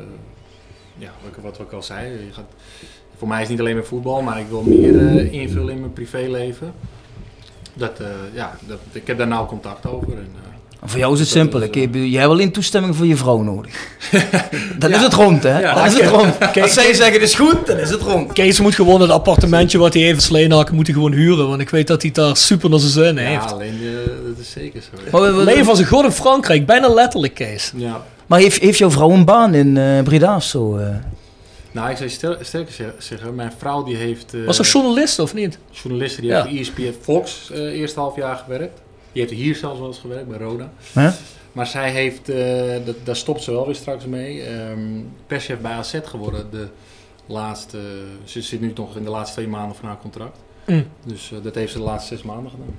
ja, wat, wat ik al zei, je gaat, voor mij is het niet alleen maar voetbal, maar ik wil meer uh, invullen in mijn privéleven. Dat, uh, ja, dat, ik heb daar nauw contact over. En, uh, voor jou is het simpel, is, uh, jij hebt alleen toestemming voor je vrouw nodig. Dan ja. is het rond, hè? Ja, dan is het rond. Kees, als zij zeggen het is goed, dan is het rond. Kees moet gewoon het appartementje wat hij heeft Sleenhaken moet hij gewoon huren, want ik weet dat hij daar super naar zijn zin ja, heeft. Ja, alleen uh, dat is zeker zo. Ja. Maar we, we, leven van zijn god in Frankrijk, bijna letterlijk, Kees. Ja. Maar heeft, heeft jouw vrouw een baan in uh, Breda of zo? Uh? Nou, ik zou ster- sterker zeggen, mijn vrouw die heeft... Uh, Was ze journalist of niet? Journalist, die ja. heeft voor E S P N Fox uh, eerst half jaar gewerkt. Die heeft hier zelfs wel eens gewerkt, bij Roda. Huh? Maar zij heeft, uh, dat, daar stopt ze wel weer straks mee, um, perschef bij A Z geworden. De laatste, uh, ze zit nu nog in de laatste twee maanden van haar contract. Mm. Dus uh, dat heeft ze de laatste zes maanden gedaan.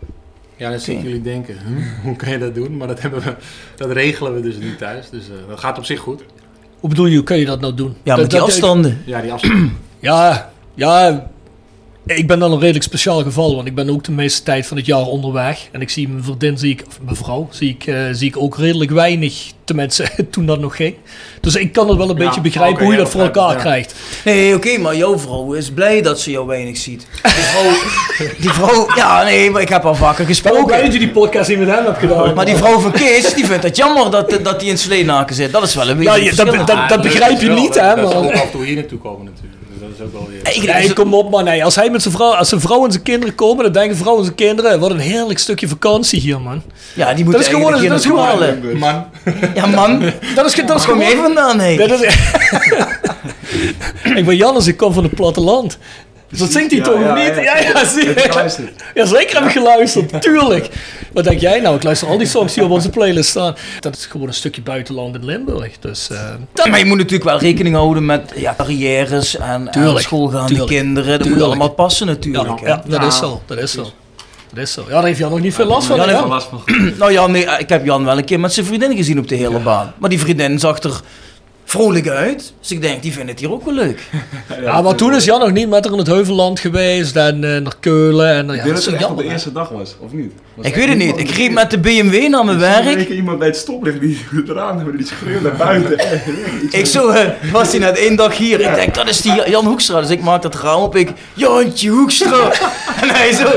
Ja, dan zien jullie denken, hm, hoe kan je dat doen? Maar dat, hebben we, dat regelen we dus nu thuis. Dus uh, dat gaat op zich goed. Hoe bedoel je, hoe kun je dat nou doen? Ja, dat, met die dat, afstanden. Ja, die afstanden. Ja, ja, Ik ben dan een redelijk speciaal geval, want ik ben ook de meeste tijd van het jaar onderweg. En ik zie mijn vriendin, zie ik, of mijn vrouw, zie ik, uh, zie ik ook redelijk weinig, tenminste toen dat nog ging. Dus ik kan het wel een ja, beetje begrijpen okay, hoe je ja, dat voor elkaar ja. krijgt. Nee, oké, okay, maar jouw vrouw is blij dat ze jou weinig ziet. Die vrouw, die vrouw ja nee, maar ik heb al vaker gesproken. Ik ben blij dat je die podcast niet met hem hebt gedaan. Maar die vrouw van Kees, die vindt het jammer dat, dat die in Sleenaken zit. Dat is wel een beetje ja, dat, dat, dat, dat begrijp je niet, hè. Dat zal ook af en toe hier naartoe komen natuurlijk. Dat is ook wel weer... Nee, nee, kom op man. Nee. Als hij met zijn vrouw, als zijn vrouw en zijn kinderen komen, dan denken vrouw en zijn kinderen, wat een heerlijk stukje vakantie hier, man. Ja, die moeten eigenlijk een keer naartoe halen. Man. Ja, man. Dat is, dat is gewoon mee vandaan, hé. Dat is... Ik ben Jannes, ik kom van het platteland. Dus dat zingt hij ja, toch ja, niet? Ja, ja, ja, zie je. Ja, zeker heb ik geluisterd, tuurlijk. Wat denk jij nou? Ik luister al die songs die op onze playlist staan. Dat is gewoon een stukje buitenland in Limburg. Dus, uh, dat... Maar je moet natuurlijk wel rekening houden met ja, carrières en, en schoolgaande tuurlijk. kinderen. Dat tuurlijk. moet allemaal passen natuurlijk. Ja, ja, dat is zo, dat is zo. Dat is zo. Ja, daar heeft Jan nog niet veel last van. Jan heeft er last van. Nou Jan, nee, ik heb Jan wel een keer met zijn vriendin gezien op de hele ja. baan. Maar die vriendin zag er vrolijk uit. Dus ik denk, die vinden het hier ook wel leuk. Ja, ja maar toen is Jan nog niet met haar in het Heuvelland geweest en uh, naar Keulen. En, uh, ik ja, denk dat het echt op de eerste dag was, of niet? Was ik weet het niet. Ik reed met de B M W naar mijn werk. Ik iemand bij het stoplicht die eraan die schreeuwde naar buiten. Ik zo, uh, was hij net één dag hier. Ik denk, dat is die Jan Hoekstra. Dus ik maak dat raam op. Ik, Jantje Hoekstra. En hij zo...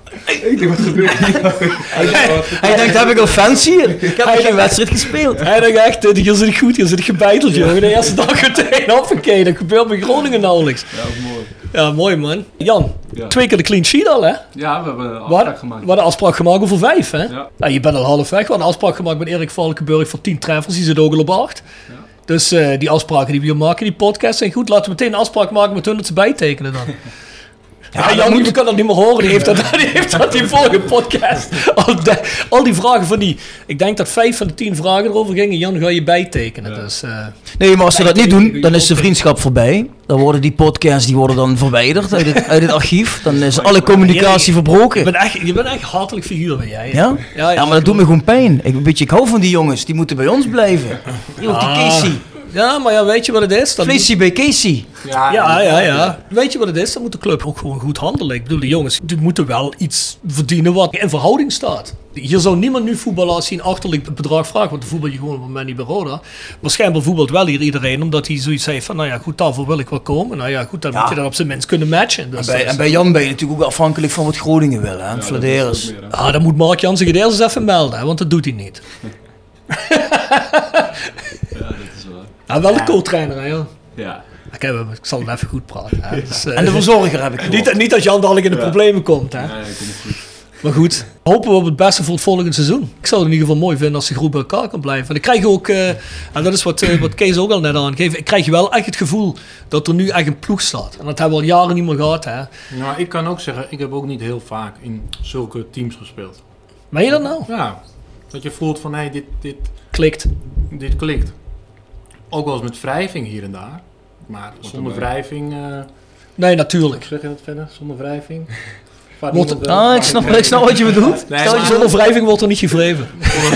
Ik denk, wat gebeurt hier? Hij, hij denkt, heb ik al fans hier? Ik heb hij geen wedstrijd gespeeld. Hij denkt echt, hier zit ik goed, hier zit ik gebeiteld, ja. joh. De eerste dag meteen afgekeken. Dat gebeurt bij Groningen nauwelijks. Ja, dat is mooi. Ja, mooi man. Jan, ja. twee keer de clean sheet al, hè? Ja, we hebben een afspraak Waar, gemaakt. We hadden een afspraak gemaakt over vijf, hè? Ja. Nou, je bent al half weg. We hadden een afspraak gemaakt met Erik Valkenburg voor tien treffers. Die zit ook al op acht. Ja. Dus uh, die afspraken die we hier maken, die podcast zijn goed. Laten we meteen een afspraak maken met hun dat ze bijtekenen dan. Ja, ja, Jan moet... kan dat niet meer horen. Die heeft dat, die, heeft dat die vorige podcast. Al, de, al die vragen van die... Ik denk dat vijf van de tien vragen erover gingen. Jan, ga je bijtekenen. Ja. Dus, uh, nee, maar als ze dat niet doen, dan is de vriendschap voorbij. Dan worden die podcasts die worden dan verwijderd uit het, uit het archief. Dan is alle communicatie verbroken. Je bent echt, je bent echt een hartelijk figuur, ben jij. Ja? Ja, ja, maar dat doet me gewoon pijn. Ik, weet je, ik hou van die jongens. Die moeten bij ons blijven. Hier ook die Casey. Ja, maar ja, weet je wat het is? Vleesje bij Casey. Ja, ja, ja, ja. Weet je wat het is? Dan moet de club ook gewoon goed handelen. Ik bedoel, de jongens die moeten wel iets verdienen wat in verhouding staat. Hier zou niemand nu voetballen als hij een achterlijk bedrag vraagt. Want de voetbal je gewoon op het moment niet bij Roda. Waarschijnlijk voetbalt wel hier iedereen. Omdat hij zoiets heeft van, nou ja, goed, daarvoor wil ik wel komen. Nou ja, goed, dan ja. moet je dat op zijn minst kunnen matchen. Dus en, bij, en bij Jan ben je natuurlijk ook afhankelijk van wat Groningen wil, hè? Ja, Vladeres. Ah, dan moet Mark Jan zich eerst eens even melden, hè, want dat doet hij niet. Ja, wel de co-trainer, hè, joh. Ja. Ik, heb, ik zal hem even goed praten. Hè. Dus, uh, en de verzorger heb ik niet, niet dat Jan dadelijk in de ja. problemen komt, hè. Ja, ja, komt goed. Maar goed, hopen we op het beste voor het volgende seizoen. Ik zou het in ieder geval mooi vinden als de groep bij elkaar kan blijven. En ik krijg ook, uh, en dat is wat, uh, wat Kees ook al net aangeeft, ik krijg wel echt het gevoel dat er nu echt een ploeg staat. En dat hebben we al jaren niet meer gehad, hè. Nou, ik kan ook zeggen, ik heb ook niet heel vaak in zulke teams gespeeld. Meen je dat nou? Ja, dat je voelt van, hé, hey, dit, dit... Klikt. Dit klikt. Ook wel eens met wrijving hier en daar. Maar zonder wrijving... Uh, nee, natuurlijk. Zeg je dat verder? Zonder wrijving? Wordt, uh, ah, ik snap, ik snap wat je bedoelt. Nee, maar, zonder wrijving wordt er niet gevreven.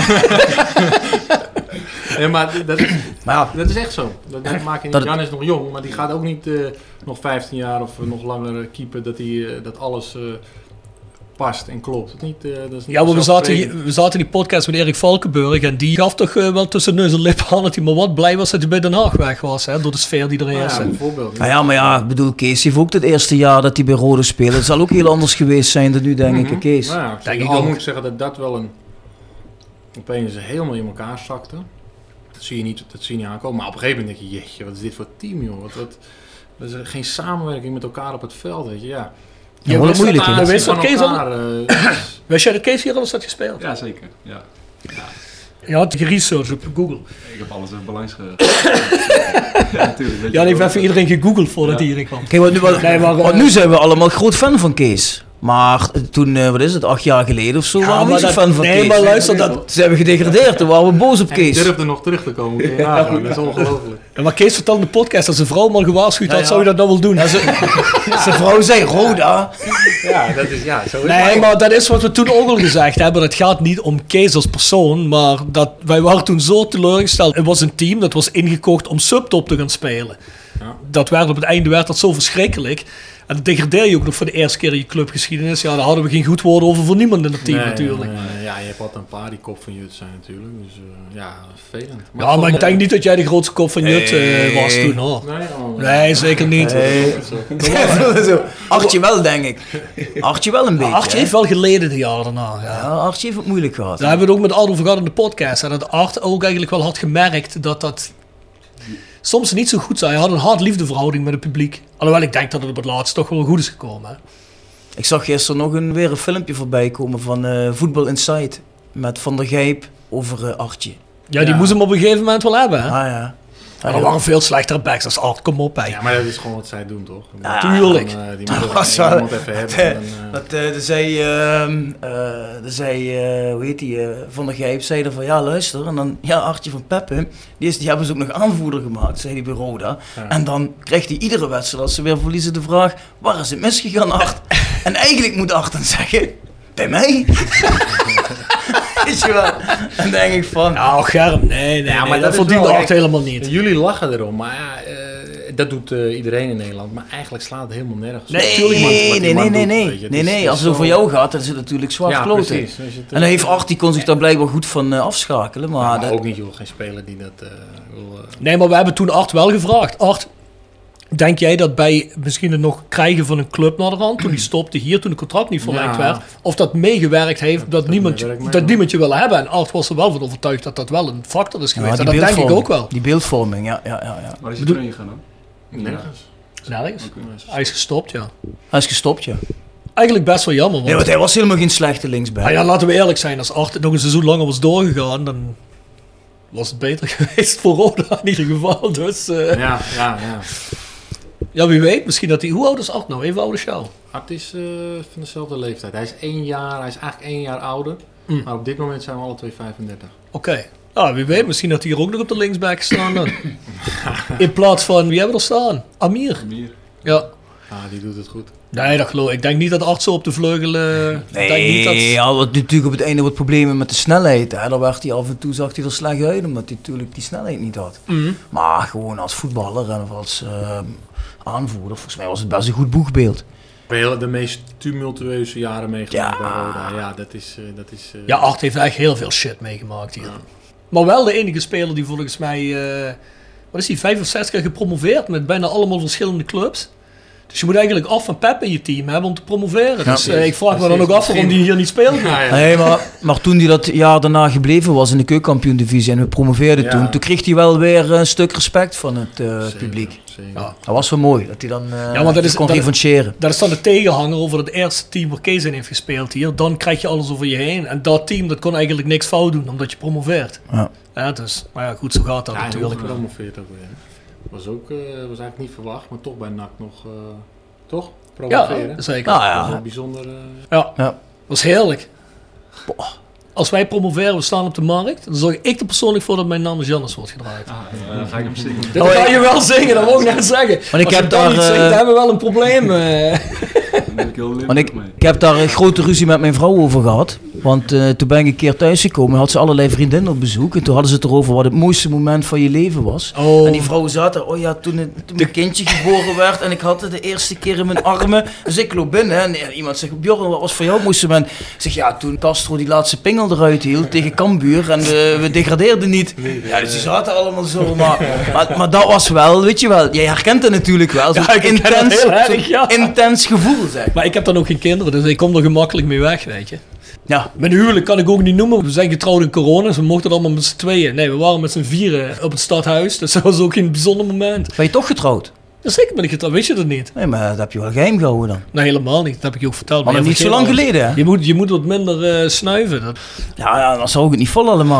Nee, maar dat is, maar ja, dat is echt zo. Dat, dat maak je niet. Jan is nog jong, maar die gaat ook niet uh, nog vijftien jaar of uh, nog langer keeper dat, die, uh, dat alles... Uh, past en klopt. Niet, uh, dat is niet ja, maar we zaten, hier, we zaten in die podcast met Erik Valkenburg en die gaf toch uh, wel tussen neus en lippen aan dat hij maar wat blij was dat hij bij Den Haag weg was, hè, door de sfeer die er is. Ah, ja, bijvoorbeeld. Ja, ja, maar ja, ik bedoel, Kees heeft ook het eerste jaar dat hij bij Rode speelde. Het zal ook heel anders geweest zijn dan nu, denk mm-hmm. ik, Kees. Nou ja, denk ik al moet ik zeggen dat dat wel een... opeens helemaal in elkaar zakte. Dat zie je niet, dat zie je niet aankomen. Maar op een gegeven moment denk je, jeetje, wat is dit voor team, joh. Wat, wat, dat is geen samenwerking met elkaar op het veld, weet je, ja. Ja, wat moeilijk is. Wist dat Kees al? Wist jij dat Kees hier al eens had gespeeld? Ja, zeker. Ja. Ja. Je had geresearched op Google. Ik heb alles even belangs ge... ja, natuurlijk. Ja, die heeft even iedereen gegoogeld voordat hij hierin kwam. Kijk, wat nu, wat, nee, maar, uh, nu zijn we allemaal groot fan van Kees. Maar toen, uh, wat is het, acht jaar geleden of zo, ja, waren we niet zo fan van nee, Kees. Nee, maar luister, dat... Toen zijn we gedegradeerd, toen waren we boos op Kees. Ik durfde nog terug te komen. Ja, ja, dat is ongelooflijk. Ja, maar Kees vertelde in de podcast dat zijn vrouw hem al gewaarschuwd had, ja, ja. zou je dat nou wel doen? Ja, zijn vrouw zei, Roda. Ja, dat is, ja, zo is Nee, maar dat is wat we toen ook al gezegd hebben. Het gaat niet om Kees als persoon, maar dat, wij waren toen zo teleurgesteld. Het was een team dat was ingekocht om subtop te gaan spelen. Ja. Dat werd op het einde werd dat zo verschrikkelijk. En dan degradeer je ook nog voor de eerste keer in je clubgeschiedenis. Ja, daar hadden we geen goed woord over voor niemand in het team Nee, natuurlijk. nee, nee. Ja, je hebt altijd een paar die kop van Jut zijn natuurlijk. Dus uh, ja, vervelend. Ja, maar ik denk niet dat jij de grootste kop van Jut uh, was toen hoor. Nee, oh, nee zeker niet. Nee. Zo. Artje wel, denk ik. Artje wel een beetje. Artje heeft wel geleden de jaren daarna. Ja. Ja, Artje heeft het moeilijk gehad. Daar hebben we het ook met Art over gehad in de podcast. En dat Art ook eigenlijk wel had gemerkt dat dat soms niet zo goed zou. Hij had een hard-liefdeverhouding met het publiek. Alhoewel ik denk dat het op het laatst toch wel goed is gekomen. Hè? Ik zag gisteren nog een, weer een filmpje voorbij komen van uh, Voetbal Insight. Met Van der Gijp over uh, Artje. Ja, die ja. moest hem op een gegeven moment wel hebben. Hè? Ah ja. Maar er waren veel slechtere backs als Art, kom op. Hè. Ja, maar dat is gewoon wat zij doen, toch? Ja, tuurlijk. Dan, uh, die moet er iemand even hebben. Dat uh, zei, uh, uh, zei uh, hoe heet die, uh, Van der Gijp, zei er van, ja luister, en dan, ja, Artje van Peppe, die, is, die hebben ze ook nog aanvoerder gemaakt, zei hij bij Roda. Ja. En dan krijgt hij iedere wedstrijd, als ze weer verliezen, de vraag, waar is het misgegaan, Art? En eigenlijk moet Art dan zeggen, bij mij? Weet je wel? En denk ik van... Nou, Germ, nee, nee, ja, maar nee, dat, dat verdient Art helemaal niet. Jullie lachen erom, maar ja, uh, dat doet uh, iedereen in Nederland. Maar eigenlijk slaat het helemaal nergens. Nee, natuurlijk nee, nee, nee, nee, nee, nee, nee, nee. Als het over jou gaat, dan is het natuurlijk zwaar ja, kloten. Precies. Het, en dan heeft Art, die kon zich daar blijkbaar goed van uh, afschakelen. Maar, ja, maar dat... ook niet, joh, geen speler die dat uh, wil... Uh... Nee, maar we hebben toen Art wel gevraagd. Art, denk jij dat bij misschien het nog krijgen van een club naar de rand, toen hij stopte hier, toen het contract niet verlengd ja. werd, of dat meegewerkt heeft dat, dat, niemand, je, dat niemand je wil hebben? En Art was er wel van overtuigd dat dat wel een factor is geweest. Ja, en dat denk ik ook wel. Die beeldvorming, ja. ja, ja, ja. Waar is hij toen gegaan dan? Nergens. Nergens? Hij is gestopt, ja. Hij is gestopt, ja. Eigenlijk best wel jammer. Want nee, want hij was helemaal geen slechte linksback. Nou ja, laten we eerlijk zijn, als Art nog een seizoen langer was doorgegaan, dan was het beter geweest voor Roda in ieder geval. Dus, uh... ja, ja, ja. Ja, wie weet. Misschien dat hij... Hoe oud is Art nou? Even oude show. Art is uh, van dezelfde leeftijd. Hij is één jaar... Hij is eigenlijk één jaar ouder. Mm. Maar op dit moment zijn we alle twee vijfendertig. Oké. Okay. Nou, wie weet. Misschien dat hij hier ook nog op de linksback staan dan. In plaats van... Wie hebben we er staan? Amir. Amir. Ja. Ah, die doet het goed. Nee, dat geloof ik. Ik denk niet dat Art zo op de vleugel... Uh, nee, denk niet dat... ja, wat natuurlijk op het einde wat problemen met de snelheid. Hè. Daar werd hij af en toe, zag hij er slecht uit, omdat hij natuurlijk die snelheid niet had. Mm. Maar gewoon als voetballer en als uh, aanvoerder, volgens mij was het best een goed boegbeeld. Heel de meest tumultueuze jaren meegemaakt bij Roda. Ja, dat is... Uh, dat is uh, ja, Art heeft echt heel veel shit meegemaakt hier. Ja. Maar wel de enige speler die volgens mij... Uh, wat is die, vijf of zes keer gepromoveerd met bijna allemaal verschillende clubs. Dus je moet eigenlijk af van Pep in je team hebben om te promoveren. Ja, dus uh, ik vraag me dan ook af waarom die hier niet speelt. Ja, ja. Nee, maar, maar toen hij dat jaar daarna gebleven was in de keukenkampioen-divisie en we promoveerden ja. toen, toen kreeg hij wel weer een stuk respect van het uh, zeker, publiek. Zeker. Ja. Dat was wel mooi, dat hij dan uh, ja, want dat is, kon revancheren. Dat is dan de tegenhanger over het eerste team waar Kees in heeft gespeeld hier. Dan krijg je alles over je heen. En dat team dat kon eigenlijk niks fout doen, omdat je promoveert. Ja. Ja, dus, maar ja, goed, zo gaat dat ja, natuurlijk. Ja, gepromoveerd ook weer. Was ook, uh, was eigenlijk niet verwacht, maar toch bij N A C nog, uh, toch? Promoveren. Ja, zeker. Nou, ja. Dat was een bijzonder... Uh... Ja, ja, dat was heerlijk. Boah. Als wij promoveren, we staan op de markt, dan zorg ik er persoonlijk voor dat mijn naam als Jannes wordt gedraaid. Ah, ja, dan ga ik hem zingen. Dat oh, ga je wel zingen, dat wil ik net zeggen. Want ik als heb daar, niet zingt, dan hebben we wel een probleem. Uh. Want ik, ik heb daar een grote ruzie met mijn vrouw over gehad. Want uh, toen ben ik een keer thuisgekomen, had ze allerlei vriendinnen op bezoek. En toen hadden ze het erover wat het mooiste moment van je leven was. Oh. En die vrouw zat er, oh ja, toen, het, toen mijn kindje geboren werd en ik had het de eerste keer in mijn armen. Dus ik loop binnen en iemand zegt, Bjorn, wat was voor jou het mooiste moment? Ik zeg, ja, toen Castro die laatste pingel eruit hield tegen Cambuur en we, we degradeerden niet. Ja, dus die zaten allemaal zo. Maar, maar, maar dat was wel, weet je wel, jij herkent het natuurlijk wel. Zo'n ja, intens, zo erg, ja. intens gevoel, zeg. Maar ik heb dan ook geen kinderen, dus ik kom er gemakkelijk mee weg, weet je. Ja. Mijn huwelijk kan ik ook niet noemen. We zijn getrouwd in corona, dus we mochten het allemaal met z'n tweeën. Nee, we waren met z'n vieren op het stadhuis, dus dat was ook een bijzonder moment. Ben je toch getrouwd? Ja, zeker ben ik getrouwd, wist je dat niet? Nee, maar dat heb je wel geheim gehouden dan? Nee, helemaal niet, dat heb ik je ook verteld. Maar, maar niet zo lang alles. geleden, hè? Je moet, je moet wat minder uh, snuiven. Dat... Ja, ja, dan zou ik het niet vol allemaal.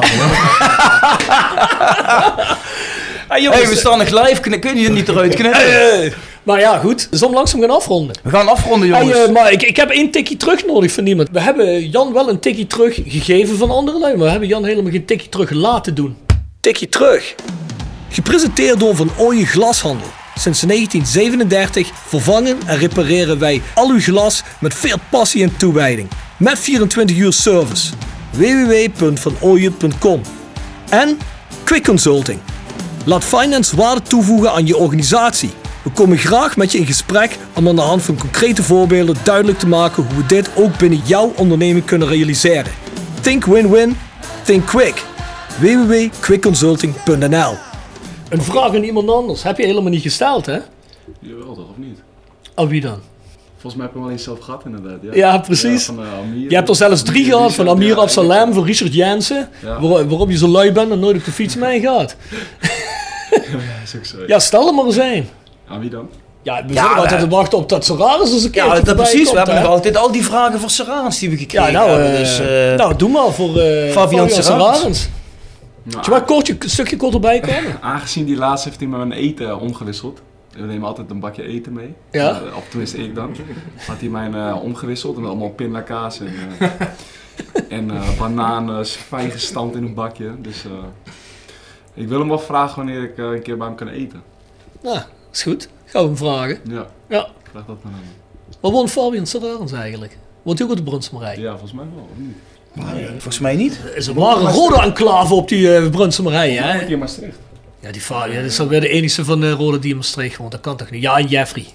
Hey, jongens, hey, we staan nog live, kun je er niet eruit knippen? Maar ja, goed. Dus om langzaam gaan afronden. We gaan afronden, jongens. Hey, uh, maar ik, ik heb één tikkie terug nodig van niemand. We hebben Jan wel een tikkie terug gegeven van andere lui, maar we hebben Jan helemaal geen tikkie terug laten doen. Tikkie terug. Gepresenteerd door Van Ooyen Glashandel. Sinds negentien zevenendertig vervangen en repareren wij al uw glas met veel passie en toewijding. Met vierentwintig uur service. w w w punt van ooyen punt com. En Quick Consulting. Laat finance waarde toevoegen aan je organisatie. We komen graag met je in gesprek om aan de hand van concrete voorbeelden duidelijk te maken hoe we dit ook binnen jouw onderneming kunnen realiseren. Think win-win, think quick. w w w punt quick consulting punt n l. Een vraag aan iemand anders heb je helemaal niet gesteld, hè? Jawel toch, of niet? Aan wie dan? Volgens mij heb ik hem wel eens zelf gehad inderdaad. Ja, ja precies. Ja, van, uh, Amir, je hebt er zelfs drie Amir, gehad, van Amir ja, Absalem, van Richard Jensen, ja. waar, waarop je zo lui bent en nooit op de fiets mee gaat. Ja, is ook zo. Ja, stel er maar eens een. Aan wie dan? Ja, we Ja, zitten altijd we- te wachten op dat Seraris eens een keer Ja, dat precies. komt, We hebben hè? nog altijd al die vragen voor Serrans die we gekregen Ja, nou, hebben. eh, Dus, eh, nou doe maar voor uh, Fabian Serrans. Serrans. Nou, Zullen we maar kort, een stukje kort erbij komen? Aangezien die laatst heeft hij met mijn eten omgewisseld. We nemen altijd een bakje eten mee. Ja. Uh, of tenminste ik dan. Had hij mij uh, omgewisseld en allemaal pindakaas en, uh, en uh, bananen, fijn gestampt in een bakje. Dus uh, ik wil hem wel vragen wanneer ik uh, een keer bij hem kan eten. Nou, is goed. Gaan we hem vragen. Ja, Ja. vraag dat maar aan hem. Waar woont Fabian Serrans eigenlijk? Woont hij ook op de Brunsumerij? Ja, volgens mij wel, of niet? Nee, volgens mij niet. Is er maar een rode enclave op die uh, Brunsumerij, hè? Ja, in Maastricht. Ja, die Fabian, dat is alweer de enige van de rode die in Maastricht woont. Dat kan toch niet? Ja, en Jeffrey.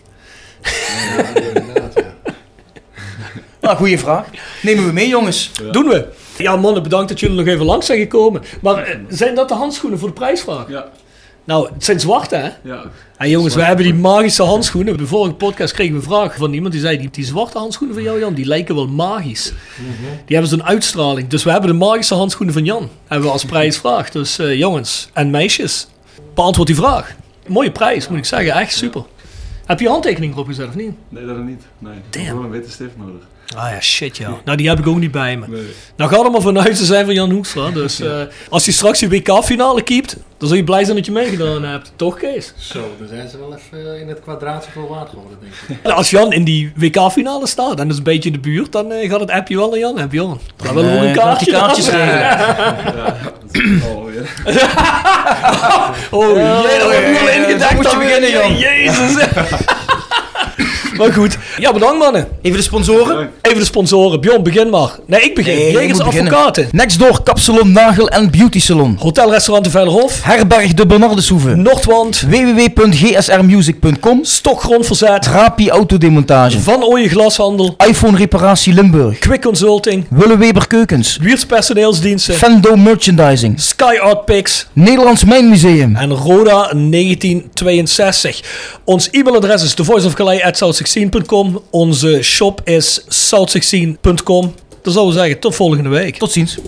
Nou, goede vraag. Nemen we mee, jongens. Ja. Doen we. Ja, mannen, bedankt dat jullie nog even langs zijn gekomen. Maar uh, zijn dat de handschoenen voor de prijsvraag? Ja. Nou, het zijn zwarte, hè? Ja. Hey, jongens, we hebben die magische handschoenen. De vorige podcast kregen we een vraag van iemand die zei... Die, die zwarte handschoenen van jou, Jan, die lijken wel magisch. Mm-hmm. Die hebben zo'n uitstraling. Dus we hebben de magische handschoenen van Jan. Hebben we als prijsvraag. Dus uh, jongens en meisjes, beantwoord die vraag. Mooie prijs, moet ik zeggen. Echt super. Heb je handtekening erop gezet, of niet? Nee, dat niet. Nee, ik heb wel een witte stift nodig. Ah ja, shit ja. Nou, die heb ik ook niet bij me. Nee. Nou gaat er maar vanuit, ze zijn van Jan Hoekstra. Dus uh, als je straks je W K-finale keept, dan zul je blij zijn dat je meegedaan hebt. Toch, Kees? Zo, dan zijn ze wel even in het kwadraatje voor waard geworden, denk ik. Nou, als Jan in die W K-finale staat en dat is een beetje in de buurt, dan uh, gaat het appje wel naar Jan. Heb Jan. Dan willen we een kaartje. Die kaartjes aan. regelen. Ja, dat is alweer. Oh, jee, daar heb ik wel ingedekt. moet je beginnen, Jan. Jezus. Maar goed. Ja, bedankt mannen. Even de sponsoren. Even de sponsoren. Bjorn, begin maar. Nee, ik begin. Nee, Jegers je moet beginnen. Advocaten. Nextdoor Kapsalon, Nagel en Beauty Salon. Hotelrestaurant de Veilerhof. Herberg de Bernardeshoeve. Noordwand. w w w punt g s r music punt com. Stokgrondverzet. Rapi Autodemontage. Van Ooyen Glashandel. iPhone Reparatie Limburg. Quick Consulting. Willeweber Keukens. Wiers Personeelsdiensten. Fendo Merchandising. Sky Art Picks. Nederlands Mijnmuseum. En Roda negentien tweeënzestig. Ons e-mailadres is the voice of calais at south sixteen punt com. Onze shop is south sixteen punt com. Dan zouden we zeggen, tot volgende week. Tot ziens.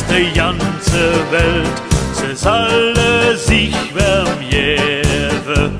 Welt, ze zullen zich vermjeven